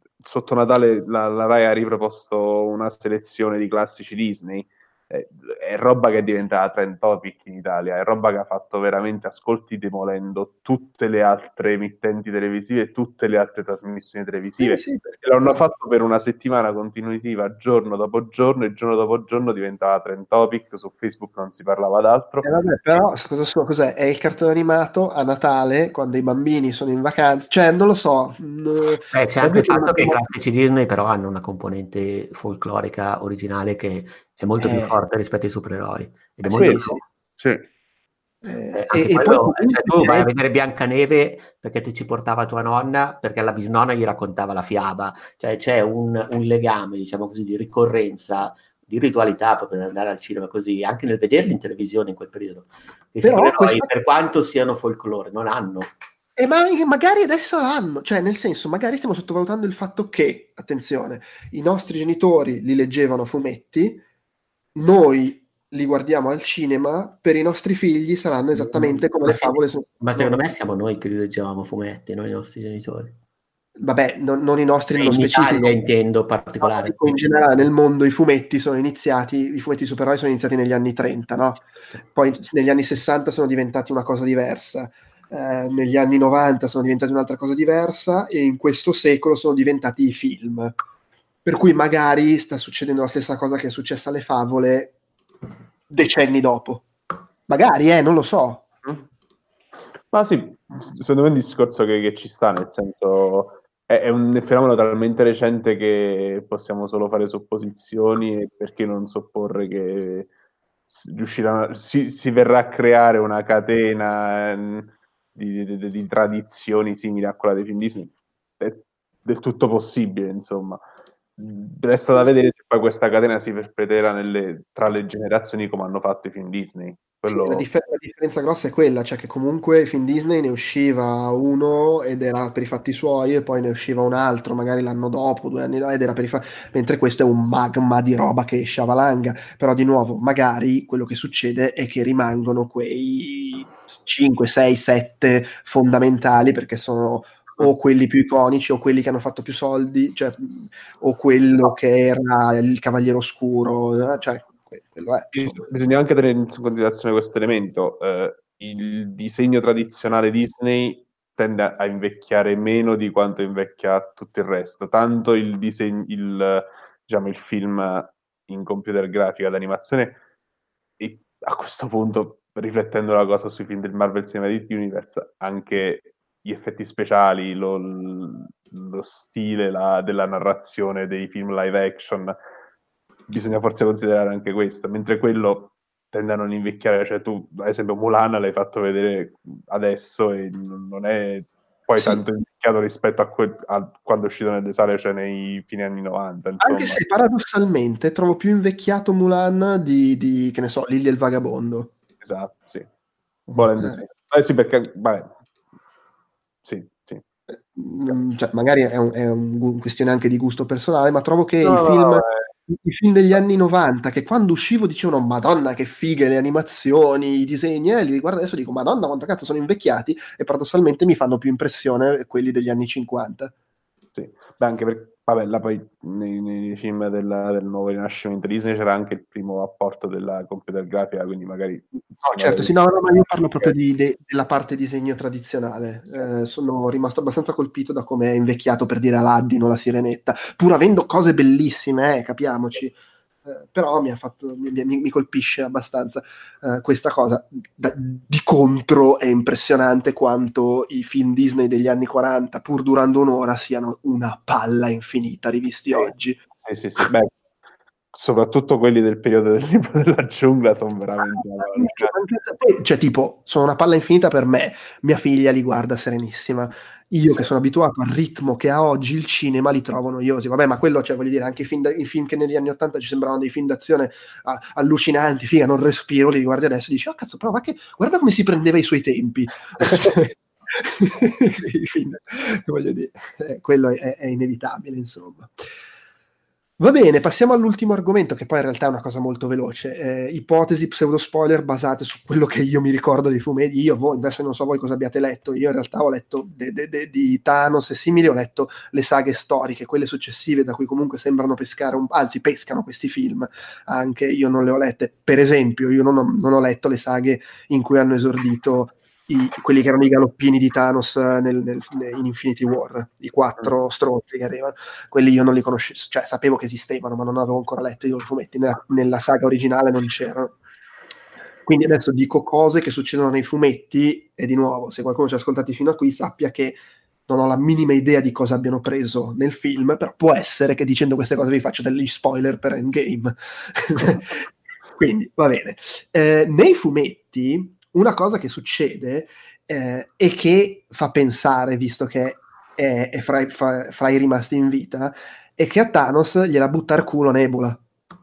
sotto Natale la Rai ha riproposto una selezione di classici Disney, è è roba che è diventata trend topic in Italia, è roba che ha fatto veramente ascolti demolendo tutte le altre emittenti televisive e tutte le altre trasmissioni televisive. Sì. Perché l'hanno fatto per una settimana continuativa, giorno dopo giorno, e giorno dopo giorno diventava trend topic, su Facebook non si parlava d'altro. Vabbè, però cos'è? È il cartone animato a Natale, quando i bambini sono in vacanza, cioè non lo so. C'è anche il fatto che i classici Disney però hanno una componente folclorica originale che è molto più forte rispetto ai supereroi, ed è molto sì. anche quello, cioè, tu vai a vedere Biancaneve perché ti ci portava tua nonna, perché la bisnonna gli raccontava la fiaba, cioè c'è un legame, diciamo così, di ricorrenza, di ritualità proprio per andare al cinema, così anche nel vederli in televisione in quel periodo. I supereroi, per quanto siano folklore, non hanno. E magari adesso l'hanno, cioè nel senso, magari stiamo sottovalutando il fatto che, attenzione, i nostri genitori li leggevano a fumetti, noi li guardiamo al cinema, per i nostri figli saranno esattamente come le favole. Ma secondo me siamo noi che li leggevamo a fumetti, non i nostri genitori. Vabbè, non i nostri nello in specifico. Italia intendo particolare. In generale nel mondo i fumetti supereroi sono iniziati negli anni 30, no? Poi negli anni 60 sono diventati una cosa diversa. Negli anni 90 sono diventati un'altra cosa diversa, e in questo secolo sono diventati i film, per cui magari sta succedendo la stessa cosa che è successa alle favole decenni dopo, magari, non lo so. Ma sì, secondo me è un discorso che ci sta, nel senso è un fenomeno talmente recente che possiamo solo fare supposizioni, e perché non supporre che si verrà a creare una catena di tradizioni simili a quella dei film Disney. È del tutto possibile, insomma. Resta da vedere se poi questa catena si perpetuerà tra le generazioni come hanno fatto i film Disney. Quello... Sì, la differenza grossa è quella, cioè che comunque il film Disney ne usciva uno ed era per i fatti suoi, e poi ne usciva un altro magari l'anno dopo, 2 anni dopo, ed era per i fatti, mentre questo è un magma di roba che esce a valanga. Però di nuovo, magari quello che succede è che rimangono quei 5, 6, 7 fondamentali, perché sono o quelli più iconici o quelli che hanno fatto più soldi, cioè, o quello che era il Cavaliere Oscuro, cioè quello è. Bisogna anche tenere in considerazione questo elemento. Il disegno tradizionale Disney tende a invecchiare meno di quanto invecchia tutto il resto. Tanto il film in computer grafica d'animazione, e a questo punto, riflettendo la cosa sui film del Marvel Cinematic Universe, anche gli effetti speciali, lo stile della narrazione dei film live action, bisogna forse considerare anche questo, mentre quello tende a non invecchiare. Cioè tu, ad esempio, Mulan l'hai fatto vedere adesso e non è poi tanto invecchiato rispetto a quando è uscito nelle sale, cioè nei fine anni 90, insomma. Anche se paradossalmente trovo più invecchiato Mulan di che ne so, Lily e il Vagabondo. Esatto, sì. Volendo sì. Sì, perché, vabbè. Sì. Cioè, magari è un questione anche di gusto personale, ma trovo che i film degli anni 90, che quando uscivo dicevano Madonna che fighe le animazioni, i disegni, e li guardo adesso e dico Madonna quanto cazzo sono invecchiati, e paradossalmente mi fanno più impressione quelli degli anni 50. Sì, beh, anche perché là poi nei film del nuovo rinascimento Disney c'era anche il primo apporto della computer grafica, quindi magari... certo, sì, no, ma io parlo proprio della parte disegno tradizionale. Sono rimasto abbastanza colpito da come è invecchiato, per dire, Aladdin o La Sirenetta, pur avendo cose bellissime, capiamoci. Però mi colpisce abbastanza questa cosa. Di contro è impressionante quanto i film Disney degli anni 40, pur durando un'ora, siano una palla infinita rivisti oggi. Sì. Beh, soprattutto quelli del periodo del libro della giungla sono veramente... Cioè, tipo, sono una palla infinita per me. Mia figlia li guarda serenissima. Io che sono abituato al ritmo che ha oggi il cinema li trovo noiosi. Vabbè, ma quello, cioè, voglio dire, anche i film che negli anni 80 ci sembravano dei film d'azione allucinanti, figa, non respiro, li guardi adesso e dici, oh cazzo, però guarda come si prendeva i suoi tempi. Quindi, voglio dire, quello è inevitabile, insomma. Va bene, passiamo all'ultimo argomento, che poi in realtà è una cosa molto veloce. Ipotesi pseudo spoiler basate su quello che io mi ricordo dei fumetti. Voi, adesso non so voi cosa abbiate letto. Io in realtà ho letto di Thanos e simili, ho letto le saghe storiche, quelle successive, da cui comunque sembrano pescare, anzi pescano questi film. Anche io non le ho lette. Per esempio, io non ho letto le saghe in cui hanno esordito quelli che erano i galoppini di Thanos in Infinity War, i 4 stronzi che arrivano. Quelli io non li conoscevo, cioè sapevo che esistevano, ma non avevo ancora letto io i fumetti, nella saga originale non c'erano. Quindi adesso dico cose che succedono nei fumetti, e di nuovo, se qualcuno ci ha ascoltati fino a qui, sappia che non ho la minima idea di cosa abbiano preso nel film, però può essere che dicendo queste cose vi faccio degli spoiler per Endgame. Quindi, va bene. Nei fumetti, una cosa che succede e che fa pensare, visto che è fra i rimasti in vita, è che a Thanos gliela butta al culo Nebula.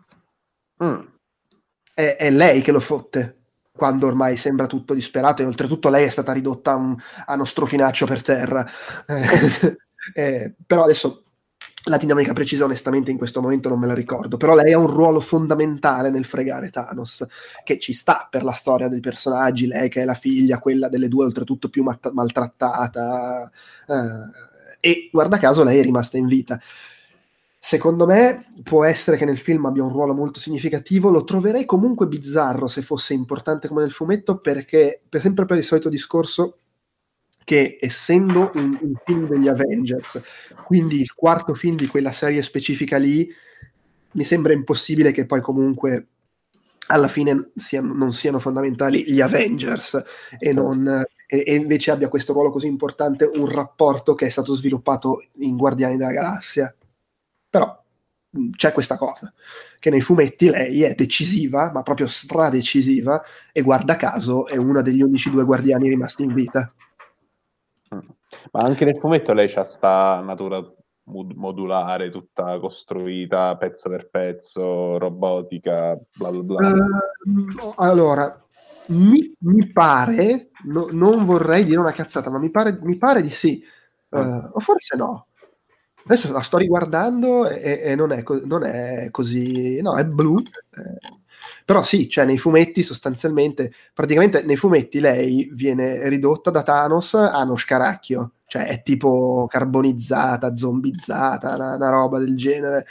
È lei che lo fotte quando ormai sembra tutto disperato, e oltretutto lei è stata ridotta a uno strofinaccio per terra. Però adesso la dinamica precisa onestamente in questo momento non me la ricordo, però lei ha un ruolo fondamentale nel fregare Thanos, che ci sta per la storia dei personaggi, lei che è la figlia, quella delle due oltretutto più maltrattata, e guarda caso lei è rimasta in vita. Secondo me può essere che nel film abbia un ruolo molto significativo, lo troverei comunque bizzarro se fosse importante come nel fumetto, perché sempre per il solito discorso che essendo un film degli Avengers, quindi il quarto film di quella serie specifica lì, mi sembra impossibile che poi comunque alla fine non siano fondamentali gli Avengers e invece abbia questo ruolo così importante, un rapporto che è stato sviluppato in Guardiani della Galassia. Però c'è questa cosa, che nei fumetti lei è decisiva, ma proprio stradecisiva, e guarda caso è una degli unici 2 guardiani rimasti in vita. Ma anche nel fumetto lei c'ha sta natura modulare, tutta costruita pezzo per pezzo, robotica, bla bla bla. Allora, mi pare, non vorrei dire una cazzata, ma mi pare di sì, o forse no. Adesso la sto riguardando e non è così, no, è blu. Però sì, cioè nei fumetti sostanzialmente, praticamente nei fumetti lei viene ridotta da Thanos a uno scaracchio, cioè è tipo carbonizzata, zombizzata, una roba del genere.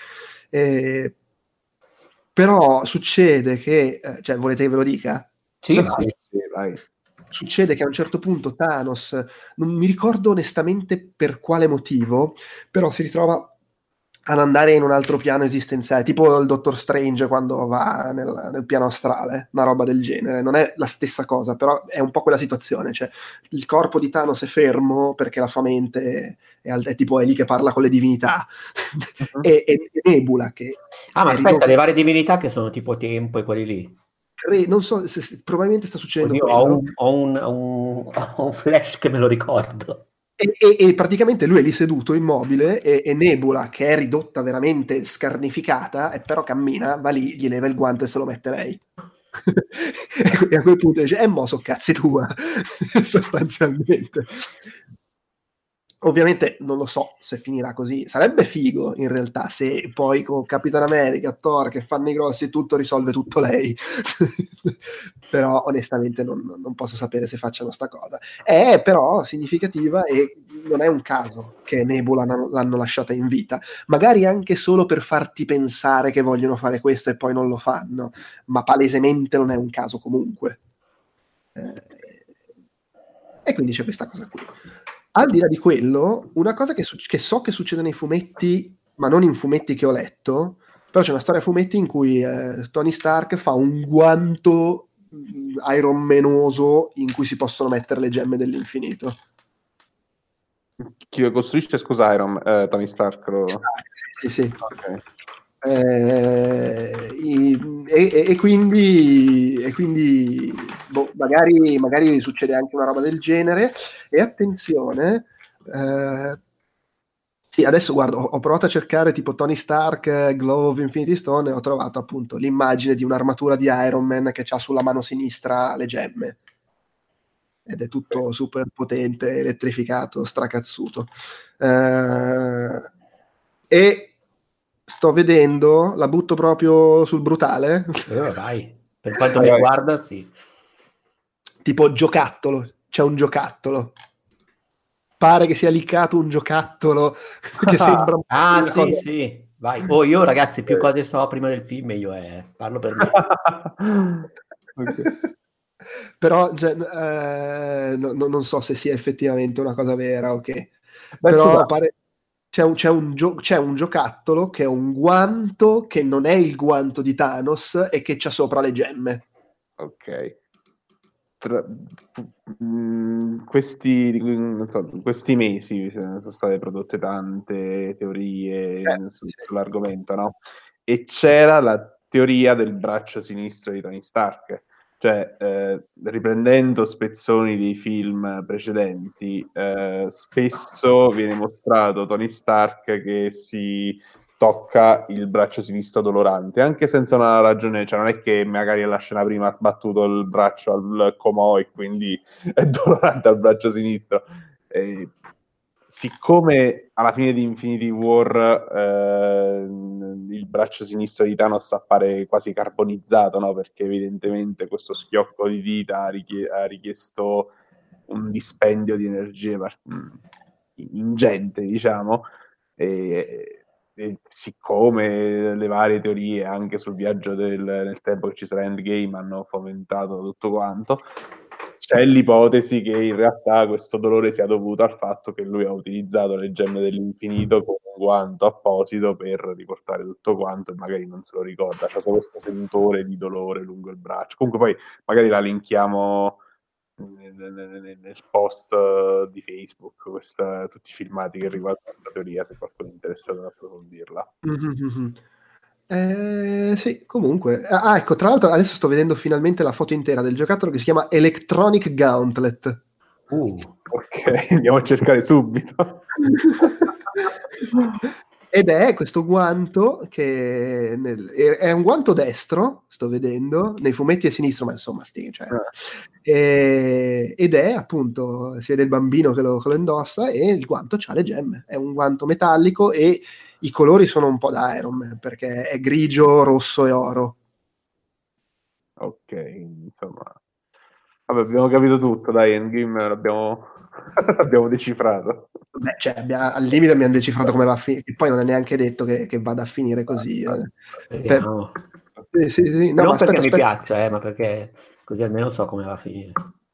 Però succede che, cioè volete che ve lo dica? Sì, vai. Succede che a un certo punto Thanos, non mi ricordo onestamente per quale motivo, però si ritrova ad andare in un altro piano esistenziale, tipo il Doctor Strange quando va nel piano astrale, una roba del genere. Non è la stessa cosa, però è un po' quella situazione, cioè il corpo di Thanos è fermo perché la sua mente è tipo è lì che parla con le divinità. E Nebula che... ma aspetta, le varie divinità che sono tipo tempo e quelli lì. Non so, probabilmente sta succedendo Oddio, quello. ho un flash che me lo ricordo. E praticamente lui è lì seduto, immobile, e Nebula, che è ridotta veramente scarnificata, e però cammina, va lì, gli leva il guanto e se lo mette lei. E a quel punto dice, mo so cazzi tua, sostanzialmente. Ovviamente non lo so se finirà così. Sarebbe figo in realtà se poi con Capitan America, Thor che fanno i grossi e tutto risolve tutto lei. Però onestamente non posso sapere se facciano sta cosa. È però significativa e non è un caso che Nebula l'hanno lasciata in vita. Magari anche solo per farti pensare che vogliono fare questo e poi non lo fanno, ma palesemente non è un caso comunque. E quindi c'è questa cosa qui. Al di là di quello, una cosa che so che succede nei fumetti, ma non in fumetti che ho letto, però c'è una storia a fumetti in cui Tony Stark fa un guanto ironmanoso in cui si possono mettere le gemme dell'infinito. Chi lo costruisce, scusa, Tony Stark? Sì, sì. Okay. E quindi magari succede anche una roba del genere. E attenzione, sì, adesso guardo, ho provato a cercare tipo Tony Stark, Glow of Infinity Stone, e ho trovato appunto l'immagine di un'armatura di Iron Man che ha sulla mano sinistra le gemme. Ed è tutto super potente, elettrificato, stracazzuto. E sto vedendo, la butto proprio sul brutale. Vai. Per quanto mi riguarda, sì. Tipo giocattolo, c'è un giocattolo. Pare che sia liccato un giocattolo che sembra una sì, cosa... sì, vai. Oh, io ragazzi, più cose so prima del film, io parlo per me. Okay. Però cioè, non so se sia effettivamente una cosa vera o che. Però pare... c'è un giocattolo che è un guanto che non è il guanto di Thanos e che c'ha sopra le gemme. Ok. Questi mesi sono state prodotte tante teorie sull'argomento, no? E c'era la teoria del braccio sinistro di Tony Stark, cioè riprendendo spezzoni dei film precedenti, spesso viene mostrato Tony Stark che si tocca il braccio sinistro dolorante, anche senza una ragione, cioè non è che magari alla scena prima ha sbattuto il braccio al comò e quindi è dolorante al braccio sinistro. Siccome alla fine di Infinity War il braccio sinistro di Thanos appare quasi carbonizzato, no? Perché evidentemente questo schiocco di dita ha richiesto un dispendio di energie ingente, diciamo, e siccome le varie teorie anche sul viaggio nel tempo che ci sarà Endgame hanno fomentato tutto quanto, c'è l'ipotesi che in realtà questo dolore sia dovuto al fatto che lui ha utilizzato le gemme dell'infinito come un guanto apposito per riportare tutto quanto e magari non se lo ricorda, c'è solo questo sentore di dolore lungo il braccio. Comunque poi magari la linkiamo nel post di Facebook, tutti i filmati che riguardano questa teoria, se qualcuno è interessato ad approfondirla. Sì, comunque. Ecco, tra l'altro adesso sto vedendo finalmente la foto intera del giocattolo che si chiama Electronic Gauntlet. Ok, andiamo a cercare subito. Ed è questo guanto che è un guanto destro, sto vedendo, nei fumetti è sinistro, ma insomma, ed è appunto, si vede il bambino che lo indossa e il guanto c'ha le gemme, è un guanto metallico e i colori sono un po' da Iron Man, perché è grigio, rosso e oro. Ok, insomma, vabbè, abbiamo capito tutto, dai, Endgame l'abbiamo decifrato. Beh, cioè, al limite abbiamo decifrato come va a finire, e poi non è neanche detto che vada a finire così. Vediamo. Sì. No, non ma perché aspetta. mi piaccia, ma perché così almeno so come va a finire.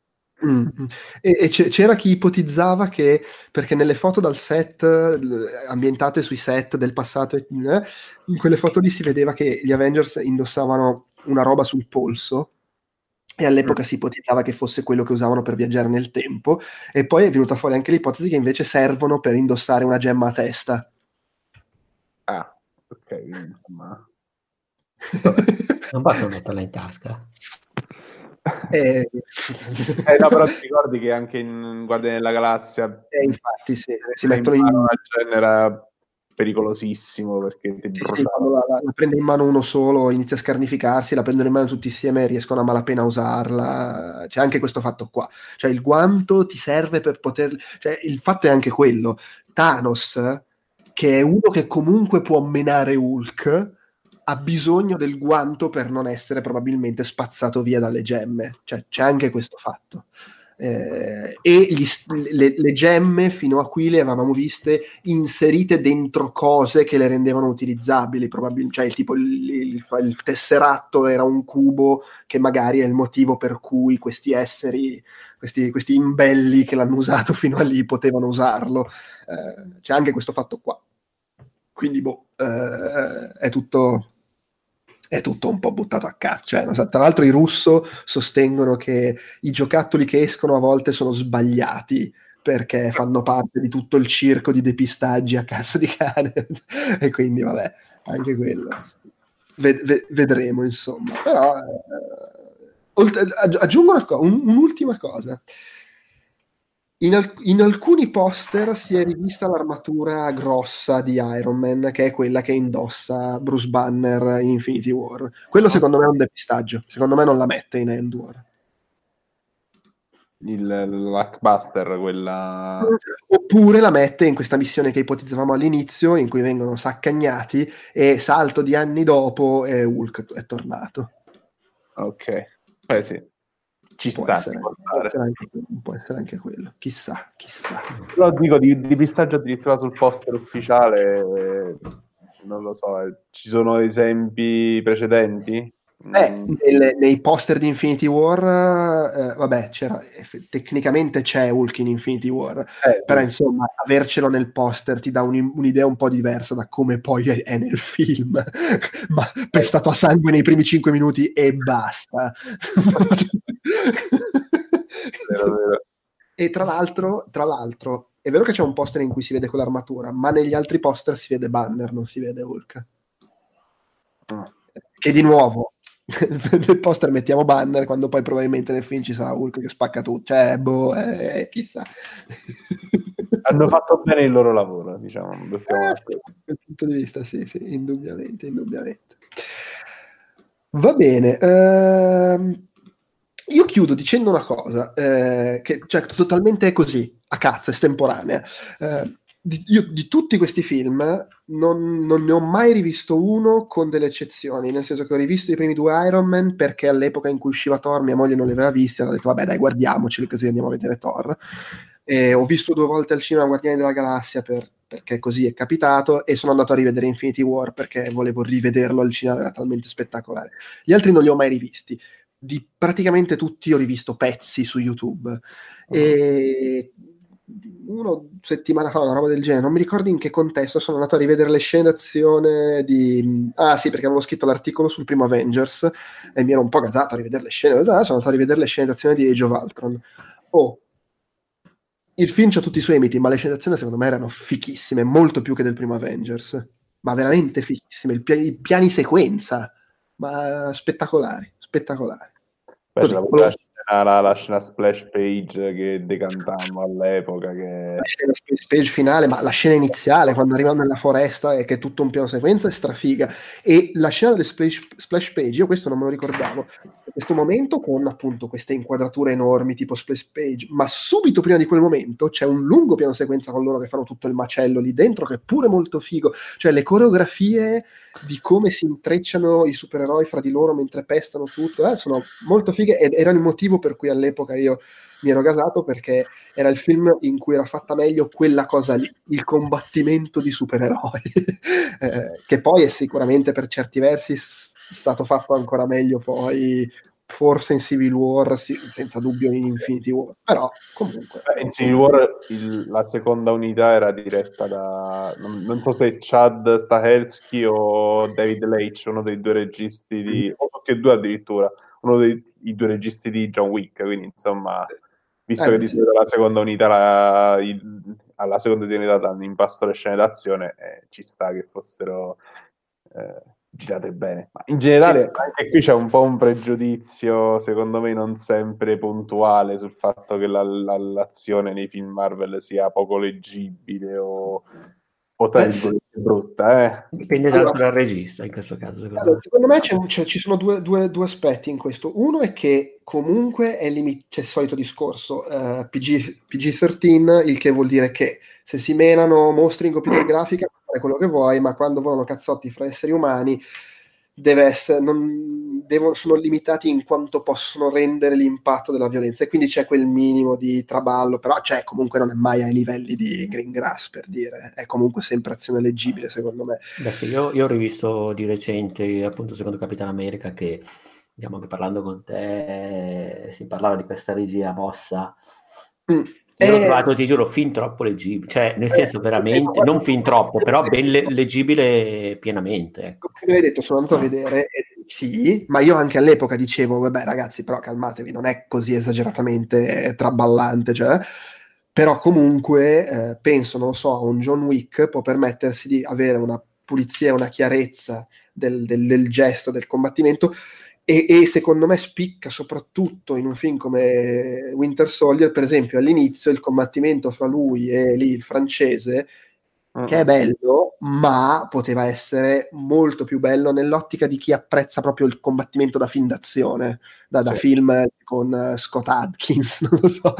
E c'era chi ipotizzava che, perché nelle foto dal set, ambientate sui set del passato, in quelle foto lì si vedeva che gli Avengers indossavano una roba sul polso, e all'epoca si ipotizzava che fosse quello che usavano per viaggiare nel tempo, e poi è venuta fuori anche l'ipotesi che invece servono per indossare una gemma a testa. Ah, ok, insomma... Non possono metterla in tasca. No, però ti ricordi che anche in Guardiani della Galassia infatti si mettono in mano una genera era pericolosissimo perché ti bruciava. Quando la prende in mano uno solo inizia a scarnificarsi, la prendono in mano tutti insieme e riescono a malapena a usarla. C'è anche questo fatto qua, cioè il guanto ti serve per poter, cioè il fatto è anche quello, Thanos, che è uno che comunque può menare Hulk, ha bisogno del guanto per non essere probabilmente spazzato via dalle gemme, cioè c'è anche questo fatto. E le gemme fino a qui le avevamo viste inserite dentro cose che le rendevano utilizzabili, probabilmente, cioè tipo il tesseratto era un cubo che magari è il motivo per cui questi esseri, questi imbelli che l'hanno usato fino a lì potevano usarlo. C'è anche questo fatto qua, quindi è tutto un po' buttato a cazzo. Cioè, tra l'altro i Russo sostengono che i giocattoli che escono a volte sono sbagliati perché fanno parte di tutto il circo di depistaggi a cazzo di cane e quindi vabbè, anche quello vedremo, insomma. Però aggiungo un'ultima cosa. In alcuni poster si è rivista l'armatura grossa di Iron Man, che è quella che indossa Bruce Banner in Infinity War. Quello secondo me è un depistaggio, secondo me non la mette in End War. l'Hackbuster, quella... Oppure la mette in questa missione che ipotizzavamo all'inizio, in cui vengono saccagnati e salto di anni dopo e Hulk è tornato. Ok, sì. Ci Può sta. essere anche quello. Chissà. Però dico, di pistaggio addirittura sul poster ufficiale, non lo so, ci sono esempi precedenti? Nei poster di Infinity War, vabbè, tecnicamente c'è Hulk in Infinity War, però sì. insomma, avercelo nel poster ti dà un'idea un po' diversa da come poi è nel film, ma pestato a sangue nei primi 5 minuti e basta. Vero. E tra l'altro, è vero che c'è un poster in cui si vede quell'armatura, ma negli altri poster si vede Banner, non si vede Hulk. Che di nuovo nel poster mettiamo Banner, quando poi probabilmente nel film ci sarà Hulk che spacca tutto, cioè chissà. Hanno fatto bene il loro lavoro, diciamo. Da quel punto di vista sì, indubbiamente. Va bene, io chiudo dicendo una cosa, che cioè, totalmente così, a cazzo, estemporanea. Io di tutti questi film non ne ho mai rivisto uno con delle eccezioni, nel senso che ho rivisto i primi 2 Iron Man perché all'epoca in cui usciva Thor mia moglie non li aveva visti e hanno detto vabbè dai guardiamoceli così andiamo a vedere Thor, e ho visto 2 volte al cinema Guardiani della Galassia perché così è capitato, e sono andato a rivedere Infinity War perché volevo rivederlo al cinema, era talmente spettacolare. Gli altri non li ho mai rivisti, di praticamente tutti ho rivisto pezzi su YouTube, e una settimana fa, una roba del genere, non mi ricordo in che contesto, sono andato a rivedere le scene d'azione di... Ah sì, perché avevo scritto l'articolo sul primo Avengers e mi ero un po' gasato a rivedere le scene, sono andato a rivedere le scene d'azione di Age of Ultron. Il film c'ha tutti i suoi limiti, ma le scene d'azione secondo me erano fichissime, molto più che del primo Avengers, ma veramente fichissime, i piani sequenza, ma spettacolari. Così, la scena splash page che decantammo all'epoca, che... la scena page finale, ma la scena iniziale quando arrivano nella foresta e che è tutto un piano sequenza è strafiga, e la scena delle splash page, io questo non me lo ricordavo, in questo momento con appunto queste inquadrature enormi tipo splash page, ma subito prima di quel momento c'è un lungo piano sequenza con loro che fanno tutto il macello lì dentro, che è pure molto figo, cioè le coreografie di come si intrecciano i supereroi fra di loro mentre pestano tutto, sono molto fighe, ed era il motivo per cui all'epoca io mi ero gasato, perché era il film in cui era fatta meglio quella cosa lì, il combattimento di supereroi, che poi è sicuramente per certi versi stato fatto ancora meglio poi forse in Civil War, sì, senza dubbio in Infinity War, però comunque in Civil War la seconda unità era diretta da non so se Chad Stahelski o David Leitch, uno dei 2 registi o tutti e 2 addirittura, uno dei 2 registi di John Wick, quindi insomma, visto che di solito la seconda unità alla seconda unità danno in pasto le scene d'azione, ci sta che fossero girate bene. Ma in generale anche qui c'è un po' un pregiudizio, secondo me non sempre puntuale, sul fatto che l'azione nei film Marvel sia poco leggibile o tra virgolette brutta. Dipende dal regista in questo caso, secondo me ci sono due aspetti in questo. Uno è che comunque c'è il solito discorso PG-13, il che vuol dire che se si menano mostri in computer grafica puoi fare quello che vuoi, ma quando volano cazzotti fra esseri umani sono limitati in quanto possono rendere l'impatto della violenza, e quindi c'è quel minimo di traballo, però comunque non è mai ai livelli di Greengrass, per dire, è comunque sempre azione leggibile secondo me. Beh sì, io ho rivisto di recente appunto secondo Capitan America, che diciamo che parlando con te si parlava di questa regia mossa. Io l'ho trovato, ti giuro, fin troppo leggibile, cioè nel senso veramente, non fin troppo, però ben leggibile pienamente. Come hai detto, sono andato a vedere, sì, ma io anche all'epoca dicevo, vabbè ragazzi, però calmatevi, non è così esageratamente traballante, cioè, però comunque penso, non lo so, a un John Wick può permettersi di avere una pulizia, una chiarezza del gesto, del combattimento, e secondo me spicca soprattutto in un film come Winter Soldier, per esempio all'inizio il combattimento fra lui e lì il francese che è bello, ma poteva essere molto più bello nell'ottica di chi apprezza proprio il combattimento da film d'azione, da film con Scott Adkins, non lo so.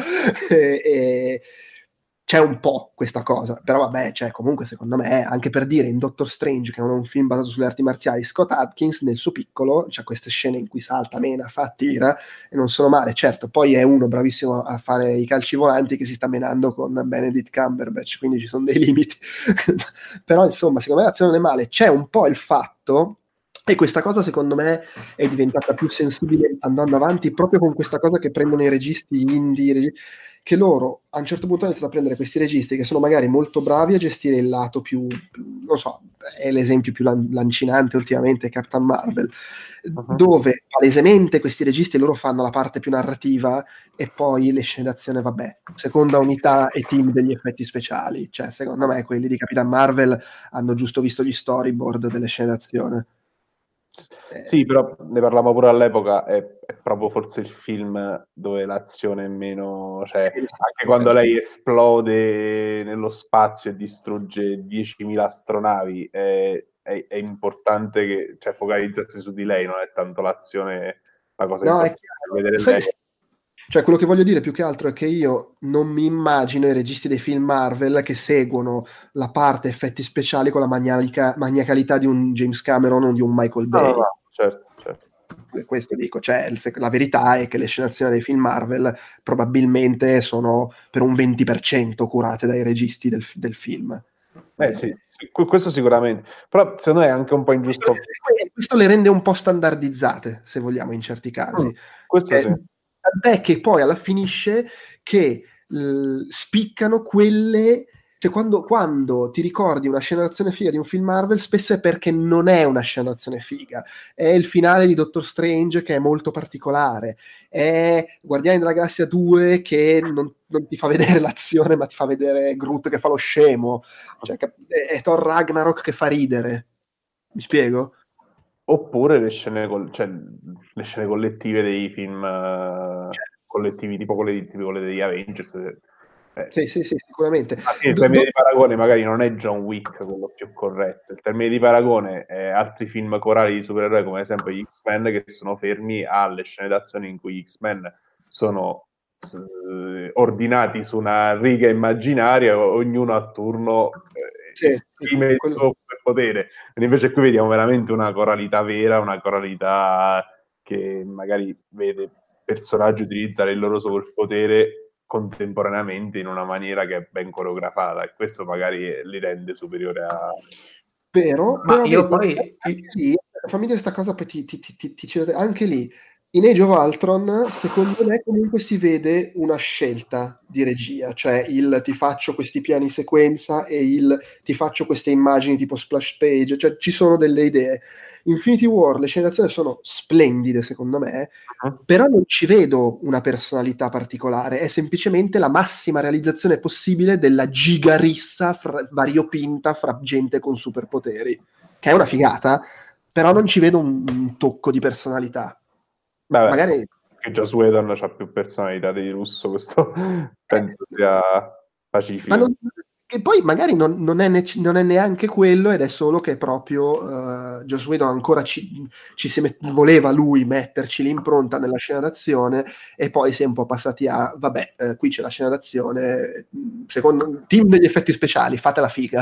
e c'è un po' questa cosa, però vabbè, cioè, comunque secondo me, anche per dire, in Doctor Strange, che è un film basato sulle arti marziali, Scott Adkins nel suo piccolo c'ha queste scene in cui salta, mena, fa, tira, e non sono male. Certo, poi è uno bravissimo a fare i calci volanti che si sta menando con Benedict Cumberbatch, quindi ci sono dei limiti. Però insomma, secondo me l'azione non è male. C'è un po' il fatto, e questa cosa secondo me è diventata più sensibile andando avanti, proprio con questa cosa che prendono i registi indie, che loro a un certo punto hanno iniziato a prendere questi registi che sono magari molto bravi a gestire il lato più non so, è l'esempio più lancinante ultimamente, Captain Marvel, dove palesemente questi registi loro fanno la parte più narrativa e poi le scene d'azione, vabbè, seconda unità e team degli effetti speciali. Cioè, secondo me quelli di Capitan Marvel hanno giusto visto gli storyboard delle scene d'azione. Sì, però ne parlavamo pure all'epoca, è proprio forse il film dove l'azione è meno, cioè anche quando lei esplode nello spazio e distrugge 10.000 astronavi, è importante che, cioè, focalizzarsi su di lei, non è tanto l'azione la cosa No, importante, è vedere sai, lei. cioè, quello che voglio dire più che altro è che io non mi immagino i registi dei film Marvel che seguono la parte effetti speciali con la maniacalità di un James Cameron o di un Michael Bay. No, certo. Questo dico, cioè la verità è che le scene d'azione dei film Marvel probabilmente sono per un 20% curate dai registi del film. Sì, questo sicuramente, però secondo me è anche un po' ingiusto. Questo le rende un po' standardizzate, se vogliamo, in certi casi. Questo sì. Tant'è che poi alla finisce che spiccano quelle, cioè quando ti ricordi una scena d'azione figa di un film Marvel, spesso è perché non è una scena d'azione figa, è il finale di Doctor Strange che è molto particolare, è Guardiani della Galassia 2 che non ti fa vedere l'azione ma ti fa vedere Groot che fa lo scemo, cioè, è Thor Ragnarok che fa ridere, mi spiego? Oppure le scene collettive dei film collettivi, tipo quelle degli Avengers. Sì, sicuramente. Il termine di paragone magari non è John Wick quello più corretto, il termine di paragone è altri film corali di supereroi come ad esempio gli X-Men, che sono fermi alle scene d'azione in cui gli X-Men sono ordinati su una riga immaginaria, ognuno a turno esprime il suo potere. Invece qui vediamo veramente una coralità vera, una coralità che magari vede personaggi utilizzare il loro superpotere contemporaneamente in una maniera che è ben coreografata, e questo magari li rende superiore a... Però io vedi, poi... lì, fammi dire questa cosa, poi anche lì, in Age of Ultron, secondo me comunque si vede una scelta di regia, cioè il ti faccio questi piani sequenza e il ti faccio queste immagini tipo splash page, cioè ci sono delle idee. Infinity War, le scene d'azione sono splendide secondo me, però non ci vedo una personalità particolare, è semplicemente la massima realizzazione possibile della gigarissa variopinta fra gente con superpoteri, che è una figata, però non ci vedo un tocco di personalità. Beh, magari che Joss Whedon ha più personalità di Russo, questo penso sia pacifico. Ma e poi magari non è neanche quello, ed è solo che proprio Joss Whedon ancora voleva lui metterci l'impronta nella scena d'azione, e poi si è un po' passati a vabbè, qui c'è la scena d'azione, secondo team degli effetti speciali, fate la figa.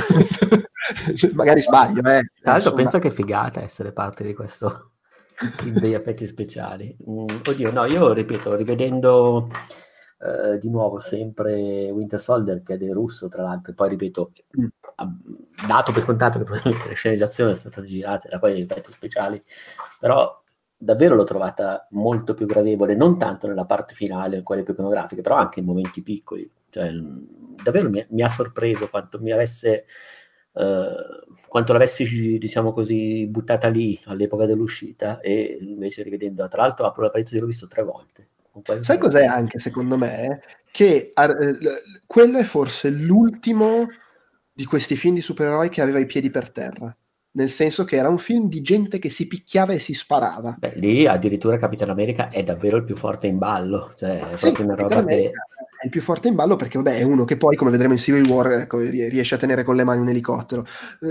Magari sbaglio, Tra l'altro penso che è figata essere parte di questo team degli effetti speciali. Oddio, no, io ripeto, rivedendo di nuovo sempre Winter Soldier, che è del Russo tra l'altro, e poi ripeto, dato per scontato che probabilmente le scene d'azione sono state girate da poi gli effetti speciali, però davvero l'ho trovata molto più gradevole, non tanto nella parte finale, in quelle più iconografiche, però anche in momenti piccoli. Cioè, davvero mi ha sorpreso quanto quanto l'avessi, diciamo così, buttata lì all'epoca dell'uscita, e invece rivedendo, tra l'altro apro la parentesi, l'ho visto 3 volte. Sai cos'è anche secondo me? Che quello è forse l'ultimo di questi film di supereroi che aveva i piedi per terra, nel senso che era un film di gente che si picchiava e si sparava. Beh, lì addirittura Capitan America è davvero il più forte in ballo, cioè è proprio una roba che è il più forte in ballo perché vabbè è uno che poi, come vedremo in Civil War, ecco, riesce a tenere con le mani un elicottero,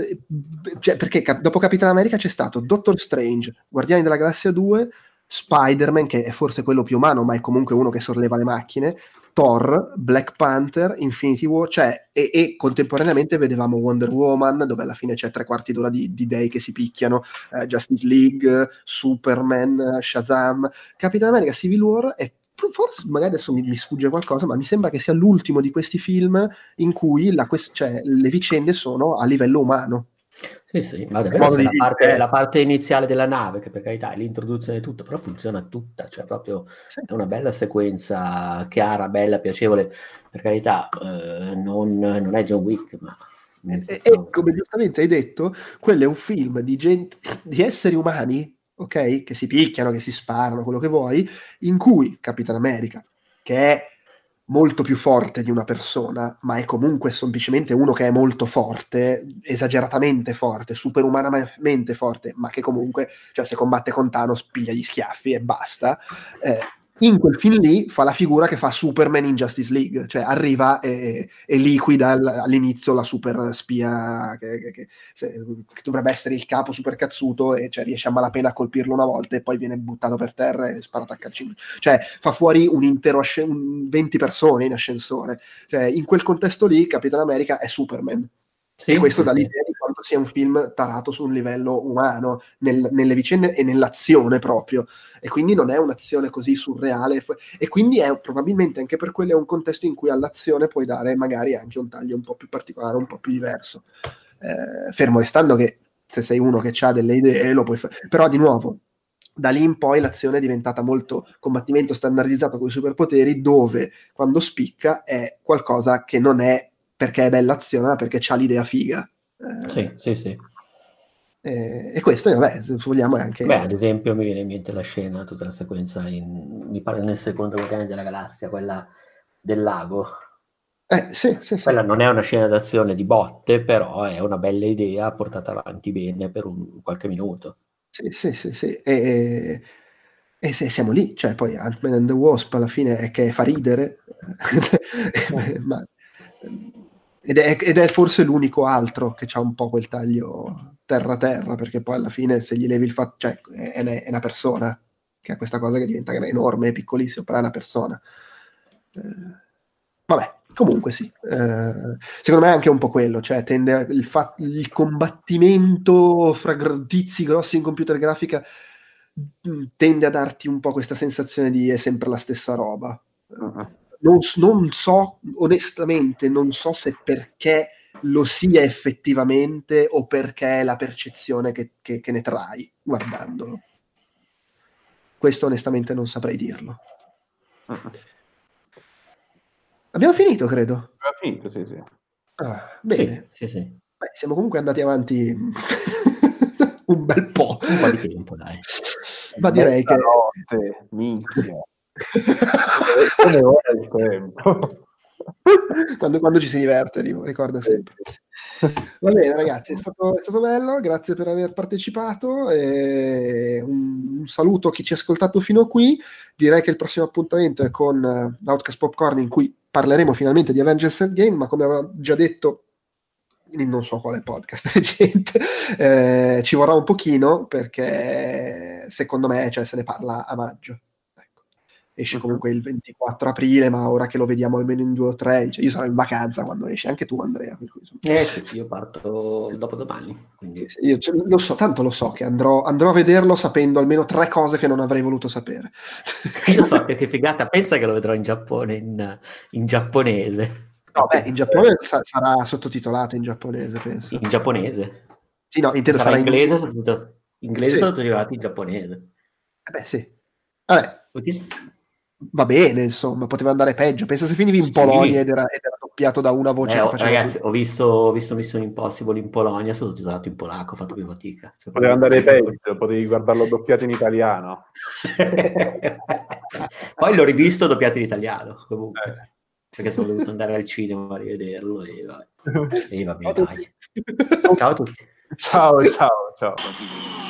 cioè, perché dopo Capitan America c'è stato Doctor Strange, Guardiani della Galassia 2, Spider-Man, che è forse quello più umano ma è comunque uno che solleva le macchine, Thor, Black Panther, Infinity War, cioè, e contemporaneamente vedevamo Wonder Woman, dove alla fine c'è 3/4 d'ora di dei che si picchiano, Justice League, Superman, Shazam, Capitan America Civil War è forse, magari adesso mi sfugge qualcosa, ma mi sembra che sia l'ultimo di questi film in cui cioè, le vicende sono a livello umano. Sì, ma davvero la parte iniziale della nave, che per carità è l'introduzione di tutto, però funziona tutta, cioè proprio è una bella sequenza chiara, bella, piacevole, per carità, non è John Wick, ma... E come giustamente hai detto, quello è un film di esseri umani, ok? Che si picchiano, che si sparano, quello che vuoi, in cui Capitan America, che è molto più forte di una persona, ma è comunque semplicemente uno che è molto forte, esageratamente forte, superumanamente forte, ma che comunque, cioè se combatte con Thanos piglia gli schiaffi e basta. In quel film lì fa la figura che fa Superman in Justice League, cioè arriva e liquida all'inizio la super spia che dovrebbe essere il capo super cazzuto, e cioè riesce a malapena a colpirlo una volta e poi viene buttato per terra e sparato a calci. Cioè fa fuori un intero 20 persone in ascensore, cioè in quel contesto lì Capitan America è Superman. Sì, e questo dà l'idea di quanto sia un film tarato su un livello umano, nelle vicende e nell'azione proprio, e quindi non è un'azione così surreale, e quindi è probabilmente anche per quello è un contesto in cui all'azione puoi dare magari anche un taglio un po' più particolare, un po' più diverso, fermo restando che se sei uno che ha delle idee lo puoi fare, però di nuovo da lì in poi l'azione è diventata molto combattimento standardizzato con i superpoteri, dove quando spicca è qualcosa che non è perché è bella azione, ma perché c'ha l'idea figa. Sì. E questo, vabbè, se vogliamo è anche... Beh, ad esempio mi viene in mente la scena, tutta la sequenza, mi pare nel secondo Guardiani della Galassia, quella del lago. Sì. Quella non è una scena d'azione di botte, però è una bella idea portata avanti bene per qualche minuto. Sì. E se siamo lì, cioè poi Ant-Man and the Wasp alla fine è che fa ridere, ma, ed è forse l'unico altro che ha un po' quel taglio terra, perché poi alla fine se gli levi il fatto, cioè è una persona che ha questa cosa che diventa enorme, piccolissimo, però è una persona. Vabbè, comunque sì, secondo me è anche un po' quello, cioè tende il combattimento fra tizi grossi in computer grafica tende a darti un po' questa sensazione di è sempre la stessa roba. Non so, onestamente, non so se perché lo sia effettivamente o perché è la percezione che ne trai guardandolo. Questo onestamente non saprei dirlo. Abbiamo finito, credo. Abbiamo finito, sì. Bene. Sì. Beh, siamo comunque andati avanti un bel po'. Un po' di tempo, dai. Ma direi che... Notte, minchia. Come ora il tempo. Quando ci si diverte, ricorda sempre. Va bene ragazzi, è stato bello, grazie per aver partecipato, e un saluto a chi ci ha ascoltato fino a qui. Direi che il prossimo appuntamento è con l'Outcast Popcorn, in cui parleremo finalmente di Avengers Endgame, ma come avevo già detto non so quale podcast recente, ci vorrà un pochino, perché secondo me se ne parla a maggio. Esce comunque il 24 aprile, ma ora che lo vediamo almeno in 2 o 3, io sarò in vacanza quando esce, anche tu Andrea. Sì, io parto dopodomani. Quindi... Sì, io tanto lo so che andrò a vederlo sapendo almeno 3 cose che non avrei voluto sapere. Io so che figata, pensa che lo vedrò in Giappone, in giapponese. No, in Giappone sarà sottotitolato in giapponese, penso. In giapponese? Sì, no, intendo sarà inglese, sottotitolato in giapponese. Sì. Vabbè. Va bene, insomma, poteva andare peggio. Pensa se finivi in Polonia ed era doppiato da una voce che faceva... Ragazzi, ho visto Mission Impossible in Polonia, sottotitolato in polacco, ho fatto più fatica. Poteva andare peggio, potevi guardarlo doppiato in italiano. Poi l'ho rivisto doppiato in italiano, comunque. Perché sono dovuto andare al cinema a rivederlo e vabbè, dai. Ciao a tutti. Ciao.